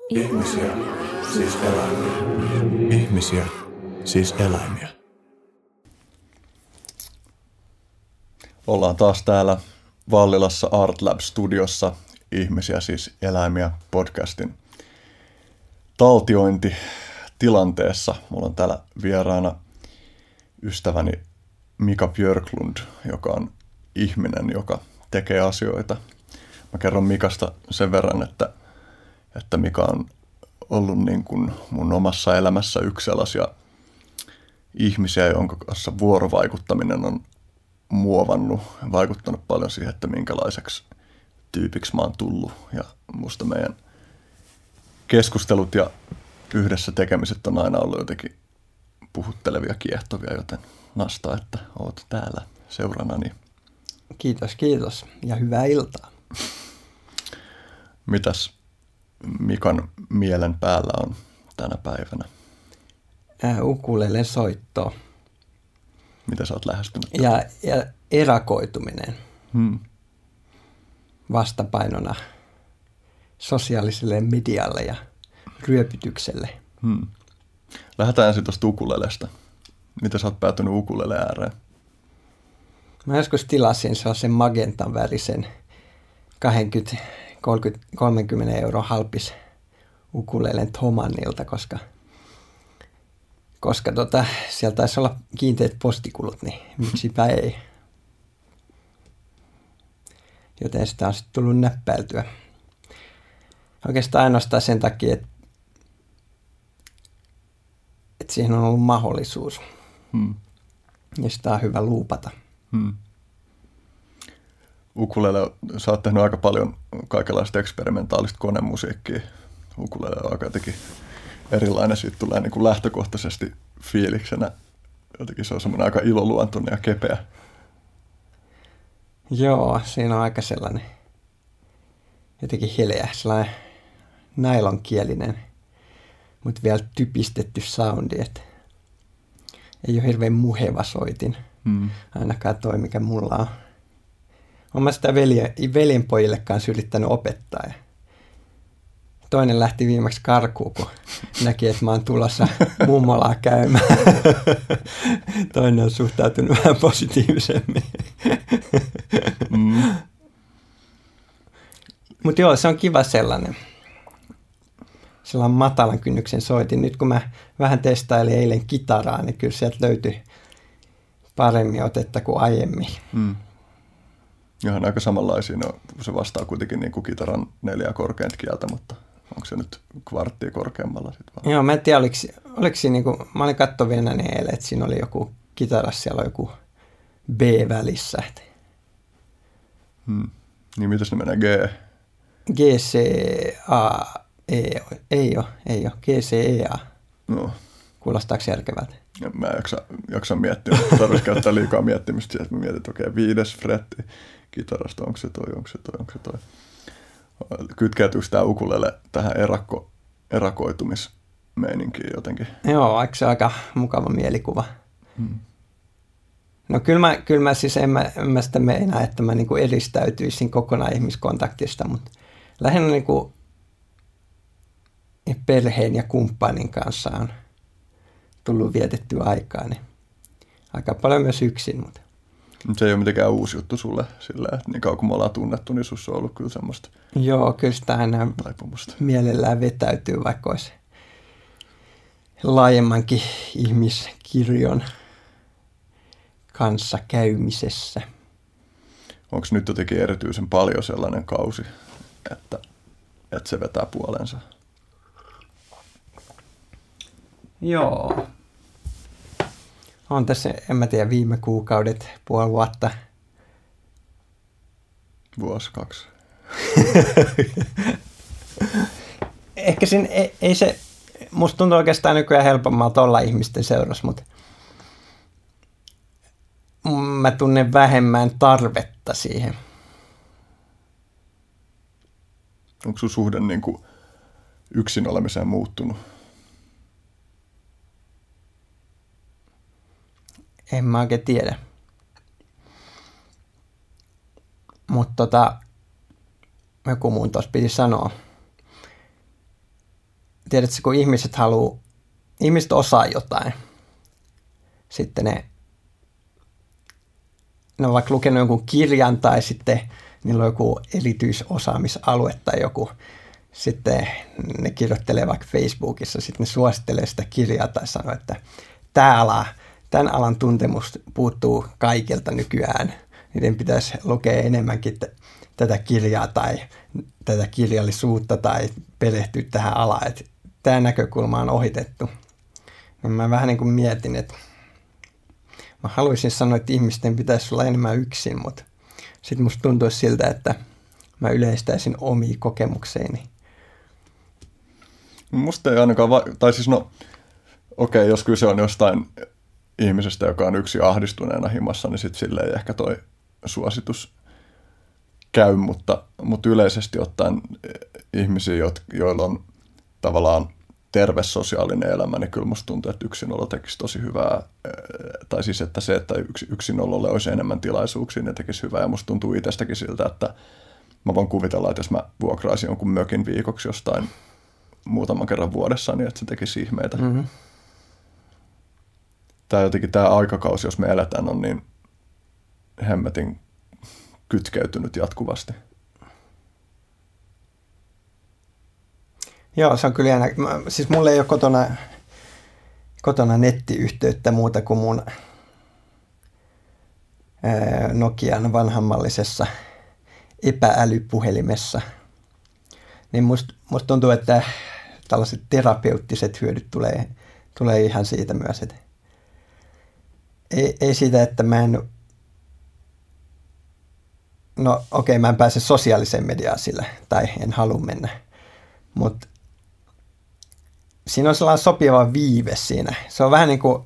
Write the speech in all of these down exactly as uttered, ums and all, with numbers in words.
Ihmisiä, siis eläimiä. Ihmisiä, siis eläimiä. Ollaan taas täällä Vallilassa Art Lab-studiossa Ihmisiä, siis eläimiä podcastin taltiointitilanteessa. Mulla on täällä vieraana ystäväni Mika Björklund, joka on ihminen, joka tekee asioita. Mä kerron Mikasta sen verran, että, että Mika on ollut niin kuin mun omassa elämässä yksi sellaisia ihmisiä, jonka kanssa vuorovaikuttaminen on muovannut, vaikuttanut paljon siihen, että minkälaiseksi tyypiksi mä oon tullut. Ja musta meidän keskustelut ja yhdessä tekemiset on aina ollut jotenkin puhuttelevia, kiehtovia, joten nastaa, että oot täällä seuranani. Kiitos, kiitos ja hyvää iltaa. Mitäs Mikan mielen päällä on tänä päivänä? Äh, ukulele soitto Mitä sä oot lähestynyt? ja, ja erakoituminen Hmm. vastapainona sosiaaliselle medialle ja ryöpytykselle. Hmm. Lähdetään ensin tuosta ukulelesta. Miten sä oot päätynyt ukulele ääreen? Mä joskus tilasin sellaisen magentan värisen kaksikymmentä kolmekymmentä euro halpis ukulelen Thomannilta, koska, koska tota, siellä taisi olla kiinteät postikulut, niin miksipä ei. Joten sitä on sitten tullut näppäiltyä. Oikeastaan ainoastaan sen takia, että, että siihen on ollut mahdollisuus. Hmm. Ja sitä on hyvä luupata. Hmm. Ukulele, sä oot tehnyt aika paljon kaikenlaista eksperimentaalista konemusiikkia. Ukulele on aika jotenkin erilainen, siitä tulee niin kuin lähtökohtaisesti fiiliksenä. Jotenkin se on semmoinen aika iloluontoinen ja kepeä. Joo, siinä on aika sellainen jotenkin heleä, sellainen nailonkielinen, mutta vielä typistetty soundi, että ei ole hirveän muheva soitin, Hmm. ainakaan toi, mikä mulla on. Olen mä sitä veljen, veljenpojille kanssa yrittänyt opettaa. Ja toinen lähti viimeksi karkuun, kun näki, että mä oon tulossa mummolaa käymään. Toinen on suhtautunut vähän positiivisemmin. Hmm. Mutta joo, se on kiva sellainen. Sellainen matalan kynnyksen soitin. Nyt kun mä vähän testailin eilen kitaraa, niin kyllä sieltä löytyi paremmin otetta kuin aiemmin. Hmm. Ihan aika samanlaisia. No, se vastaa kuitenkin niin kuin kitaran neljää korkeinta kieltä, mutta onko se nyt kvarttia korkeammalla sitten vaan? Joo, mä en tiedä, oliko, oliko siinä niinku, mä olin kattovina ne eilen, että siinä oli joku kitaras, siellä on joku B-välissä. Hmm. Niin mitäs ne menee G? G, C, A, E, ei ole, ei ole, G, C, E, A. No. Kuulostaako järkevältä? Ja mä en jaksa, jaksa miettiä, mutta tarvitsisi käyttää liikaa miettimistä siihen, että mä mietin, että okei, viides fretti kitarasta, onko se toi, onko se toi, onko se toi. Kytkeytyykö tämä ukulele tähän erakko, erakoitumismeininkiin jotenkin? Joo, aika se aika mukava mielikuva. Hmm. No kyllä mä, kyllä mä siis en mä, en mä sitä meinaa, että mä niinku eristäytyisin kokonaan ihmiskontaktista, mutta lähinnä niinku perheen ja kumppanin kanssa on tullut vietettyä aikaa, niin aika paljon myös yksin. Mutta. Se ei ole mitenkään uusi juttu sulle, sillä että niin kauan kun me ollaan tunnettu, niin sussa on ollut kyllä semmoista Joo, kyllä sitä aina taipumusta mielellään vetäytyy, vaikka olisi laajemmankin ihmiskirjon kanssa käymisessä. Onko nyt jotenkin erityisen paljon sellainen kausi, että, että se vetää puolensa? Joo. On tässä, en mä tiedä, viime kuukaudet, puoli vuotta. Vuosi, kaksi. Ehkä siinä, ei, ei se, musta tuntuu oikeastaan nykyään helpommalta olla ihmisten seurassa, mutta mä tunnen vähemmän tarvetta siihen. Onko sun suhde niin kuin yksin olemiseen muuttunut? En mä oikein tiedä. Mutta tota, joku mun tuossa piti sanoa, tiedätkö, kun ihmiset haluaa, ihmiset osaa jotain, sitten ne, ne on vaikka lukenut jonkun kirjan tai sitten niillä on joku erityisosaamisalue tai joku, sitten ne kirjoittelee vaikka Facebookissa, sitten ne suosittelee sitä kirjaa tai sanoo, että tämä ala, tämän alan tuntemus puuttuu kaikilta nykyään, niiden pitäisi lukea enemmänkin t- tätä kirjaa tai tätä kirjallisuutta tai perehtyä tähän alaan, että tämä näkökulma on ohitettu. No mä vähän niin kuin mietin, että mä haluaisin sanoa, että ihmisten pitäisi olla enemmän yksin, mutta sitten musta tuntuisi siltä, että mä yleistäisin omia kokemukseeni. Musta ei ainakaan, va- tai siis no, okei, okay, jos kyse on jostain ihmisestä, joka on yksi ahdistuneena himassa, niin sitten sille ei ehkä toi suositus käy, mutta, mutta yleisesti ottaen ihmisiä, joilla on tavallaan terve sosiaalinen elämä, niin kyllä musta tuntuu, että yksinolo tekisi tosi hyvää, tai siis että se, että yksinololle olisi enemmän tilaisuuksia, ne tekisi hyvää, ja musta tuntuu itsestäkin siltä, että mä voin kuvitella, että jos mä vuokraisin jonkun mökin viikoksi jostain muutaman kerran vuodessa, niin että se tekisi ihmeitä. Mm-hmm. Tämä jotenkin tämä aikakausi, jos me eletään, on niin hemmetin kytkeytynyt jatkuvasti. Joo, se on kyllä jännä. Mä, siis mulla ei ole kotona, kotona nettiyhteyttä muuta kuin mun ää, Nokian vanhanmallisessa epäälypuhelimessa. Niin musta must tuntuu, että tällaiset terapeuttiset hyödyt tulee, tulee ihan siitä myös. Että ei, ei siitä, että mä en... No okei, okay, mä en pääse sosiaaliseen mediaan sillä, tai en halua mennä. Mutta siinä on sellainen sopiva viive siinä. Se on vähän niin kuin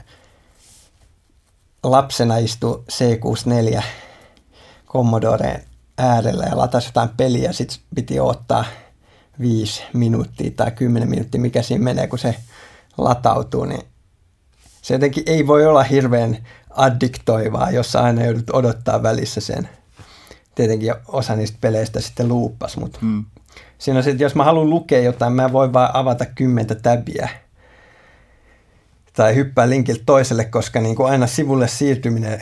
lapsena istui C kuusikymmentäneljä Commodoreen äärellä ja latasi jotain peliä, sitten piti odottaa viisi minuuttia tai kymmenen minuuttia, mikä siinä menee, kun se latautuu, niin se jotenkin ei voi olla hirveän addiktoivaa, jos aina joudut odottaa välissä sen. Tietenkin osa niistä peleistä sitten luuppas, mutta hmm. siinä on se, että jos mä haluan lukea jotain, mä voin vaan avata kymmentä täbiä tai hyppää linkiltä toiselle, koska niin kuin aina sivulle siirtyminen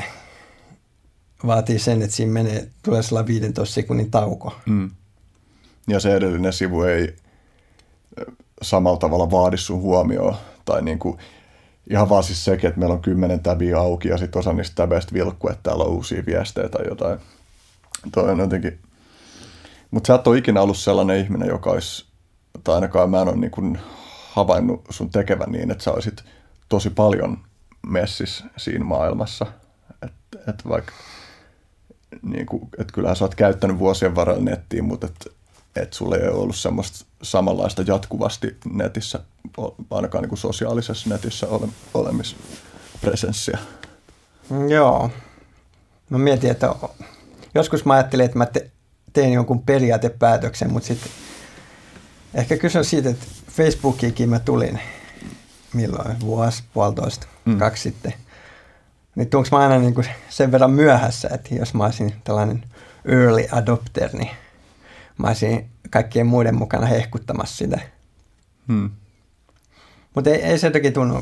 vaatii sen, että siinä menee, tulee sellainen viidentoista sekunnin tauko. Hmm. Ja se edellinen sivu ei samalla tavalla vaadi sun huomioon. Tai niin kuin, ihan vaan siis sekin, että meillä on kymmenen täbiä auki ja sitten osa niistä täbeistä vilkkuu, että täällä on uusia viestejä tai jotain. Toi on jotenkin... Mutta sä et ole ikinä ollut sellainen ihminen, joka olisi, tai ainakaan mä en ole niin kuin havainnut sun tekevän niin, että sä olisit tosi paljon messissä siinä maailmassa. Että et vaikka, niin kuin, että kyllähän sä oot käyttänyt vuosien varrella nettiä, mutta et, et sulla ei ole ollut semmoista samanlaista jatkuvasti netissä, ainakaan niin kuin sosiaalisessa netissä ole, olemispresenssiä. Joo. Mä mietin, että joskus mä ajattelin, että mä te, tein jonkun periaatepäätöksen, mutta sitten ehkä kysyn siitä, että Facebookiinkin mä tulin milloin, vuosi, puolitoista, mm. kaksi sitten. Niin tuunko mä aina niin kuin sen verran myöhässä, että jos mä olisin tällainen early adopter, niin mä olisin kaikkien muiden mukana hehkuttamassa sitä. Mm. Mutta ei, ei se jotenkin tunnu,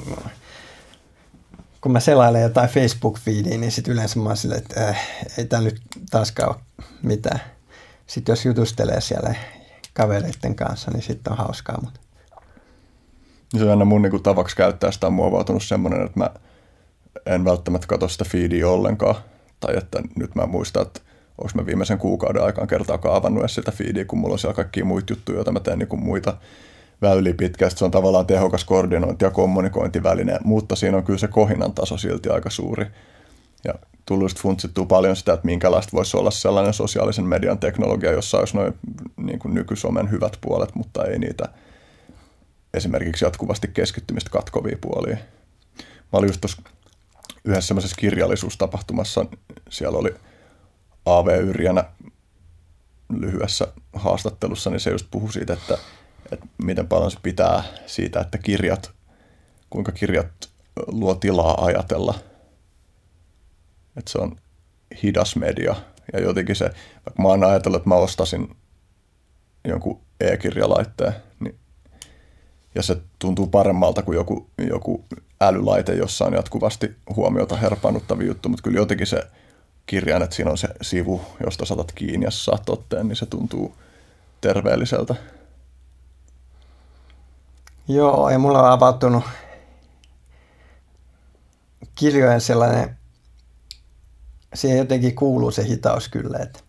kun mä selailen jotain Facebook-feediä, niin sitten yleensä mä oon silleen, että äh, ei tää nyt taaskaan ole mitään. Sitten jos jutustelee siellä kavereiden kanssa, niin sitten on hauskaa. Mutta. Se on aina mun niin kuin tavaksi käyttää sitä on muovautunut semmoinen, että mä en välttämättä katso sitä feedia ollenkaan. Tai että nyt mä muistan, että onko mä viimeisen kuukauden aikaan kertaakaan avannut edes sitä feedia, kun mulla on siellä kaikkia muita juttuja, joita mä teen niin kuin muita väyliä pitkään. Se on tavallaan tehokas koordinointi- ja kommunikointiväline, mutta siinä on kyllä se kohinan taso silti aika suuri. Ja tullut just funtsittua paljon sitä, että minkälaista voisi olla sellainen sosiaalisen median teknologia, jossa olisi noin niin kuin nykysomen hyvät puolet, mutta ei niitä esimerkiksi jatkuvasti keskittymistä katkovia puolia. Mä olin just tuossa yhdessä semmoisessa kirjallisuustapahtumassa, siellä oli A V Yrjänä lyhyessä haastattelussa, niin se just puhui siitä, että, että miten paljon se pitää siitä, että kirjat, kuinka kirjat luo tilaa ajatella. Että se on hidas media. Ja jotenkin se, vaikka mä oon ajatellut, että mä ostasin jonkun e-kirjalaitteen, niin, ja se tuntuu paremmalta kuin joku, joku älylaite, jossa on jatkuvasti huomiota herpaannuttavia juttu, mutta kyllä jotenkin se kirjan, että siinä on se sivu, josta saatat kiinni ja saat otteen, niin se tuntuu terveelliseltä. Joo, ja mulla on avautunut kirjojen sellainen, siihen jotenkin kuuluu se hitaus kyllä, että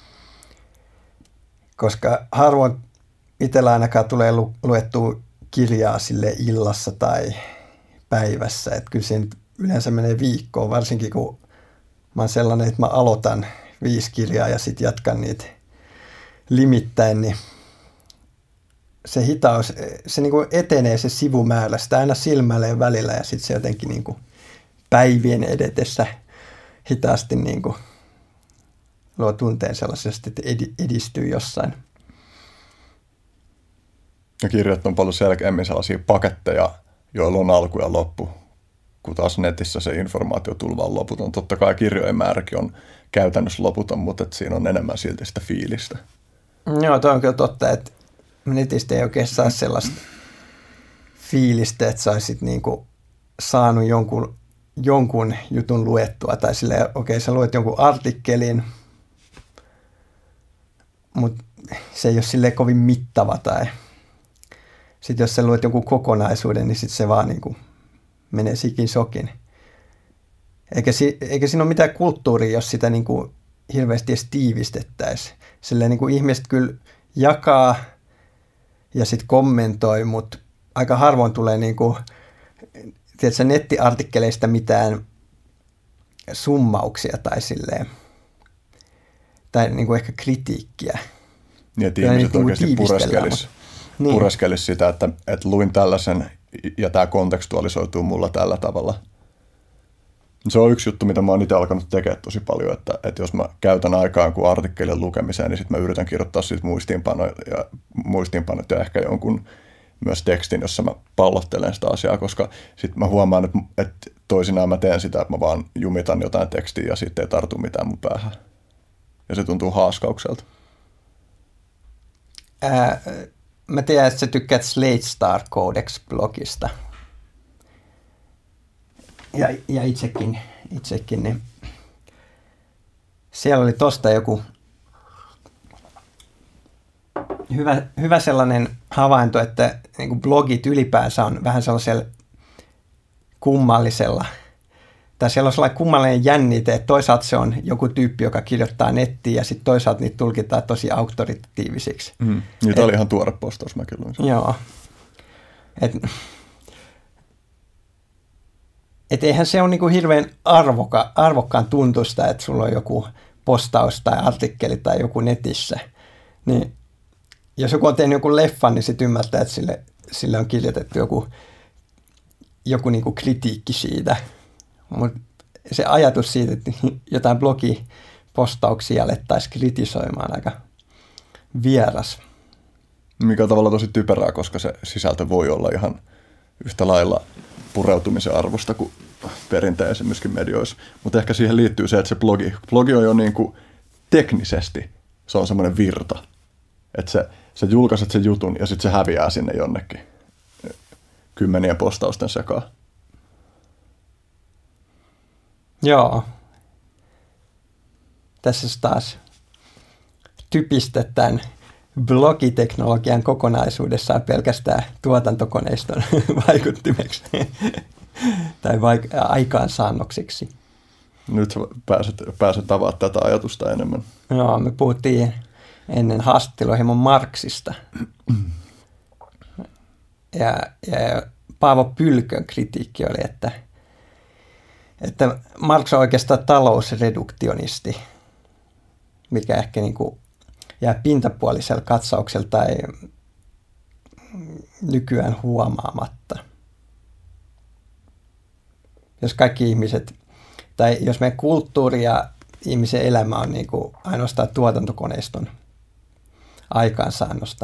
koska harvoin itsellä ainakaan tulee lu- luettua kirjaa sille illassa tai päivässä, että kyllä siinä yleensä menee viikkoon, varsinkin kun mä oon sellainen, että mä aloitan viisi kirjaa ja sitten jatkan niitä limittäin, niin se hitaus, se niin kuin etenee se sivumäärä, sitä aina silmäilee välillä ja sitten se jotenkin niin kuin päivien edetessä hitaasti niin kuin luo tunteen sellaisesti, että edistyy jossain. Ja kirjat on paljon selkeämmin sellaisia paketteja, joilla on alku ja loppu, kun taas netissä se informaatiotulva on loputon. Totta kai kirjojen määräkin on käytännössä loputon, mutta et siinä on enemmän silti sitä fiilistä. Joo, toi on kyllä totta, että netistä ei oikein saa sellaista fiilistä, että saisit niinku saanut jonkun, jonkun jutun luettua. Tai silleen, okei, okay, sä luet jonkun artikkelin, mutta se ei ole silleen kovin mittava. Tai sitten jos sä luet jonkun kokonaisuuden, niin sitten se vaan niinku menee sikin sokin. Eikä, si, eikä siinä ole mitään kulttuuria, jos sitä niinku hirveästi edes tiivistettäisiin. Silleen niinku ihmiset kyllä jakaa ja sitten kommentoi, mutta aika harvoin tulee niinku, tiedätkö, nettiartikkeleista mitään summauksia tai silleen, tai niinku ehkä kritiikkiä. Niin, että ihmiset niinku oikeasti pureskelis, niin. pureskelis sitä, että, että luin tällaisen ja tämä kontekstualisoituu mulla tällä tavalla. Se on yksi juttu, mitä mä oon itse alkanut tekemään tosi paljon, että, että jos mä käytän aikaa jonkun artikkelin lukemiseen, niin sitten mä yritän kirjoittaa siitä muistiinpanoja ja, muistiinpanot ja ehkä jonkun myös tekstin, jossa mä pallottelen sitä asiaa, koska sitten mä huomaan, että, että toisinaan mä teen sitä, että mä vaan jumitan jotain tekstiä ja sitten ei tartu mitään mun päähän. Ja se tuntuu haaskaukselta. Ää, mä tiedän, että sä tykkäät Slate Star Codex-blogista. Ja, ja itsekin, itsekin, niin siellä oli tosta joku hyvä, hyvä sellainen havainto, että niin kuin blogit ylipäänsä on vähän sellaisella kummallisella, tai siellä on sellainen kummallinen jännite, että toisaalta se on joku tyyppi, joka kirjoittaa nettiin, ja sitten toisaalta niitä tulkitaan tosi auktoritatiivisiksi. Mm. Niin, tämä oli ihan tuore postaus, mä kyllä. Joo. Et, et eihän se ole niinku hirveän arvoka, arvokkaan tuntusta, että sulla on joku postaus tai artikkeli tai joku netissä. Niin, jos joku on tehnyt joku leffan, niin sitten ymmärtää, että sille, sille on kirjoitettu joku, joku niinku kritiikki siitä. Mutta se ajatus siitä, että jotain blogipostauksia alettaisiin kritisoimaan, aika vieras. Mikä on tavallaan tosi typerää, koska se sisältö voi olla ihan yhtä lailla pureutumisen arvosta kuin perinteisen myöskin medioissa. Mutta ehkä siihen liittyy se, että se blogi, blogi on jo niin kuin teknisesti, se on semmoinen virta. Että se, sä julkaiset sen jutun ja sitten se häviää sinne jonnekin kymmenien postausten sekaan. Joo. Tässä taas typistetään blogiteknologian kokonaisuudessaan pelkästään tuotantokoneiston vaikuttimeksi tai vaik- aikaansaannoksiksi. Nyt pääset, pääset avaamaan tätä ajatusta enemmän. Joo, me puhuttiin ennen haastattelua hieman Marxista. Ja, ja Paavo Pylkön kritiikki oli, että, että Marx on oikeastaan talousreduktionisti, mikä ehkä niin kuin jää pintapuolisella katsauksella tai nykyään huomaamatta. Jos kaikki ihmiset, tai jos meidän kulttuuri ja ihmisen elämä on niin kuin ainoastaan tuotantokoneiston aikaansaannosta.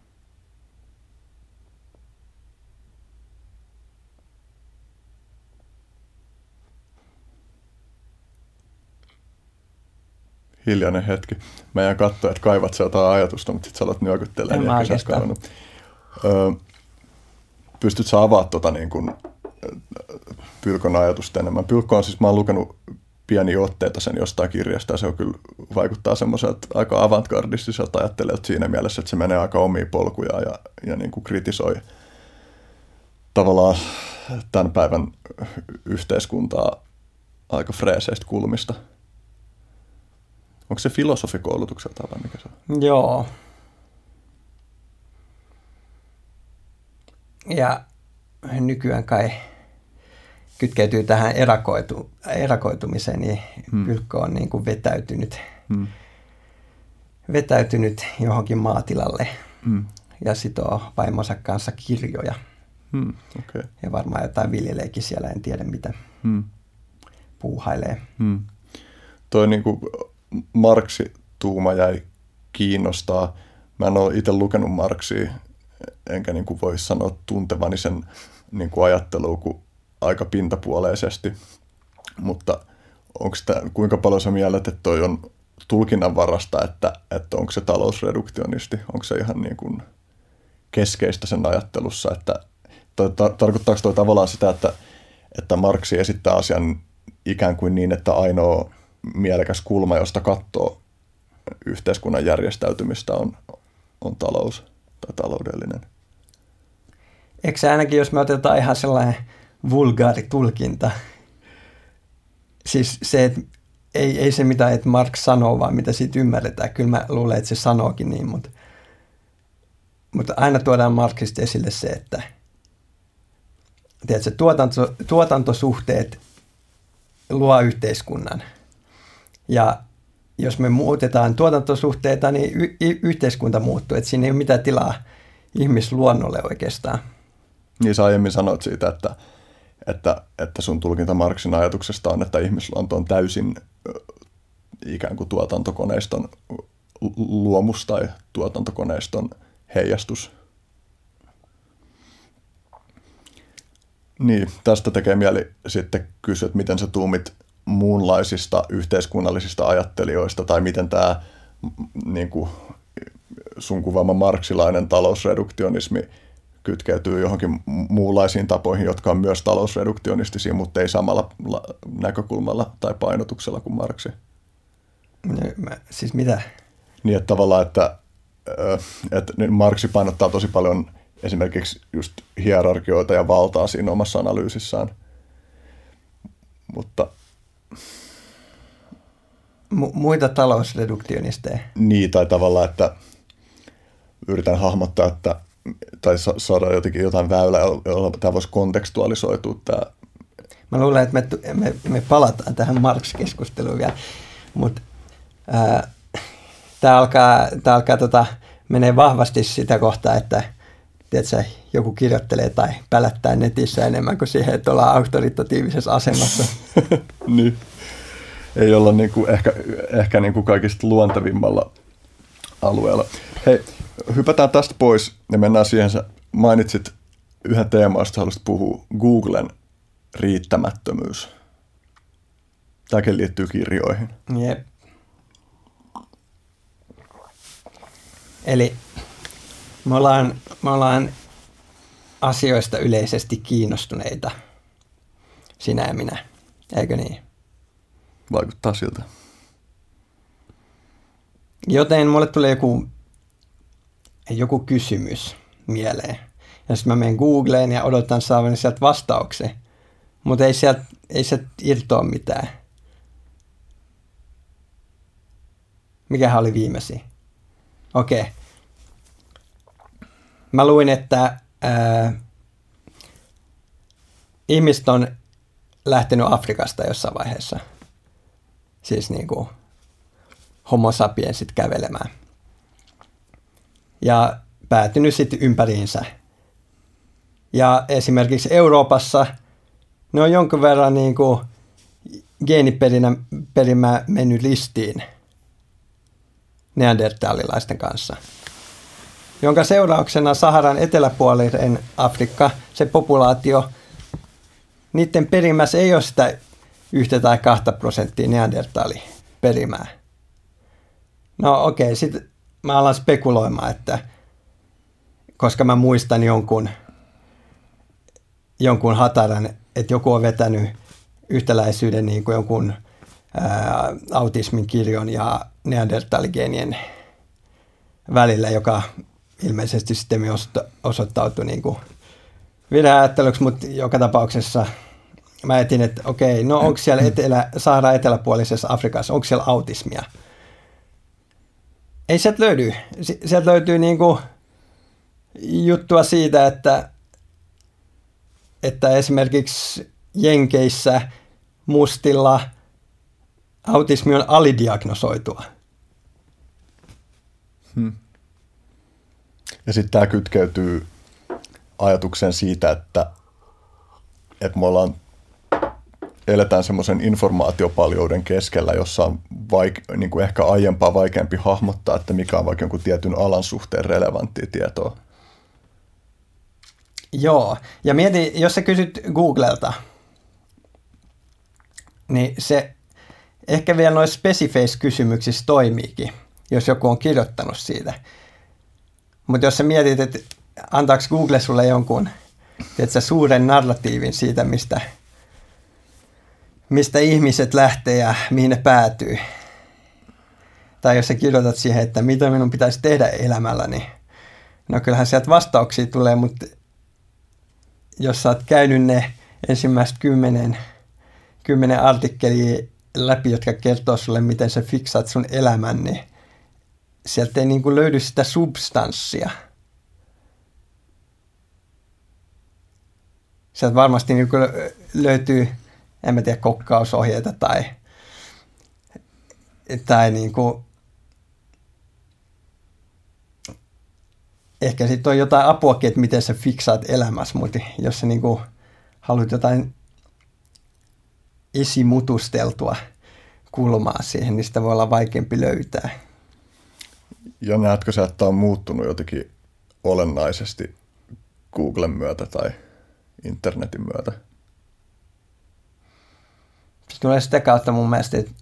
Hiljainen hetki. Mä jään katsoa, että kaivat sä jotain ajatusta, mutta sit sä alat nyökyttelemään. En mä oikeastaan. Öö, pystyt sä avaamaan tota niin kuin Pylkön ajatusta enemmän? Pylkkö on siis, mä oon lukenut pieniä otteita sen jostain kirjasta, ja se on kyllä, vaikuttaa semmoiselta aika avantgardistiselta ajattelijalta siinä mielessä, että se menee aika omia polkuja ja, ja niin kuin kritisoi tavallaan tämän päivän yhteiskuntaa aika freeseistä kulmista. Onko se filosofikoulutukselta vai mikä se on? Joo. Ja nykyään kai kytkeytyy tähän erakoitu, erakoitumiseen, niin hmm. Pylkkö on niin kuin vetäytynyt, hmm. vetäytynyt johonkin maatilalle hmm. ja sitoo vaimonsa kanssa kirjoja. Hmm. Okay. Ja varmaan jotain viljeleekin siellä, en tiedä mitä hmm. puuhailee. Hmm. Toi niin kuin Marksi-tuuma jäi kiinnostaa. Mä en ole itse lukenut Marksia, enkä niin kuin voi sanoa tuntevani sen niin kuin ajattelua kuin aika pintapuoleisesti, mutta onko tämä, kuinka paljon sä mielet, että toi on tulkinnanvarasta, että, että onko se talousreduktionisti, onko se ihan niin kuin keskeistä sen ajattelussa, että tar- tarkoittaako toi tavallaan sitä, että, että Marksi esittää asian ikään kuin niin, että ainoa mielekäs kulma, josta katsoo yhteiskunnan järjestäytymistä on, on talous tai taloudellinen? Eikö se ainakin, jos me otetaan ihan sellainen vulgaari tulkinta, siis se, että ei, ei se mitä, että Marx sanoo, vaan mitä siitä ymmärretään. Kyllä mä luulen, että se sanookin niin, mutta, mutta aina tuodaan Marxista esille se, että tiedätkö, tuotanto, tuotantosuhteet luo yhteiskunnan. Ja jos me muutetaan tuotantosuhteita, niin y- y- yhteiskunta muuttuu. Että siinä ei ole mitään tilaa ihmisluonnolle oikeastaan. Niin sä aiemmin sanoit siitä, että, että, että sun tulkinta Marxin ajatuksesta on, että ihmisluonto on täysin ikään kuin tuotantokoneiston luomus tai tuotantokoneiston heijastus. Niin, tästä tekee mieli sitten kysyä, että miten sä tuumit muunlaisista yhteiskunnallisista ajattelijoista, tai miten tämä niin kuin sun kuvaama marksilainen talousreduktionismi kytkeytyy johonkin muunlaisiin tapoihin, jotka on myös talousreduktionistisia, mutta ei samalla näkökulmalla tai painotuksella kuin Marksi. No, mä, siis mitä? Niin, että tavallaan, että, että Marksi painottaa tosi paljon esimerkiksi just hierarkioita ja valtaa siinä omassa analyysissään, mutta Mu- muita talousreduktionisteja. Niin, tai tavallaan, että yritän hahmottaa, että, tai saada jotenkin jotain väylää, jolla tämä voisi kontekstualisoitua. Tämä. Mä luulen, että me, me, me palataan tähän Marx-keskusteluun vielä, mutta tämä alkaa, tää alkaa tota, menee vahvasti sitä kohtaa, että tiedätkö, joku kirjoittelee tai pälättää netissä enemmän kuin siihen, että ollaan auktoritatiivisessa asemassa. Niin. Ei olla niin kuin ehkä, ehkä niin kuin kaikista luontevimmalla alueella. Hei, hypätään tästä pois ja mennään siihen. Sä mainitsit yhden teeman, josta haluaisit puhua, Googlen riittämättömyys. Tämäkin liittyy kirjoihin. Jep. Eli me ollaan, me ollaan asioista yleisesti kiinnostuneita, sinä ja minä, eikö niin? Vaikuttaa siltä. Joten mulle tulee joku, joku kysymys mieleen. Ja sitten mä menen Googleen ja odotan saavani sieltä vastauksen. Mutta ei sieltä ei sieltä irtoa mitään. Mikähän oli viimeisin? Okei. Okay. Mä luin, että ää, ihmiset on lähtenyt Afrikasta jossain vaiheessa. Siis niin kuin homo sapiensit kävelemään. Ja päätynyt sitten ympäriinsä. Ja esimerkiksi Euroopassa ne on jonkun verran niin kuin geeniperimä mennyt listiin neandertalilaisten kanssa. Jonka seurauksena Saharan eteläpuolinen Afrikka, se populaatio, niiden perimässä ei ole sitä yhtä tai kahta prosenttia neandertaliperimää. No okei, okay, sitten mä alan spekuloimaan, että koska mä muistan jonkun jonkun hataran, että joku on vetänyt yhtäläisyyden niin kuin jonkun ää, autismin kirjon ja neandertaligeenien välillä, joka ilmeisesti sitten osoittautui niin kuin virheajatteluksi, mutta joka tapauksessa mä etin, että okei, no onko siellä etelä, Sahara eteläpuolisessa Afrikassa, onko siellä autismia? Ei sieltä löydy. Sieltä löytyy niinku juttua siitä, että, että esimerkiksi Jenkeissä mustilla autismi on alidiagnosoitua. Hmm. Ja sitten tämä kytkeytyy ajatukseen siitä, että, että me ollaan, eletään semmoisen informaatiopaljouden keskellä, jossa on vaike- niin kuin ehkä aiempaa vaikeampi hahmottaa, että mikä on vaikka jonkun tietyn alan suhteen relevanttia tietoa. Joo, ja mieti, jos sä kysyt Googlelta, niin se ehkä vielä noissa spesifeissä kysymyksissä toimiikin, jos joku on kirjoittanut siitä. Mutta jos sä mietit, että antaako Google sulle jonkun tiedätkö, suuren narratiivin siitä, mistä, mistä ihmiset lähtee ja mihin ne päätyy. Tai jos sä kirjoitat siihen, että mitä minun pitäisi tehdä elämälläni, niin no kyllähän sieltä vastauksia tulee, mutta jos sä oot käynyt ne ensimmäiset kymmenen, kymmenen artikkelia läpi, jotka kertoo sulle, miten sä fiksaat sun elämän, niin sieltä ei niin kuin löydy sitä substanssia. Sieltä varmasti niin kuin löytyy, en mä tiedä, kokkausohjeita tai, tai niin kuin, ehkä sitten on jotain apuakin, että miten sä fiksaat elämässä, mutta jos sä niin kuin haluat jotain esimutusteltua kulmaa siihen, niin sitä voi olla vaikeampi löytää. Ja näetkö sä, että on muuttunut jotenkin olennaisesti Googlen myötä tai internetin myötä? Se tulee sitä kautta mun mielestä, että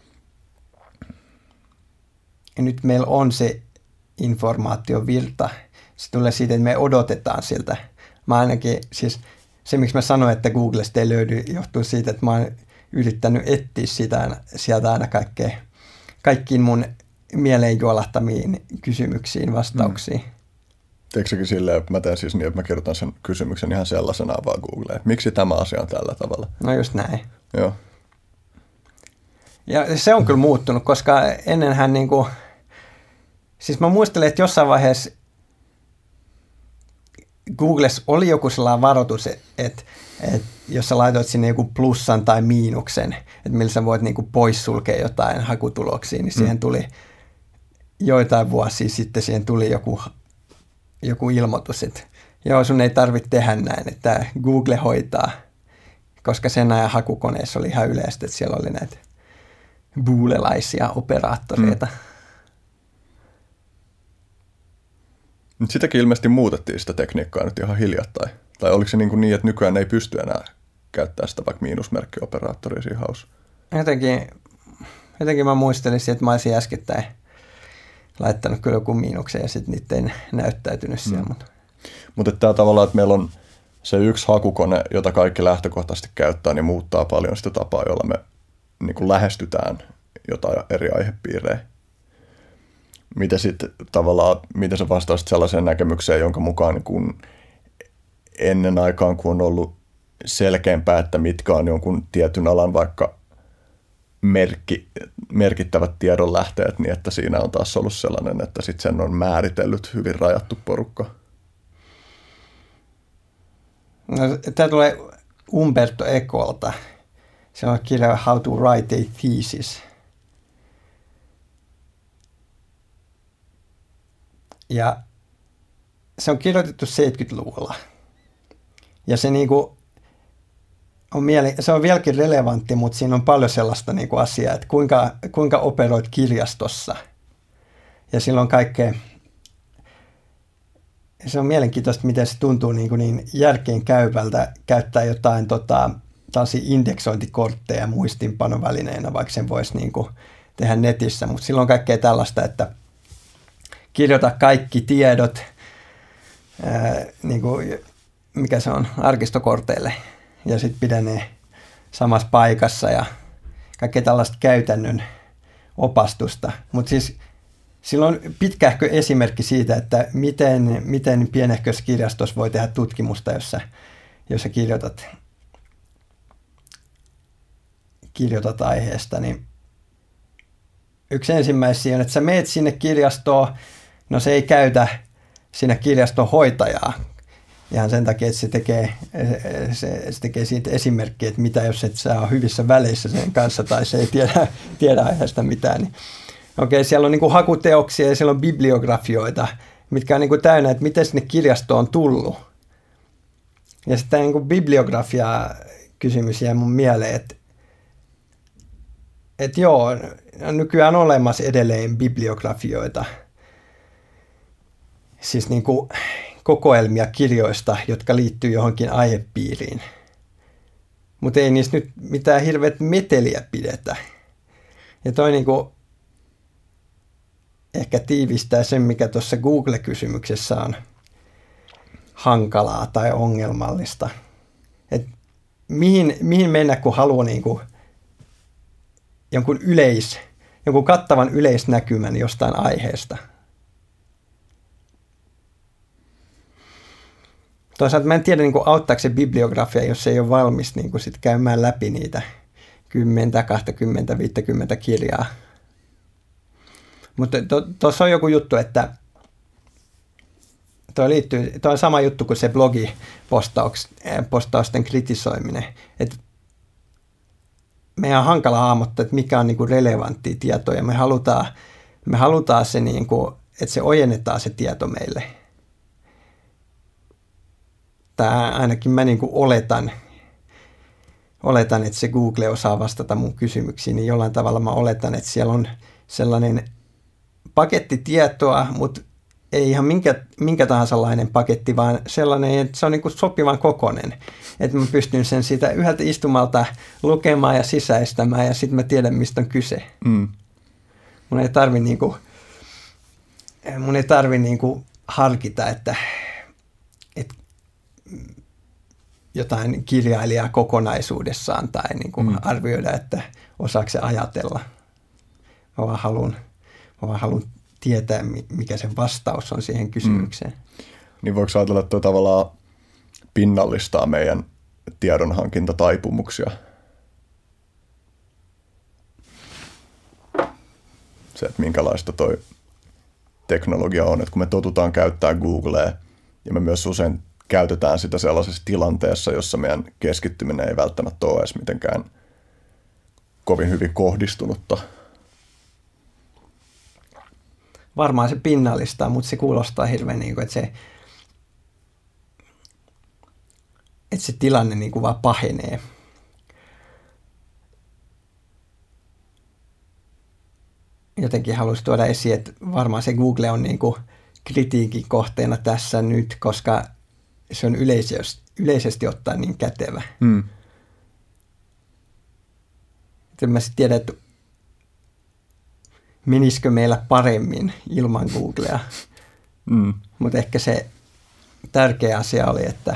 nyt meillä on se informaatiovirta. Se tulee siitä, että me odotetaan siltä. Mä ainakin, siis se miksi mä sanoin, että Googlesta ei löydy, johtuu siitä, että mä oon yrittänyt etsiä sitä, sieltä aina kaikkea, kaikkiin mun mieleen juolahtamiin kysymyksiin vastauksia. Mm. Teekö sekin silleen, että mä teen siis niin, että mä kirjoitan sen kysymyksen ihan sellaisenaan vaan Googleen. Miksi tämä asia on tällä tavalla? No just näin. Joo. Ja se on kyllä muuttunut, koska ennenhän niinku, siis mä muistelen, että jossain vaiheessa Googlessa oli joku sellainen varoitus, että, että jos sä laitoit sinne joku plussan tai miinuksen, että millä sä voit niinku poissulkea jotain hakutuloksia, niin siihen tuli joitain vuosia sitten siihen tuli joku, joku ilmoitus, että joo, sun ei tarvitse tehdä näin, että Google hoitaa, koska sen ajan hakukoneessa oli ihan yleistä, että siellä oli näitä buulelaisia operaattoreita. Mm. Mutta sitäkin ilmeisesti muutettiin sitä tekniikkaa nyt ihan hiljattain. Tai oliko se niin, kuin niin että nykyään ei pysty enää käyttämään sitä vaikka miinusmerkkioperaattoria siinä haussa? Jotenkin, jotenkin mä muistelisin, että mä olisin äskettäin laittanut kyllä joku miinuksen ja sitten niitä ei näyttäytynyt siellä. Mm. Mutta Mut tämä tavallaan, että meillä on se yksi hakukone, jota kaikki lähtökohtaisesti käyttää, niin muuttaa paljon sitä tapaa, jolla me niin kuin lähestytään jotain eri aihepiirejä. Miten sitten tavallaan, miten sä vastaisit sellaiseen näkemykseen, jonka mukaan niin kun ennen aikaan, kun on ollut selkeämpää, että mitkä on jonkun tietyn alan vaikka merkki, merkittävät tiedonlähteet, niin että siinä on taas ollut sellainen, että sitten sen on määritellyt hyvin rajattu porukka. No, tämä tulee Umberto Ecolta. Se on kirja How to Write a Thesis. Ja se on kirjoitettu seitsemänkymmentäluvulla. Ja se, niinku on, miele- se on vieläkin relevantti, mutta siinä on paljon sellaista niinku asiaa, että kuinka, kuinka operoit kirjastossa. Ja silloin kaikkea, se on mielenkiintoista, miten se tuntuu niinku niin järkeen käyvältä käyttää jotain tota, tällaisia indeksointikortteja muistinpanovälineenä, vaikka sen voisi niinku tehdä netissä. Mutta silloin on kaikkea tällaista, että kirjoita kaikki tiedot, ää, niin kuin mikä se on, arkistokorteille ja sitten pidän ne samassa paikassa ja kaikkea tällaista käytännön opastusta. Mutta siis sillä on pitkähkö esimerkki siitä, että miten, miten pienehkössä kirjastossa voi tehdä tutkimusta, jossa, jossa kirjoitat, kirjoitat aiheesta. Niin yksi ensimmäisiä on, että sä meet sinne kirjastoon, no se ei käytä siinä kirjaston hoitajaa. Ihan sen takia, että se tekee, se, se tekee siitä esimerkkiä, että mitä jos et saa hyvissä väleissä sen kanssa tai se ei tiedä, tiedä aiheesta mitään. Niin okei, siellä on niin kuin hakuteoksia ja siellä on bibliografioita, mitkä on niin kuin täynnä, että miten sinne kirjastoon on tullut. Ja sitten niin kuin bibliografia-kysymys jäi mun mieleen, että, että joo, on nykyään olemassa edelleen bibliografioita. Siis niin kuin kokoelmia kirjoista, jotka liittyy johonkin aihepiiriin. Mutta ei niistä nyt mitään hirveät meteliä pidetä. Ja toi niin kuin ehkä tiivistää sen, mikä tuossa Google-kysymyksessä on hankalaa tai ongelmallista. Et mihin, mihin mennä, kun haluaa niin kuin jonkun, yleis, jonkun kattavan yleisnäkymän jostain aiheesta. Toisaalta mä en tiedä, niin kuin, auttaako se bibliografia, jos se ei ole valmis niin kuin sit käymään läpi niitä kymmentä, kaksikymmentä, viisikymmentä kirjaa. Mutta tuossa on joku juttu, että tuo liittyy, tuo on sama juttu kuin se blogipostausten kritisoiminen. Että meidän on hankala hahmottaa, että mikä on niin kuin relevanttia tietoa, ja me halutaan, me halutaan se, niin kuin, että se ojennetaan se tieto meille. Tai ainakin mä niin kuin oletan, oletan, että se Google osaa vastata mun kysymyksiin, niin jollain tavalla mä oletan, että siellä on sellainen paketti tietoa, mutta ei ihan minkä, minkä tahansa-lainen paketti, vaan sellainen, että se on niin kuin sopivan kokoinen. Että mä pystyn sen siitä yhdeltä istumalta lukemaan ja sisäistämään, ja sitten mä tiedän, mistä on kyse. Mm. Mun ei tarvi, niin kuin, mun ei tarvi niin kuin harkita, että, että jotain kirjailijaa kokonaisuudessaan tai niin kuin mm. arvioida, että osaako se ajatella. Mä vaan haluan, mä vaan haluan tietää, mikä se vastaus on siihen kysymykseen. Mm. Niin voiko ajatella, että tavallaan pinnallistaa meidän tiedonhankintataipumuksia? Se, että minkälaista toi teknologia on, että kun me totutaan käyttää Googlea ja me myös usein käytetään sitä sellaisessa tilanteessa, jossa meidän keskittyminen ei välttämättä ole edes mitenkään kovin hyvin kohdistunutta. Varmaan se pinnallistaa, mutta se kuulostaa hirveän niin kuin, että se, että se tilanne niin kuin vaan pahenee. Jotenkin haluaisin tuoda esiin, että varmaan se Google on niin kuin kritiikin kohteena tässä nyt, koska se on yleisesti, yleisesti ottaen niin kätevä. Mm. En mä sitten tiedä, että menisikö meillä paremmin ilman Googlea. Mm. Mutta ehkä se tärkeä asia oli, että,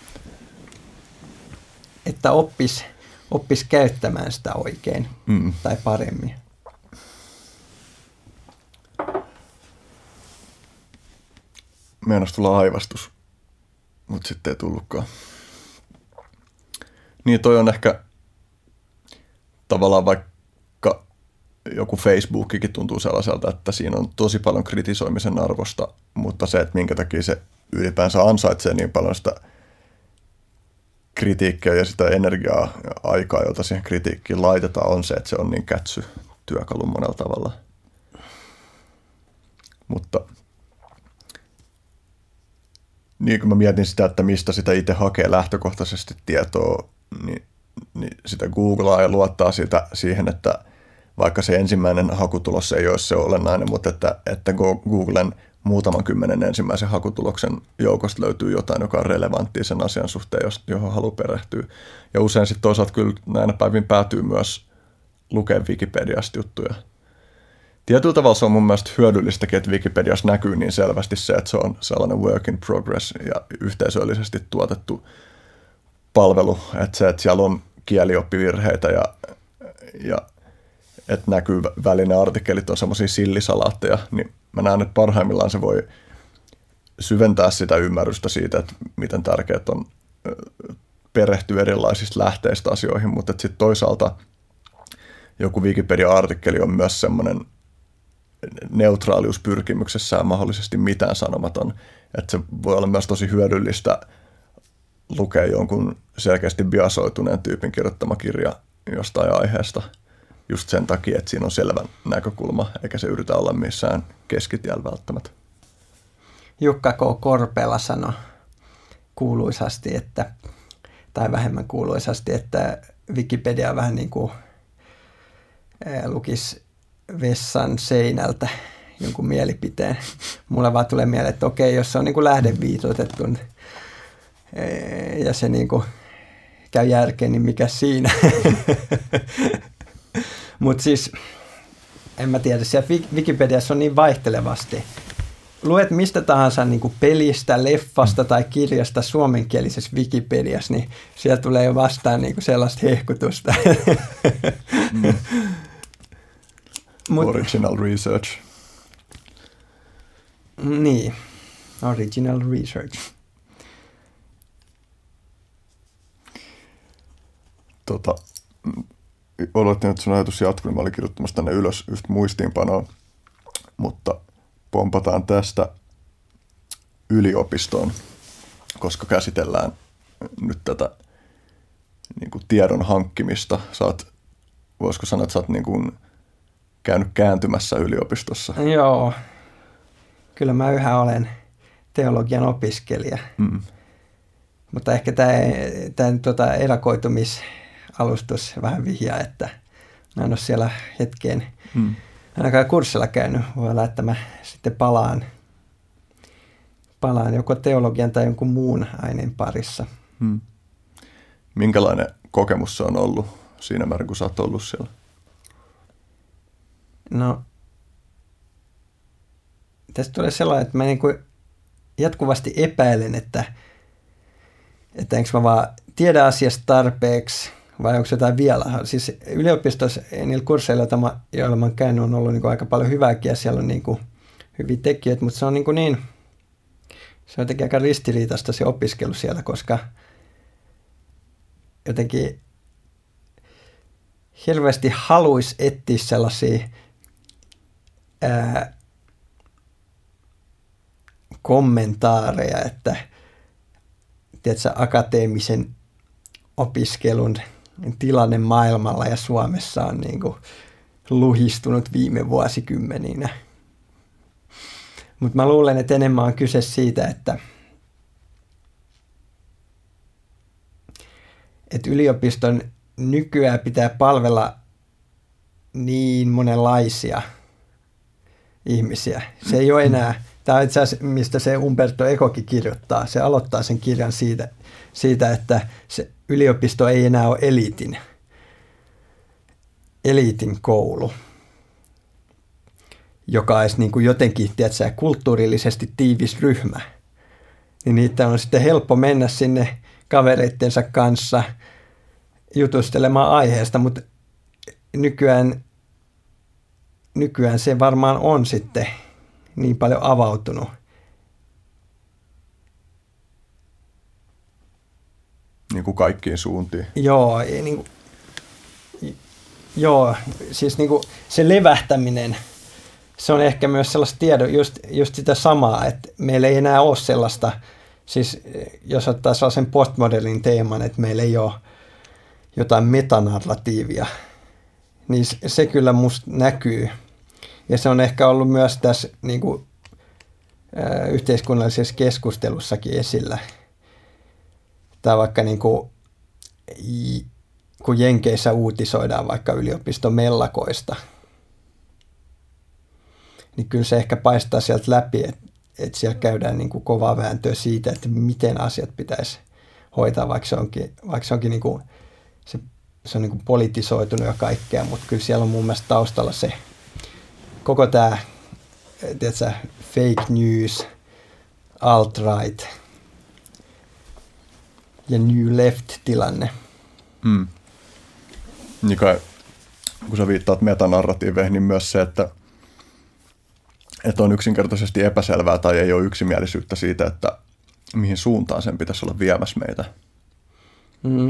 että oppisi oppis käyttämään sitä oikein mm. tai paremmin. Meinas tulla aivastus, mutta sitten ei tullutkaan. Niin toi on ehkä tavallaan vaikka joku Facebookikin tuntuu sellaiselta, että siinä on tosi paljon kritisoimisen arvosta, mutta se, että minkä takia se ylipäänsä ansaitsee niin paljon sitä kritiikkiä ja sitä energiaa ja aikaa, jota siihen kritiikkiin laitetaan, on se, että se on niin kätsy työkalu monella tavalla. Mutta niin kun mä mietin sitä, että mistä sitä itse hakee lähtökohtaisesti tietoa, niin, niin sitä googlaa ja luottaa sitä siihen, että vaikka se ensimmäinen hakutulos ei ole se olennainen, mutta että, että Googlen muutaman kymmenen ensimmäisen hakutuloksen joukosta löytyy jotain, joka on relevanttia sen asian suhteen, johon haluaa perehtyä. Ja usein sitten toisaalta kyllä näinä päivin päätyy myös lukea Wikipediasta juttuja. tietyllä tavalla se on mun mielestä hyödyllistäkin, että Wikipediassa näkyy niin selvästi se, että se on sellainen work in progress ja yhteisöllisesti tuotettu palvelu, että se, että siellä on kielioppivirheitä ja, ja että näkyy välinen artikkelit on semmoisia sillisalaatteja, niin mä näen, että parhaimmillaan se voi syventää sitä ymmärrystä siitä, että miten tärkeää on perehtyä erilaisista lähteistä asioihin, mutta sitten toisaalta joku Wikipedia-artikkeli on myös semmoinen neutraaliuspyrkimyksessään mahdollisesti mitään sanomaton, että se voi olla myös tosi hyödyllistä lukea jonkun selkeästi biasoituneen tyypin kirjoittama kirja jostain aiheesta just sen takia, että siinä on selvä näkökulma, eikä se yritä olla missään keskitiellä välttämättä. Jukka K. Korpela sanoi kuuluisasti, että, tai vähemmän kuuluisasti, että Wikipedia on vähän niin kuin lukisi vessan seinältä jonkun mielipiteen. Mulle vaan tulee mieleen, että okei, jos se on niin kuin lähdeviitoitettu ja se niin kuin käy järkeen, niin mikä siinä? Mutta siis, en mä tiedä, siellä Wikipediassa on niin vaihtelevasti. Luet mistä tahansa niin kuin pelistä, leffasta tai kirjasta suomenkielisessä Wikipediassa, niin siellä tulee jo vastaan niin kuin sellaista hehkutusta. Mm. Mut, original research. Niin, original research. Tota, oletin, että sun ajatus jatkuu, niin mä olin kirjoittamassa tänne ylös yhtä muistiinpanoa, mutta pompataan tästä yliopistoon, koska käsitellään nyt tätä niin kuin tiedon hankkimista. Sä oot, voisiko sanoa, että sä oot niin kuin käynyt kääntymässä yliopistossa? Joo, kyllä mä yhä olen teologian opiskelija, mm. mutta ehkä tämä, tämä tuota, erakoitumisalustus vähän vihjaa, että mä en ole siellä hetkeen mm. ainakaan kurssilla käynyt. Voi olla, että mä sitten palaan, palaan joko teologian tai jonkun muun aineen parissa. Mm. Minkälainen kokemus se on ollut siinä määrin, kun sä oot ollut siellä? No, tästä tulee sellainen, että mä niin kuin jatkuvasti epäilen, että, että enkö mä vaan tiedä asiasta tarpeeksi vai onko jotain vielä. Siis yliopistossa niillä kursseilla, joilla mä oon käynyt, on ollut niin kuin aika paljon hyvääkin ja siellä on niin kuin hyviä tekijöitä, mutta se on niin, kuin niin se on jotenkin aika ristiriitaista se opiskelu siellä, koska jotenkin hirveästi haluaisi etsiä sellaisia ää, kommentaareja, että tiedätkö, akateemisen opiskelun tilanne maailmalla ja Suomessa on niin kuin luhistunut viime vuosikymmeninä. Mutta mä luulen, että enemmän on kyse siitä, että, että yliopiston nykyään pitää palvella niin monenlaisia ihmisiä. Se ei ole enää, tämä on itse asiassa, mistä se Umberto Ecokin kirjoittaa. Se aloittaa sen kirjan siitä, siitä että se yliopisto ei enää ole eliitin, eliitin koulu, joka olisi niin kuin jotenkin, tiedätkö, kulttuurillisesti tiivis ryhmä. Niin niitä on sitten helppo mennä sinne kavereittensa kanssa jutustelemaan aiheesta, mutta nykyään, nykyään se varmaan on sitten niin paljon avautunut. Niin kuin kaikkiin suuntiin. Joo, niin kuin, joo siis niin kuin se levähtäminen, se on ehkä myös sellaista tiedon, just, just sitä samaa, että meillä ei enää ole sellaista, siis jos ottaa sellaisen postmodernin teeman, että meillä ei ole jotain metanarratiivia, niin se kyllä musta näkyy. Ja se on ehkä ollut myös tässä niin kuin, ä, yhteiskunnallisessa keskustelussakin esillä. Tai vaikka niin kuin, kun Jenkeissä uutisoidaan vaikka yliopiston mellakoista, niin kyllä se ehkä paistaa sieltä läpi, että, että siellä käydään niin kuin kovaa vääntöä siitä, että miten asiat pitäisi hoitaa, vaikka se onkin, vaikka se onkin niin kuin, se, se on niin kuin politisoitunut ja kaikkea, mutta kyllä siellä on mun mielestä taustalla se, koko tämä, tiedätkö, fake news, alt-right ja new left-tilanne. Mm. Niin kai, kun sä viittaat metanarratiiveihin, niin myös se, että, että on yksinkertaisesti epäselvää tai ei ole yksimielisyyttä siitä, että mihin suuntaan sen pitäisi olla viemässä meitä. Mm.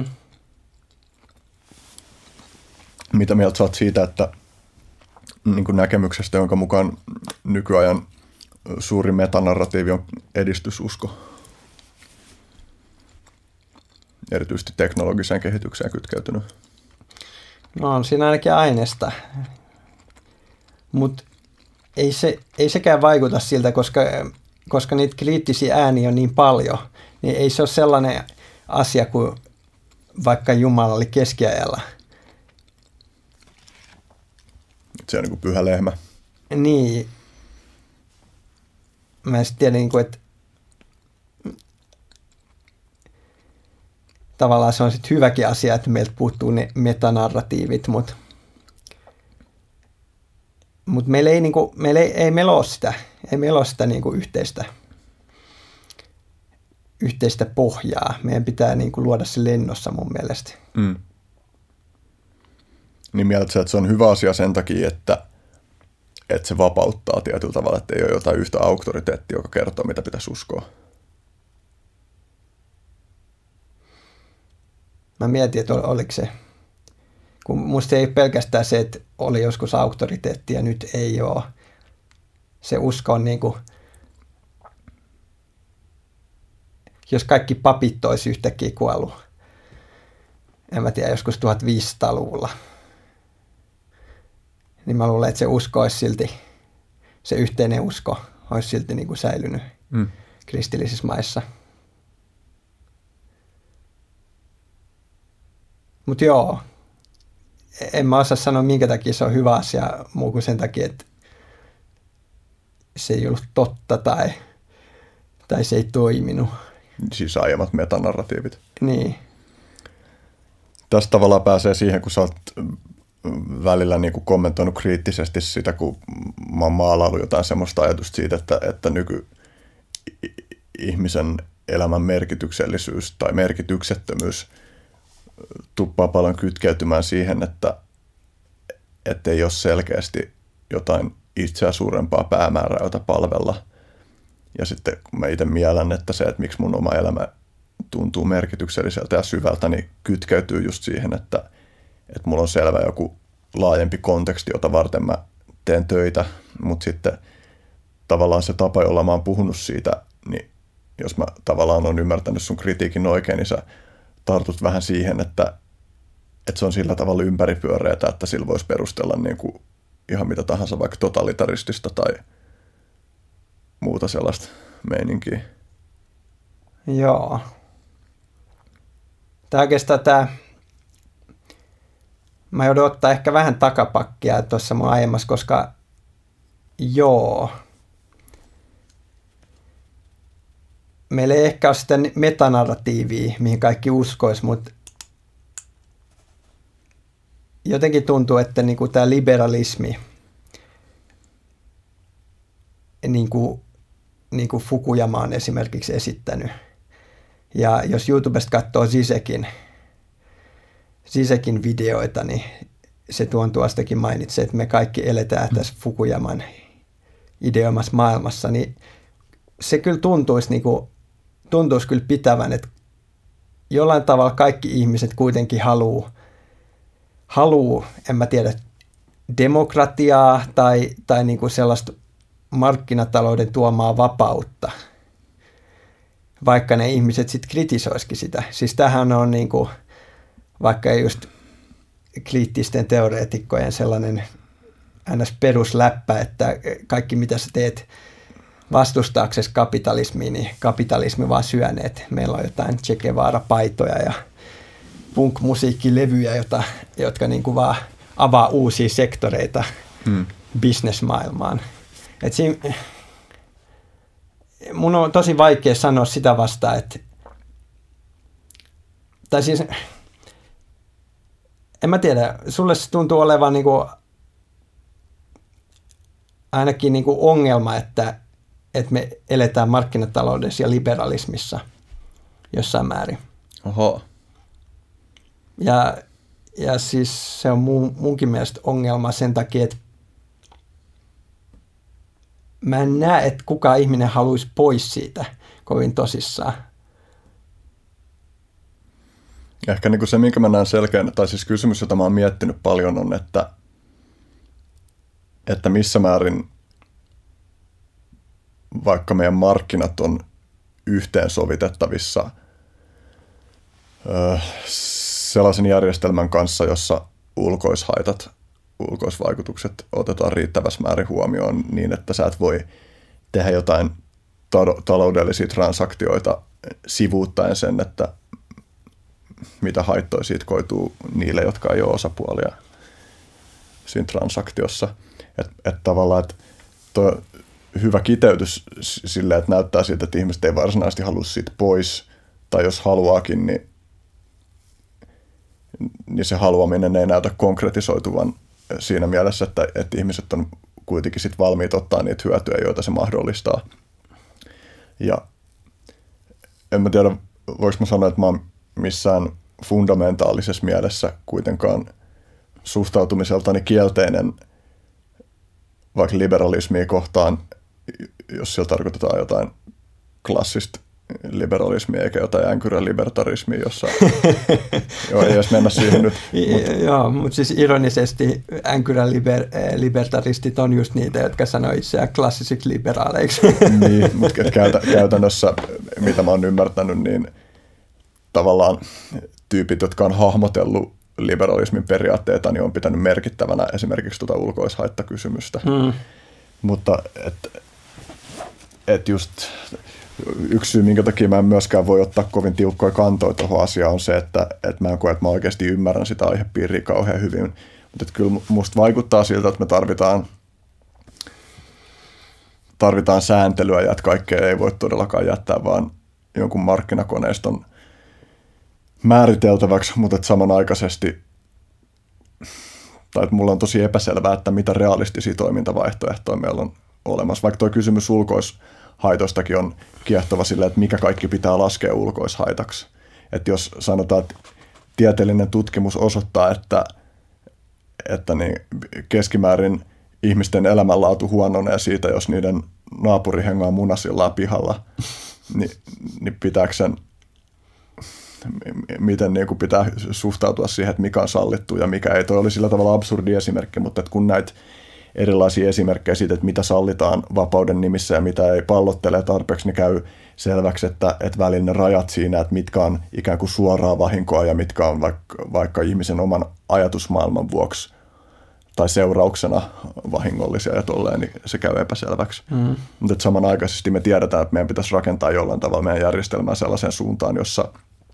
Mitä mieltä sä oot siitä, että niin kuin näkemyksestä, jonka mukaan nykyajan suuri metanarratiivi on edistysusko, erityisesti teknologiseen kehitykseen kytkeytynyt? No on siinä ainakin aineesta, mutta ei, se, ei sekään vaikuta siltä, koska, koska niitä kriittisiä ääniä on niin paljon, niin ei se ole sellainen asia kuin vaikka Jumala oli keskiajalla. Se on niin kuin pyhä lehmä. Niin. Mä en sitten tiedä, niin kuin, että tavallaan se on sitten hyväkin asia, että meiltä puuttuu ne metanarratiivit, mutta mut meillä ei, niinku, meillä ei, ei meillä ole sitä, ei meillä ole sitä niinku yhteistä, yhteistä pohjaa. Meidän pitää niinku luoda se lennossa mun mielestä. Mm. Niin mielestäni, että se on hyvä asia sen takia, että, että se vapauttaa tietyllä tavalla, että ei ole jotain yhtä auktoriteettia, joka kertoo, mitä pitäisi uskoa. Mä mietin, että oliko se, kun musta ei ole pelkästään se, että oli joskus auktoriteetti ja nyt ei ole. Se usko on niin kuin, jos kaikki papit olisi yhtäkkiä kuollut, en mä tiedä, joskus tuhatviisisataaluvulla, niin mä luulen, että se usko olisi silti, se yhteinen usko olisi silti niin kuin säilynyt mm. kristillisissä maissa. Mutta joo, en mä osaa sanoa, minkä takia se on hyvä asia, muu kuin sen takia, että se ei ollut totta tai, tai se ei toiminut. Siis aiemmat metanarratiivit. Niin. Tästä tavallaan pääsee siihen, kun sä oot välillä niin kuin kommentoinut kriittisesti sitä, kun mä oon maalaillut jotain semmoista ajatusta siitä, että, että nyky-ihmisen elämän merkityksellisyys tai merkityksettömyys tuppaa paljon kytkeytymään siihen, että, että ei ole selkeästi jotain itseä suurempaa päämäärää, jota palvella. Ja sitten kun mä itse miellän, että se, että miksi mun oma elämä tuntuu merkitykselliseltä ja syvältä, niin kytkeytyy just siihen, että, että mulla on selvä joku laajempi konteksti, jota varten mä teen töitä, mutta sitten tavallaan se tapa, jolla mä oon puhunut siitä, niin jos mä tavallaan on ymmärtänyt sun kritiikin oikein, niin sä tartut vähän siihen, että, että se on sillä tavalla ympäripyöreätä, että sillä voisi perustella niin kuin ihan mitä tahansa, vaikka totalitaristista tai muuta sellaista meininkiä. Joo. Tämä oikeastaan tämä, mä joudun ottaa ehkä vähän takapakkia tuossa mun aiemmassa, koska joo, meillä ei ehkä ole sitä metanarratiivia, mihin kaikki uskois, mutta jotenkin tuntuu, että niinku tämä liberalismi, niin kuin, niin kuin Fukuyama on esimerkiksi esittänyt. Ja jos YouTubesta katsoo Zizekin, Zizekin videoita, niin se tuon tuostakin mainitsee, että me kaikki eletään tässä Fukuyaman ideoimassa maailmassa, niin se kyllä tuntuisi, niin kuin, tuntuisi kyllä pitävän, että jollain tavalla kaikki ihmiset kuitenkin haluaa, haluu, en mä tiedä, demokratiaa tai, tai niin kuin sellaista markkinatalouden tuomaa vapautta, vaikka ne ihmiset sitten kritisoisikin sitä. Siis tämähän on niin kuin, vaikka just kriittisten teoreetikkojen sellainen ns. Perusläppä, että kaikki mitä sä teet vastustaaksesi kapitalismiin, niin kapitalismi vaan syöneet. Meillä on jotain Che Guevara-paitoja ja punk-musiikkilevyjä, jota, jotka niin kuin vaan avaa uusia sektoreita hmm. bisnesmaailmaan. Et siinä, mun on tosi vaikea sanoa sitä vastaan, että tai siis en mä tiedä, sulle se tuntuu olevan niinku ainakin niin kuin ongelma, että, että me eletään markkinataloudessa ja liberalismissa jossain määrin. Oho. Ja, ja siis se on mun, munkin mielestä ongelma sen takia, että mä en näe, että kukaan ihminen haluaisi pois siitä kovin tosissaan. Ehkä niin kuin se, minkä mä näen selkeänä, tai siis kysymys, jota mä oon miettinyt paljon, on, että, että missä määrin vaikka meidän markkinat on yhteensovitettavissa öö, sellaisen järjestelmän kanssa, jossa ulkoishaitat, ulkoisvaikutukset otetaan riittävässä määrin huomioon niin, että sä et voi tehdä jotain ta- taloudellisia transaktioita sivuuttaen sen, että mitä haittoja siitä koituu niille, jotka ei ole osapuolia siinä transaktiossa. Että et tavallaan, että tuo hyvä kiteytys silleen, että näyttää siltä, että ihmiset ei varsinaisesti halua siitä pois, tai jos haluaakin, niin, niin se haluaminen ei näytä konkretisoituvan siinä mielessä, että, että ihmiset on kuitenkin sit valmiit ottaa niitä hyötyjä, joita se mahdollistaa. Ja en mä tiedä, voiko mä sanoa, että mä oon missään fundamentaalisessa mielessä kuitenkaan suhtautumiseltani kielteinen vaikka liberalismia kohtaan, jos sillä tarkoitetaan jotain klassista liberalismia eikä jotain änkyrä-libertarismia, jossa joo, ei edes mennä siihen nyt. Mut. Joo, mutta siis ironisesti änkyrä-libertaristit on just niitä, jotka sanoo itseään klassisiksi liberaaleiksi. Niin, mutta käytännössä, mitä mä oon ymmärtänyt, niin tavallaan tyypit, jotka on hahmotellut liberalismin periaatteita, niin on pitänyt merkittävänä esimerkiksi tuota ulkoishaittakysymystä. Hmm. Mutta et, et just yksi syy, minkä takia mä en myöskään voi ottaa kovin tiukkoja kantoja tuohon asiaan, on se, että et mä en koe, että mä oikeasti ymmärrän sitä aihepiiriä kauhean hyvin. Mutta kyllä musta vaikuttaa siltä, että me tarvitaan, tarvitaan sääntelyä ja että kaikkea ei voi todellakaan jättää vaan jonkun markkinakoneiston määriteltäväksi, mutta että samanaikaisesti, tai että mulla on tosi epäselvää, että mitä realistisia toimintavaihtoehtoja meillä on olemassa. Vaikka tuo kysymys ulkoishaitoistakin on kiehtova silleen, että mikä kaikki pitää laskea ulkoishaitaksi. Että jos sanotaan, että tieteellinen tutkimus osoittaa, että, että niin keskimäärin ihmisten elämänlaatu huononee siitä, jos niiden naapuri hengaa munasillaan pihalla, niin, niin pitääkö sen miten niin kuin pitää suhtautua siihen, että mikä on sallittu ja mikä ei. Toi oli sillä tavalla absurdi esimerkki, mutta että kun näitä erilaisia esimerkkejä siitä, että mitä sallitaan vapauden nimissä ja mitä ei pallottelee tarpeeksi, niin käy selväksi, että, että välillä ne rajat siinä, että mitkä on ikään kuin suoraa vahinkoa ja mitkä on vaikka, vaikka ihmisen oman ajatusmaailman vuoksi tai seurauksena vahingollisia ja tolleen, niin se käy epäselväksi. Mm. Mutta samanaikaisesti me tiedetään, että meidän pitäisi rakentaa jollain tavalla meidän järjestelmää sellaiseen suuntaan, jossa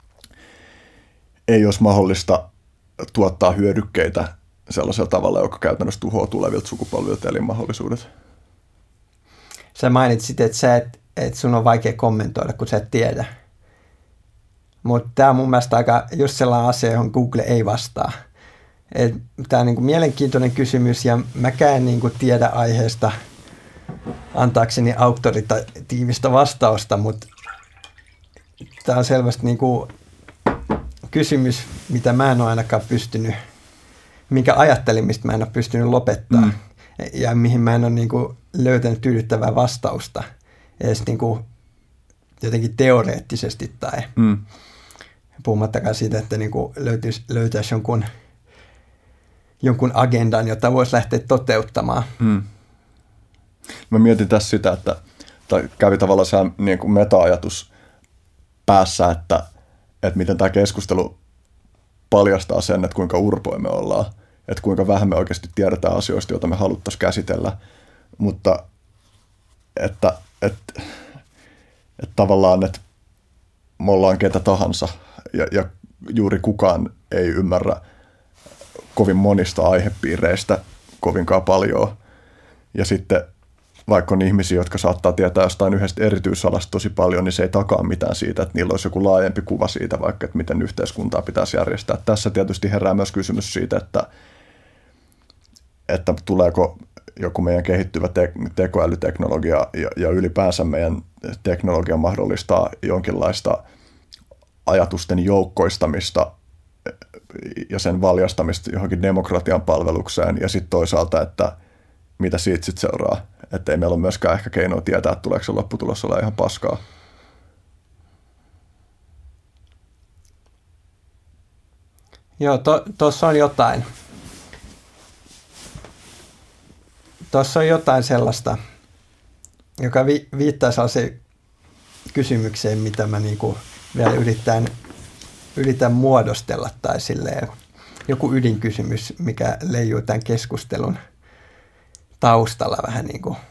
ei olisi mahdollista tuottaa hyödykkeitä sellaisella tavalla, joka käytännössä tuhoaa tulevilta sukupolvilta elinmahdollisuudet. Sä mainitsit, että, sä et, että sun on vaikea kommentoida, kun sä et tiedä. Mutta tämä on mun mielestä aika just sellainen asia, johon Google ei vastaa. Tämä on niinku mielenkiintoinen kysymys ja mäkään en niinku tiedä aiheesta antaakseni auktoritatiivista vastausta, mutta tämä on selvästi niinku kysymys, mitä mä en ole ainakaan pystynyt, minkä ajattelin, mistä mä en ole pystynyt lopettaa mm. ja mihin mä en ole niinku löytänyt tyydyttävää vastausta edes niinku jotenkin teoreettisesti tai mm. puhumattakaan siitä, että niinku löytyisi, löytäisi jonkun, jonkun agendan, jota voisi lähteä toteuttamaan. Mm. Mä mietin tässä sitä, että tai kävi tavallaan se niin kuin meta-ajatus päässä, että että miten tämä keskustelu paljastaa sen, että kuinka urpoja me ollaan, että kuinka vähän me oikeasti tiedetään asioista, joita me haluttaisiin käsitellä, mutta että, että, että tavallaan, että me ollaan ketä tahansa ja, ja juuri kukaan ei ymmärrä kovin monista aihepiireistä kovinkaan paljon ja sitten vaikka on ihmisiä, jotka saattaa tietää jostain yhdestä erityisalasta tosi paljon, niin se ei takaa mitään siitä, että niillä olisi joku laajempi kuva siitä vaikka, että miten yhteiskuntaa pitäisi järjestää. Tässä tietysti herää myös kysymys siitä, että, että tuleeko joku meidän kehittyvä te- tekoälyteknologia ja, ja ylipäänsä meidän teknologia mahdollistaa jonkinlaista ajatusten joukkoistamista ja sen valjastamista johonkin demokratian palvelukseen, ja sitten toisaalta, että mitä siitä sitten seuraa. Että ei meillä ole myöskään ehkä keinoa tietää, että tuleeko se lopputulos olla ihan paskaa. Joo, tuossa to, on jotain. Tuossa on jotain sellaista, joka vi, viittaa sellaiseen kysymykseen, mitä mä niinku vielä yritän, yritän muodostella, tai silleen joku ydinkysymys, mikä leijuu tämän keskustelun taustalla vähän niin kuin.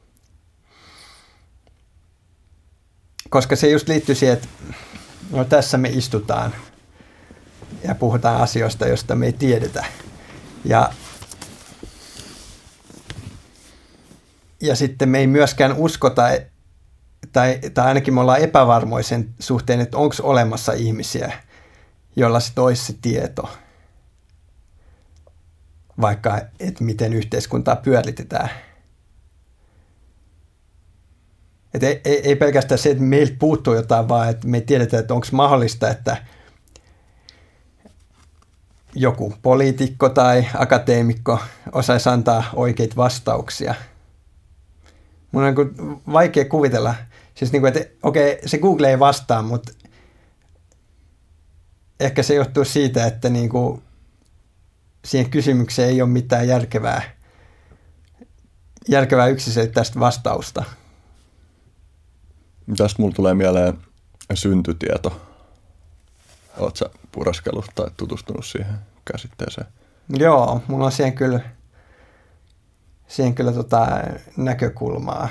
Koska se just liittyy siihen, että no tässä me istutaan ja puhutaan asioista, joista me ei tiedetä. Ja, ja sitten me ei myöskään uskota, tai, tai ainakin me ollaan epävarmoisen suhteen, että onko olemassa ihmisiä, joilla sitten olisi se tieto. Vaikka, että miten yhteiskuntaa pyöritetään. Et ei, ei, ei pelkästään se, että meiltä puuttuu jotain, vaan että me tiedetään, että onko mahdollista, että joku poliitikko tai akateemikko osaisi antaa oikeita vastauksia. Mun on niin vaikea kuvitella, siis niin kuin, että okei, se Google ei vastaa, mutta ehkä se johtuu siitä, että niin kuin siihen kysymykseen ei ole mitään järkevää, järkevää yksiselitteistä vastausta. Tästä mulla tulee mieleen syntytieto. Oletko sä pureskellut tai tutustunut siihen käsitteeseen? Joo, mulla on siihen kyllä, siihen kyllä tota näkökulmaa.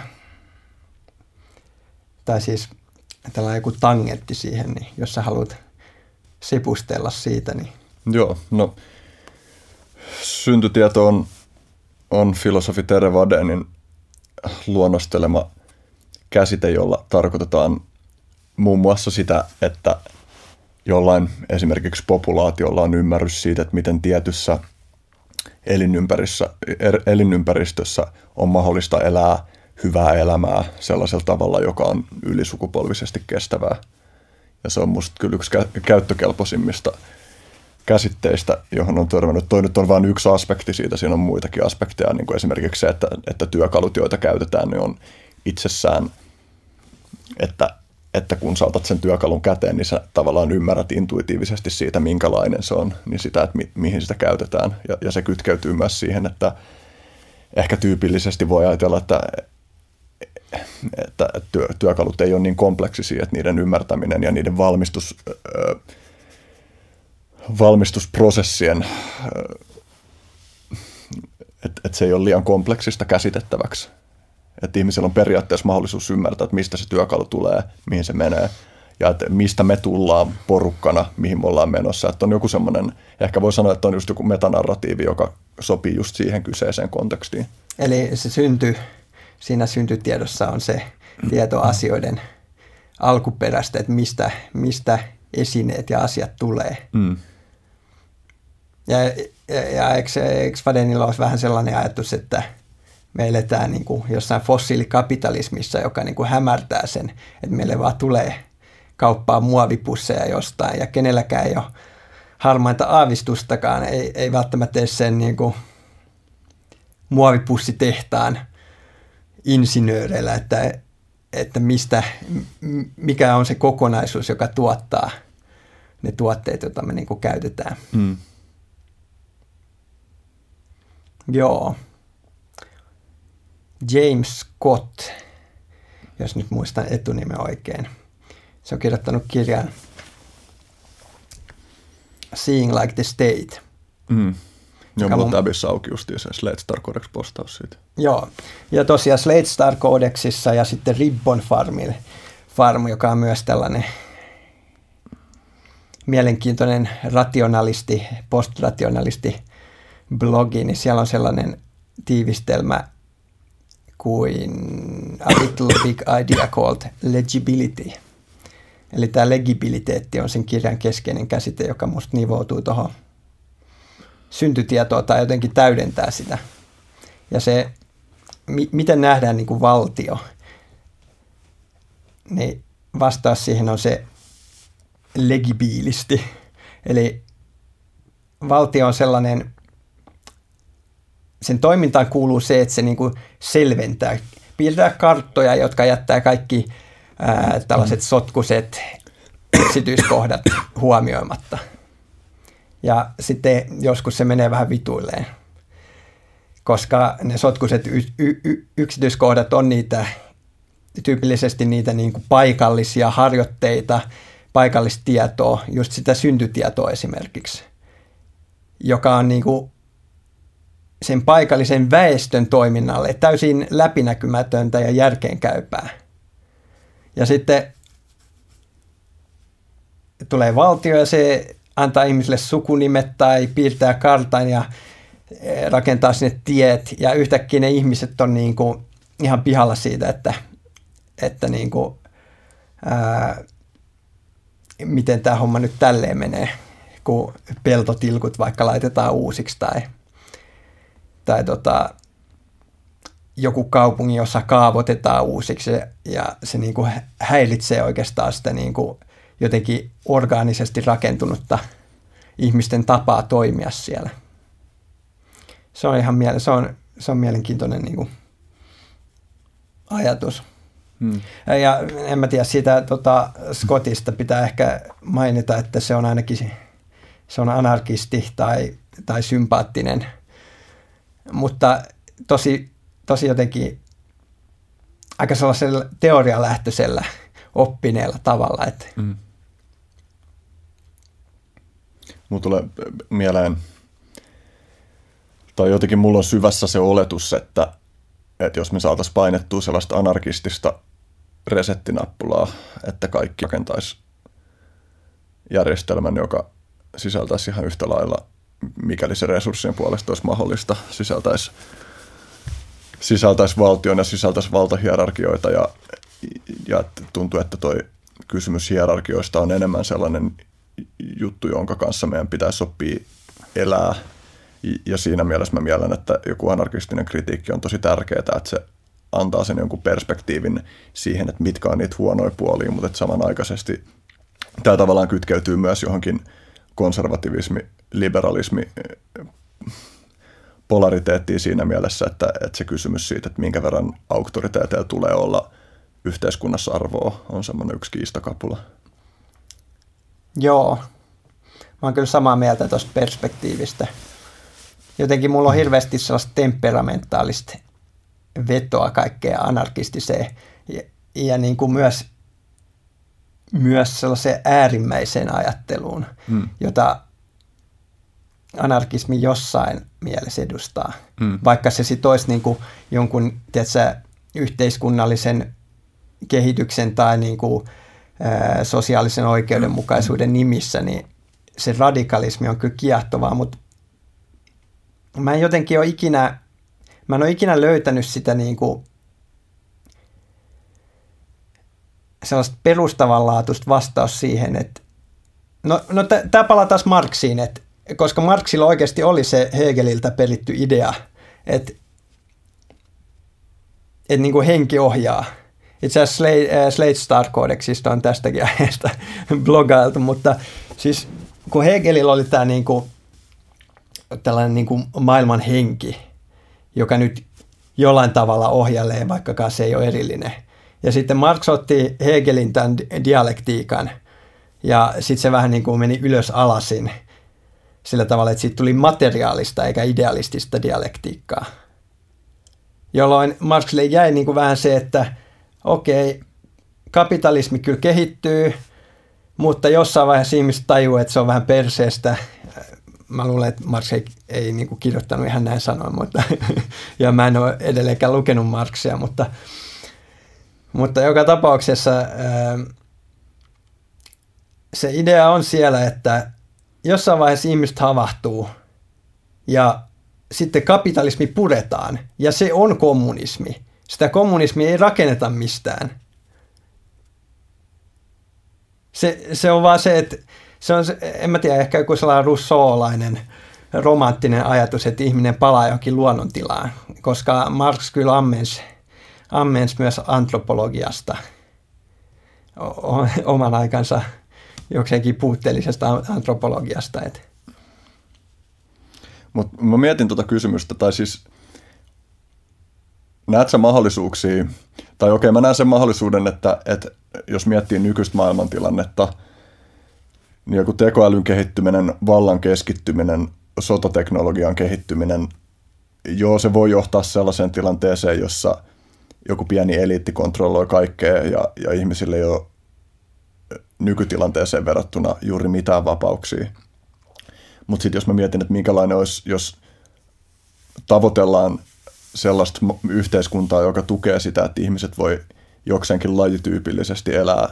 Tai siis tällainen joku tangentti siihen, niin jos sä haluat sipustella siitä. Niin. Joo, no syntytieto on, on filosofi Tere Wadenin luonnostelema käsite, jolla tarkoitetaan muun muassa sitä, että jollain esimerkiksi populaatiolla on ymmärrys siitä, että miten tietyssä elinympäristössä, elinympäristössä on mahdollista elää hyvää elämää sellaisella tavalla, joka on ylisukupolvisesti kestävää. Ja se on musta kyllä yksi käyttökelpoisimmista käsitteistä, johon on törmännyt. Toi nyt on vain yksi aspekti siitä, siinä on muitakin aspekteja, niin kuin esimerkiksi se, että, että työkalut, joita käytetään, ne on itsessään, että, että kun sä otat sen työkalun käteen, niin sä tavallaan ymmärrät intuitiivisesti siitä, minkälainen se on, niin sitä, että mi, mihin sitä käytetään. Ja, ja se kytkeytyy myös siihen, että ehkä tyypillisesti voi ajatella, että, että työ, työkalut ei ole niin kompleksisia, että niiden ymmärtäminen ja niiden valmistus, ö, valmistusprosessien, että et se ei ole liian kompleksista käsitettäväksi. Että ihmisellä on periaatteessa mahdollisuus ymmärtää, että mistä se työkalu tulee, mihin se menee, ja että mistä me tullaan porukkana, mihin me ollaan menossa. Että on joku semmoinen, ehkä voi sanoa, että on just joku metanarratiivi, joka sopii just siihen kyseiseen kontekstiin. Eli se synty, siinä syntytiedossa on se tieto asioiden alkuperästä, että mistä, mistä esineet ja asiat tulee. Mm. Ja, ja, ja eikö, eikö Wadenilla olisi vähän sellainen ajatus, että me eletään niin kuin jossain fossiilikapitalismissa, joka niin kuin hämärtää sen, että meille vaan tulee kauppaa muovipusseja jostain, ja kenelläkään ei ole harmainta aavistustakaan, ei, ei välttämättä edes sen niin kuin muovipussitehtaan insinööreillä, että, että mistä, mikä on se kokonaisuus, joka tuottaa ne tuotteet, joita me niin kuin käytetään. Mm. Joo. James Scott, jos nyt muistan etunimen oikein. Se on kirjoittanut kirjan Seeing Like the State. Mm. Joo, mulla on tabissa auki justiin se Slate Star Codex postaus siitä. Joo, ja tosiaan Slate Star Codexissa ja sitten Ribbon Farmil, Farm, joka on myös tällainen mielenkiintoinen rationalisti, postrationalisti blogi, niin siellä on sellainen tiivistelmä kuin A Little Big Idea Called Legibility. Eli tämä legibiliteetti on sen kirjan keskeinen käsite, joka musta nivoutuu tuohon syntytietoon tai jotenkin täydentää sitä. Ja se mi- miten nähdään niin kuin valtio, niin vastaus siihen on se legibiilisti. Eli valtio on sellainen, sen toimintaan kuuluu se, että se niin kuin selventää, piirtää karttoja, jotka jättää kaikki ää, tällaiset sotkuiset yksityiskohdat huomioimatta. Ja sitten joskus se menee vähän vituilleen, koska ne sotkuiset y- y- y- yksityiskohdat on niitä, tyypillisesti niitä niin kuin paikallisia harjoitteita, paikallista tietoa, just sitä syntytietoa esimerkiksi, joka on niin kuin sen paikallisen väestön toiminnalle täysin läpinäkymätöntä ja järkeenkäypää. Ja sitten tulee valtio ja se antaa ihmisille sukunimet tai piirtää kartan ja rakentaa sinne tiet. Ja yhtäkkiä ne ihmiset on niin kuin ihan pihalla siitä, että, että niin kuin, ää, miten tämä homma nyt tälleen menee, kun peltotilkut vaikka laitetaan uusiksi tai, tai tota, joku kaupungin, jossa kaavoitetaan uusiksi ja, ja se niin kuin häiritsee oikeastaan sitä niin kuin jotenkin orgaanisesti rakentunutta ihmisten tapaa toimia siellä. Se on ihan miele- se on, se on mielenkiintoinen niin kuin ajatus. Hmm. Ja en mä tiedä, siitä tota, Scottista pitää ehkä mainita, että se on ainakin se on anarkisti tai, tai sympaattinen, mutta tosi, tosi jotenkin aika sellaisella teorialähtöisellä oppineella tavalla. Että. Hmm. Mulla tulee mieleen, tai jotenkin mulla on syvässä se oletus, että, että jos me saataisiin painettua sellaista anarkistista resettinappulaa, että kaikki rakentaisi järjestelmän, joka sisältäisi ihan yhtä lailla, mikäli se resurssien puolesta olisi mahdollista, sisältäisi, sisältäisi valtion ja sisältäisi valtahierarkioita ja, ja tuntuu, että toi kysymys hierarkioista on enemmän sellainen juttu, jonka kanssa meidän pitäisi oppia elää. Ja siinä mielessä mä mielen, että joku anarkistinen kritiikki on tosi tärkeää, että se antaa sen jonkun perspektiivin siihen, että mitkä on niitä huonoja puolia, mutta että samanaikaisesti tämä tavallaan kytkeytyy myös johonkin konservativismi, liberalismi, polariteettiin siinä mielessä, että, että se kysymys siitä, että minkä verran auktoriteeteilla tulee olla yhteiskunnassa arvoa, on semmoinen yksi kiistakapula. Joo, mä oon kyllä samaa mieltä tuosta perspektiivistä. Jotenkin mulla on hirveästi sellaista temperamentaalista vetoa kaikkea anarkistiseen ja, ja niin kuin myös, myös sellaiseen äärimmäiseen ajatteluun, hmm. jota anarkismi jossain mielessä edustaa. Hmm. Vaikka se sitten olisi niin kuin jonkun tiedätkö, yhteiskunnallisen kehityksen tai niin kuin, ää, sosiaalisen oikeudenmukaisuuden nimissä, niin se radikalismi on kyllä kiehtovaa, mutta mä en jotenkin ole ikinä, mä en ole ikinä löytänyt sitä niin kuin sellaista perustavanlaatuista vastaus siihen, että no, no tämä palaa taas Marxiin, että koska Marxilla oikeasti oli se Hegeliltä peritty idea, että, että niin kuin henki ohjaa. Itse asiassa Slate, äh, Slate Star Codexista on tästäkin aiheesta blogailtu, mutta siis kun Hegelillä oli tämä niin kuin tällainen niin kuin maailman henki, joka nyt jollain tavalla ohjailee, vaikkakaan se ei ole erillinen. Ja sitten Marx otti Hegelin tämän dialektiikan, ja sitten se vähän niin kuin meni ylös alasin sillä tavalla, että siitä tuli materiaalista eikä idealistista dialektiikkaa. Jolloin Marxille jäi niin kuin vähän se, että okei, kapitalismi kyllä kehittyy, mutta jossain vaiheessa ihmiset tajuu, että se on vähän perseestä. Mä luulen, että Marx ei, ei niin kuin kirjoittanut ihan näin sanoin, mutta, ja mä en ole edelleenkään lukenut Marxia, mutta, mutta joka tapauksessa ää, se idea on siellä, että jossain vaiheessa ihmiset havahtuu ja sitten kapitalismi puretaan ja se on kommunismi. Sitä kommunismia ei rakenneta mistään. Se, se on vaan se, että se on, en mä tiedä, ehkä joku sellainen rousseaulainen romanttinen ajatus, että ihminen palaa johonkin luonnontilaan, koska Marx kyllä ammensi, ammensi myös antropologiasta o- oman aikansa jokseenkin puutteellisesta antropologiasta. Mutta mä mietin tuota kysymystä, tai siis näet sä mahdollisuuksia, tai okei, mä näen sen mahdollisuuden, että, että jos miettii nykyistä maailmantilannetta, niin joku tekoälyn kehittyminen, vallan keskittyminen, sotateknologian kehittyminen, joo, se voi johtaa sellaiseen tilanteeseen, jossa joku pieni eliitti kontrolloi kaikkea ja, ja ihmisille ei ole nykytilanteeseen verrattuna juuri mitään vapauksia. Mutta sitten jos mä mietin, että minkälainen olisi, jos tavoitellaan sellaista yhteiskuntaa, joka tukee sitä, että ihmiset voi jokseenkin lajityypillisesti elää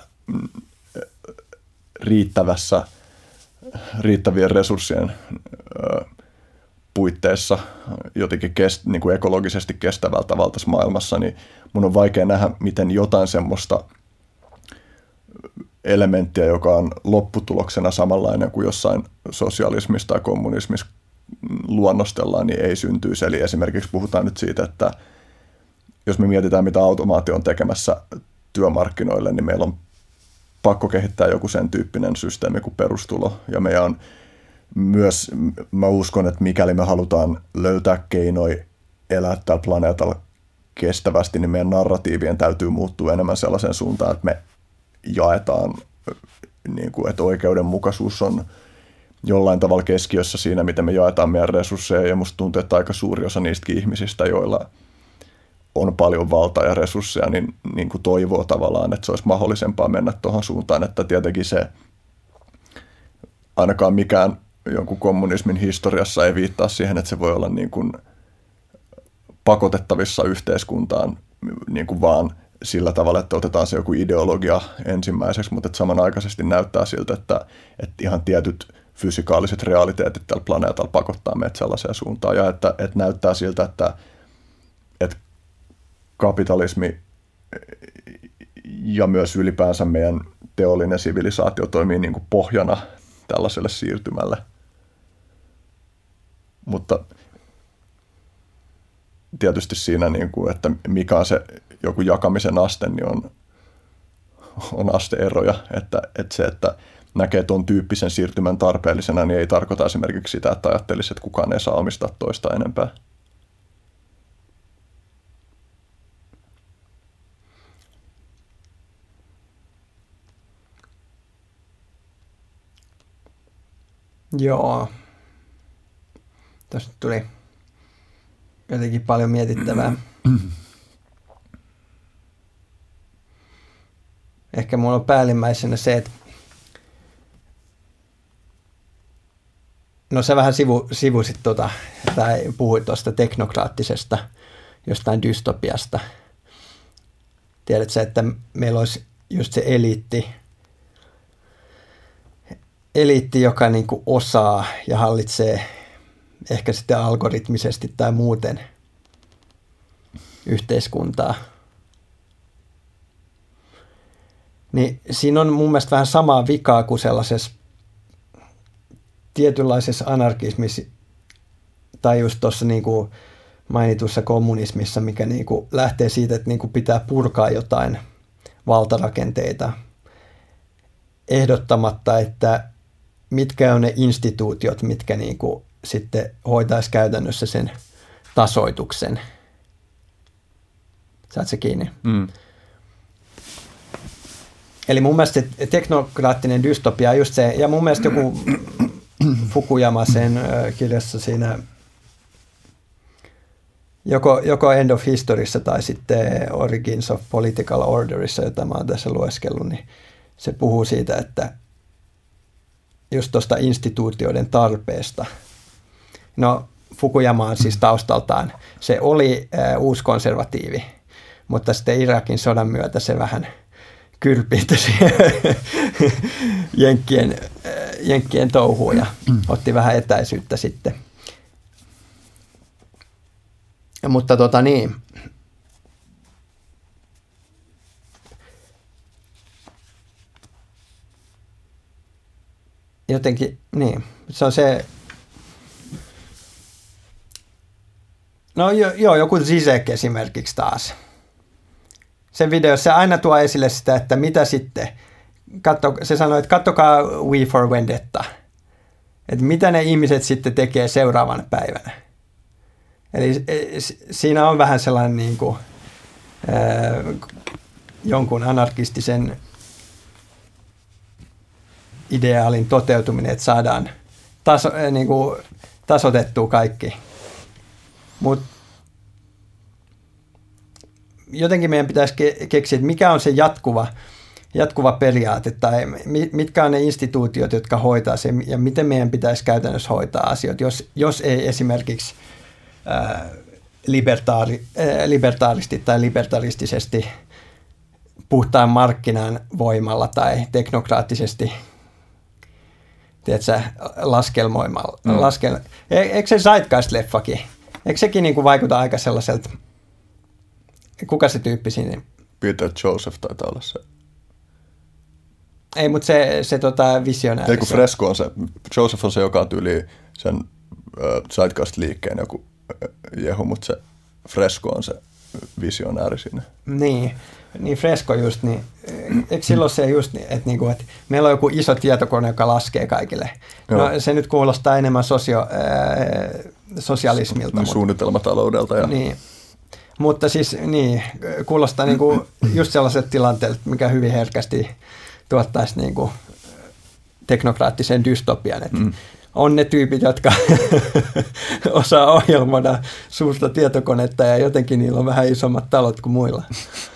riittävässä, riittävien resurssien puitteissa jotenkin kest, niin kuin ekologisesti kestävällä tavalla tässä maailmassa, niin mun on vaikea nähdä, miten jotain semmoista elementtiä, joka on lopputuloksena samanlainen kuin jossain sosialismissa tai kommunismissa luonnostellaan, niin ei syntyisi. Eli esimerkiksi puhutaan nyt siitä, että jos me mietitään, mitä automaatio on tekemässä työmarkkinoille, niin meillä on pakko kehittää joku sen tyyppinen systeemi kuin perustulo. Ja meidän on myös, mä uskon, että mikäli me halutaan löytää keinoja elää tällä planeetalla kestävästi, niin meidän narratiivien täytyy muuttua enemmän sellaiseen suuntaan, että me jaetaan, niin kuin, että oikeudenmukaisuus on jollain tavalla keskiössä siinä, miten me jaetaan meidän resursseja, ja musta tuntuu, että aika suuri osa niistäkin ihmisistä, joilla on paljon valtaa ja resursseja, niin, niin kuin toivoo tavallaan, että se olisi mahdollisempaa mennä tuohon suuntaan, että tietenkin se ainakaan mikään jonkun kommunismin historiassa ei viittaa siihen, että se voi olla niin kuin pakotettavissa yhteiskuntaan niin kuin vaan sillä tavalla, että otetaan se joku ideologia ensimmäiseksi, mutta että samanaikaisesti näyttää siltä, että, että ihan tietyt fysikaaliset realiteetit tällä planeetalla pakottaa meitä sellaiseen suuntaan, ja että, että näyttää siltä, että, että kapitalismi ja myös ylipäänsä meidän teollinen sivilisaatio toimii niin kuin pohjana tällaiselle siirtymälle. Mutta tietysti siinä, niin kuin, että mikä on se joku jakamisen aste, niin on, on asteeroja. Että, että se, että näkee tuon tyyppisen siirtymän tarpeellisena, niin ei tarkoita esimerkiksi sitä, että ajattelisi, että kukaan ei saa omistaa toista enempää. Joo. Tuosta tuli jotenkin paljon mietittävää. Ehkä mulla on päällimmäisenä se, että no sä vähän sivu, sivusit tuota, tai puhuit tuosta teknokraattisesta jostain dystopiasta. Tiedätkö, että meillä olisi just se eliitti, eliitti joka niin kuin osaa ja hallitsee ehkä sitten algoritmisesti tai muuten yhteiskuntaa. Niin siinä on mun mielestä vähän samaa vikaa kuin sellaisessa tietynlaisessa anarkismissa tai just tuossa niin kuin mainitussa kommunismissa, mikä niin kuin lähtee siitä, että niin kuin pitää purkaa jotain valtarakenteita ehdottamatta, että mitkä on ne instituutiot, mitkä niin kuin sitten hoitaisi käytännössä sen tasoituksen. Saat se kiinni? Mm. Eli mun mielestä se teknokraattinen dystopia on just se, ja mun mielestä joku Fukuyama sen kirjassa siinä joko, joko End of Historyssa tai sitten Origins of Political Orderissa, jota mä oon tässä lueskellut, niin se puhuu siitä, että just tuosta instituutioiden tarpeesta. No Fukuyama on siis taustaltaan, se oli äh, uuskonservatiivi, mutta sitten Irakin sodan myötä se vähän kyrpihti jenkkien, jenkkien touhuun ja otti vähän etäisyyttä sitten. Ja, mutta tota niin, jotenkin, niin, se on se, No jo, joo, joku Zizek esimerkiksi taas. Sen videossa se aina tuo esille sitä, että mitä sitten, katso, se sanoi, että katsokaa We for Vendetta, että mitä ne ihmiset sitten tekee seuraavana päivänä. Eli siinä on vähän sellainen niin kuin, ää, jonkun anarkistisen ideaalin toteutuminen, että saadaan taso, niin kuin, tasoitettua kaikki. Mutta jotenkin meidän pitäisi ke- keksiä, että mikä on se jatkuva, jatkuva periaate tai mitkä on ne instituutiot, jotka hoitaa sen ja miten meidän pitäisi käytännössä hoitaa asioita, jos, jos ei esimerkiksi ää, libertaari, ää, libertaaristi tai libertaristisesti puhtaan markkinan voimalla tai teknokraattisesti tiedätkö, laskelmoimalla. Mm. Laskel... E- eikö se Zeitgeist-leffakin? Eikö sekin niin kuin vaikuta aika sellaiselta? Kuka se tyyppi siinä? Peter Joseph taitaa olla se. Ei, mutta se, se tota, visionääri. Ei kun Fresco on se. Joseph on se, joka on tyyli sen äh, Zeitgeist-liikkeen joku äh, jehu, mutta se Fresco on se visionääri siinä. Niin, niin Fresco just niin. Eikö silloin se just niin, että, niinku, että meillä on joku iso tietokone, joka laskee kaikille. Joo. No se nyt kuulostaa enemmän sosio, äh, sosialismilta. Niin, suunnitelmataloudelta. Ja... Niin. Mutta siis niin, kuulostaa niinku just sellaiset tilanteet, mikä hyvin herkästi tuottaisi niinku teknokraattisen dystopian. Että mm. on ne tyypit, jotka osaa ohjelmoida suurta tietokonetta ja jotenkin niillä on vähän isommat talot kuin muilla.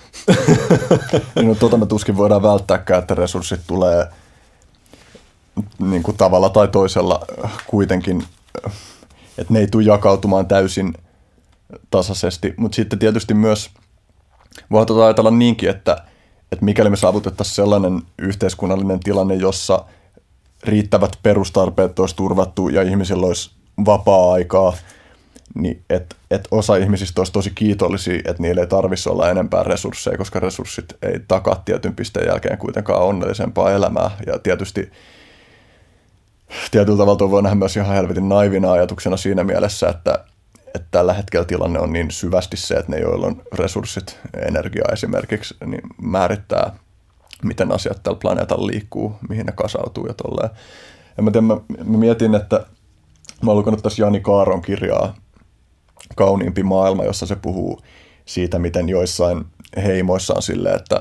No tuota me tuskin voidaan välttääkään, että resurssit tulee niin kuin tavalla tai toisella kuitenkin, että ne ei tule jakautumaan täysin tasaisesti, mutta sitten tietysti myös voidaan ajatella niinkin, että, että mikäli me saavutettaisiin sellainen yhteiskunnallinen tilanne, jossa riittävät perustarpeet olisi turvattu ja ihmisillä olisi vapaa-aikaa, niin että et osa ihmisistä olisi tosi kiitollisia, että niillä ei tarvitsisi olla enempää resursseja, koska resurssit ei takaa tietyn pisteen jälkeen kuitenkaan onnellisempaa elämää. Ja tietysti tietyllä tavalla voi nähdä myös ihan helvetin naivina ajatuksena siinä mielessä, että että tällä hetkellä tilanne on niin syvästi se, että ne, joilla on resurssit, energiaa esimerkiksi, niin määrittää, miten asiat tällä planeetalla liikkuu, mihin ne kasautuu ja tolleen. Ja mä, tiedän, mä, mä mietin, että mä oon lukenut tässä Jani Kaaron kirjaa Kauniimpi maailma, jossa se puhuu siitä, miten joissain heimoissa on silleen, että,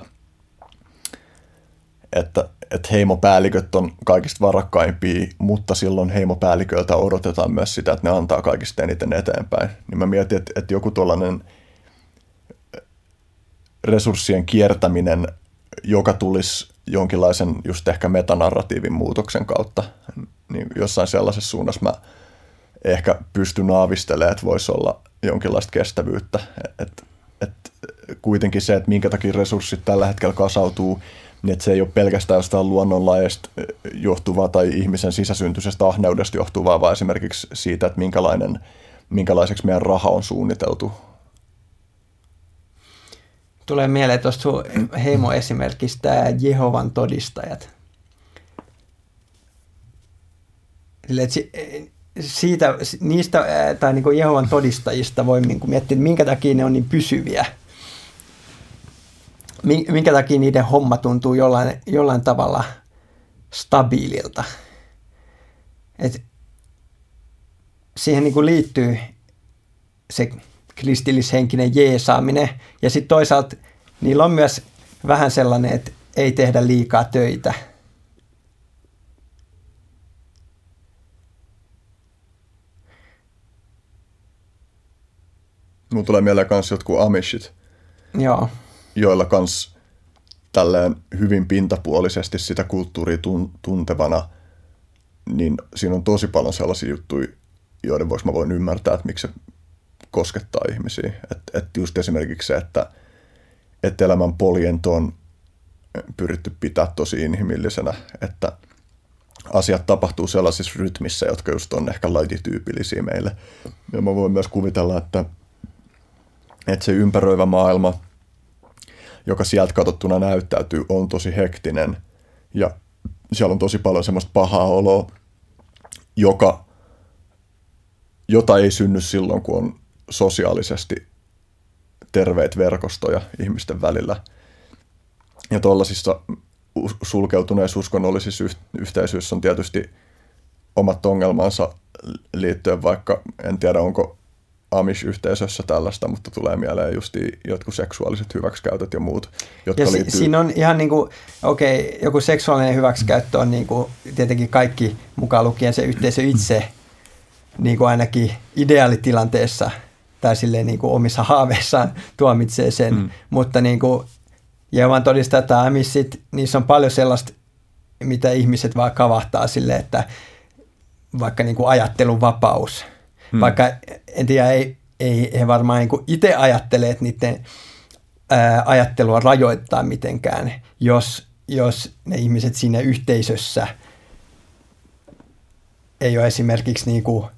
että, että heimopäälliköt on kaikista varakkaimpia, mutta silloin heimopäälliköiltä odotetaan myös sitä, että ne antaa kaikista eniten eteenpäin. Niin mä mietin, että, että joku tuollainen resurssien kiertäminen, joka tulisi jonkinlaisen just ehkä metanarratiivin muutoksen kautta, niin jossain sellaisessa suunnassa mä ehkä pystyn aavistelemaan, että voisi olla jonkinlaista kestävyyttä. Että et kuitenkin se, että minkä takia resurssit tällä hetkellä kasautuu, niin että se ei ole pelkästään jostain luonnonlajeista johtuvaa tai ihmisen sisäsyntyisestä ahneudesta johtuvaa, vaan esimerkiksi siitä, että minkälainen, minkälaiseksi meidän raha on suunniteltu. Tulee mieleen tuosta sun heimoesimerkistä Jehovan todistajat. Siitä, niistä, tai niin kuin Jehovan todistajista voi niin kuin miettiä, minkä takia ne on niin pysyviä. Minkä takia niiden homma tuntuu jollain, jollain tavalla stabiililta. Et siihen niin kuin liittyy se kristillishenkinen jeesaaminen, ja sitten toisaalta niillä on myös vähän sellainen, että ei tehdä liikaa töitä. Mulla tulee mieleen myös jotkut amishit, Joo. joilla kans tälleen hyvin pintapuolisesti sitä kulttuuria tuntevana, niin siinä on tosi paljon sellaisia juttuja, joiden vuoksi mä voin ymmärtää, että miksi se koskettaa ihmisiä. Että et just esimerkiksi se, että et elämän poljento on pyritty pitää tosi inhimillisenä, että asiat tapahtuu sellaisissa rytmissä, jotka just on ehkä lajityypillisiä meille. Ja mä voin myös kuvitella, että, että se ympäröivä maailma, joka sieltä katsottuna näyttäytyy, on tosi hektinen. Ja siellä on tosi paljon semmoista pahaa oloa, joka, jota ei synny silloin, kun on sosiaalisesti terveitä verkostoja ihmisten välillä. Ja tuollaisissa sulkeutuneissa uskonnollisissa yhteisöissä on tietysti omat ongelmansa liittyen, vaikka en tiedä onko Amish-yhteisössä tällaista, mutta tulee mieleen just jotkut seksuaaliset hyväksikäytöt ja muut, jotka ja liittyy... Siinä on ihan niin kuin, okei, okay, joku seksuaalinen hyväksikäyttö on niin kuin, tietenkin kaikki mukaan lukien se yhteisö itse niin kuin ainakin ideaalitilanteessa tai silleen niin kuin omissa haaveissaan tuomitsee sen, mm. mutta niin kuin Jehovan todistajat tai Amishit, niissä on paljon sellaista, mitä ihmiset vaan kavahtaa silleen, että vaikka niin kuin ajattelun vapaus, Hmm. Vaikka en tiedä, ei, ei he varmaan niin itse ajattele, että niiden ää, ajattelua rajoittaa mitenkään, jos, jos ne ihmiset siinä yhteisössä ei ole esimerkiksi niin kuin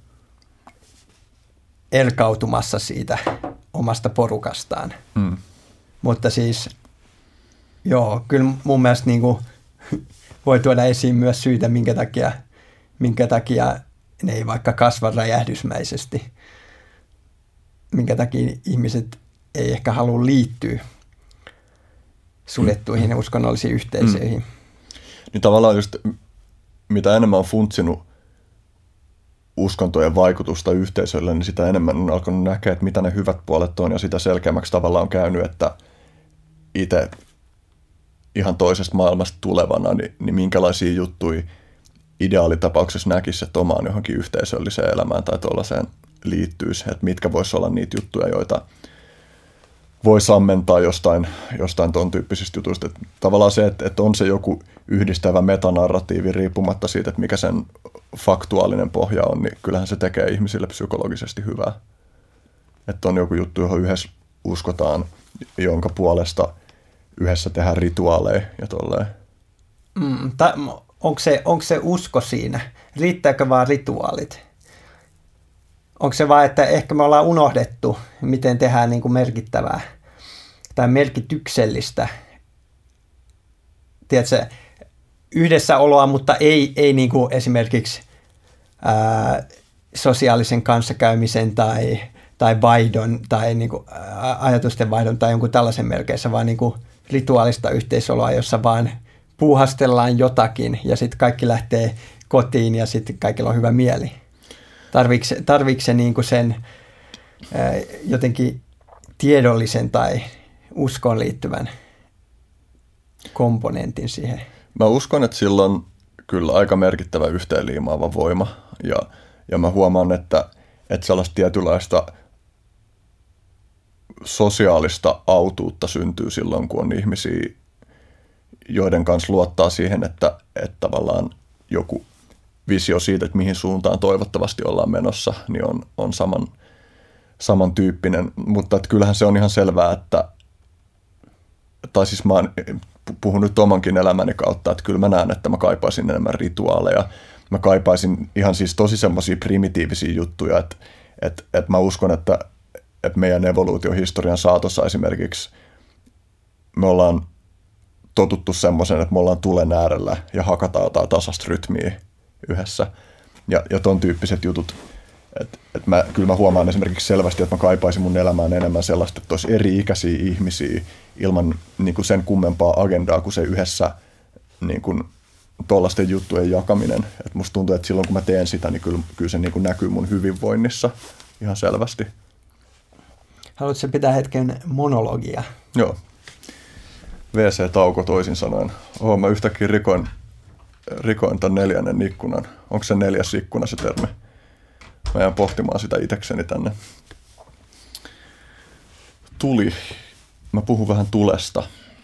erkautumassa siitä omasta porukastaan. Hmm. Mutta siis, joo, kyllä mun mielestä niin kuin voi tuoda esiin myös syitä, minkä takia, minkä takia ne ei vaikka kasva räjähdysmäisesti, minkä takia ihmiset ei ehkä halua liittyä suljettuihin mm. uskonnollisiin yhteisöihin. Mm. Niin tavallaan just mitä enemmän on funtsinut uskontojen vaikutusta yhteisölle, niin sitä enemmän on alkanut näkeä, että mitä ne hyvät puolet on, ja sitä selkeämmäksi tavallaan on käynyt, että itse ihan toisesta maailmasta tulevana, niin, niin minkälaisia juttuja ideaalitapauksessa näkisi, että omaan johonkin yhteisölliseen elämään tai tuollaiseen liittyisi, että mitkä voisi olla niitä juttuja, joita voi sammentaa jostain, jostain ton tyyppisistä jutuista. Että tavallaan se, että, että on se joku yhdistävä metanarratiivi riippumatta siitä, että mikä sen faktuaalinen pohja on, niin kyllähän se tekee ihmisille psykologisesti hyvää. Että on joku juttu, johon yhdessä uskotaan, jonka puolesta yhdessä tehdään rituaaleja ja tolleen. Mm, ta- Onko se, onko se usko siinä? Riittääkö vaan rituaalit? Onko se vaan, että ehkä me ollaan unohdettu, miten tehdään niin kuin merkittävää tai merkityksellistä, tiedätkö, yhdessäoloa, mutta ei, ei niin kuin esimerkiksi ää, sosiaalisen kanssakäymisen tai, tai vaihdon tai niin kuin, ää, ajatusten vaihdon tai jonkun tällaisen merkeissä, vaan niin kuin rituaalista yhteisoloa, jossa vaan puuhastellaan jotakin ja sitten kaikki lähtee kotiin ja sitten kaikilla on hyvä mieli. Tarviiko, tarviiko se niin kuin sen ää, jotenkin tiedollisen tai uskoon liittyvän komponentin siihen? Mä uskon, että sillä on kyllä aika merkittävä yhteenliimaava voima ja, ja mä huomaan, että, että sellaista tietynlaista sosiaalista autuutta syntyy silloin, kun on ihmisiä, joiden kanssa luottaa siihen, että, että tavallaan joku visio siitä, että mihin suuntaan toivottavasti ollaan menossa, niin on, on saman, samantyyppinen. Mutta että kyllähän se on ihan selvää, että, tai siis mä puhun nyt omankin elämäni kautta, että kyllä mä näen, että mä kaipaisin enemmän rituaaleja. Mä kaipaisin ihan siis tosi semmoisia primitiivisiä juttuja, että, että, että mä uskon, että, että meidän evoluutiohistorian saatossa esimerkiksi me ollaan totuttu semmoisen, että me ollaan tulen äärellä ja hakataan jotain tasasta rytmiä yhdessä. Ja, ja ton tyyppiset jutut. Et, et mä, kyllä mä huomaan esimerkiksi selvästi, että mä kaipaisin mun elämään enemmän sellaista, että olisi eri-ikäisiä ihmisiä ilman niin kuin sen kummempaa agendaa kuin se yhdessä niin kuin tollaisten juttujen jakaminen. Et musta tuntuu, että silloin kun mä teen sitä, niin kyllä, kyllä se niin kuin näkyy mun hyvinvoinnissa ihan selvästi. Haluatko pitää hetken monologia? Joo. V C-tauko toisin sanoen. Oho, mä yhtäkkiä rikoin, rikoin tämän neljännen ikkunan. Onko se neljäs ikkuna se termi? Mä jään pohtimaan sitä itekseni tänne. Tuli. Mä puhun vähän tulesta.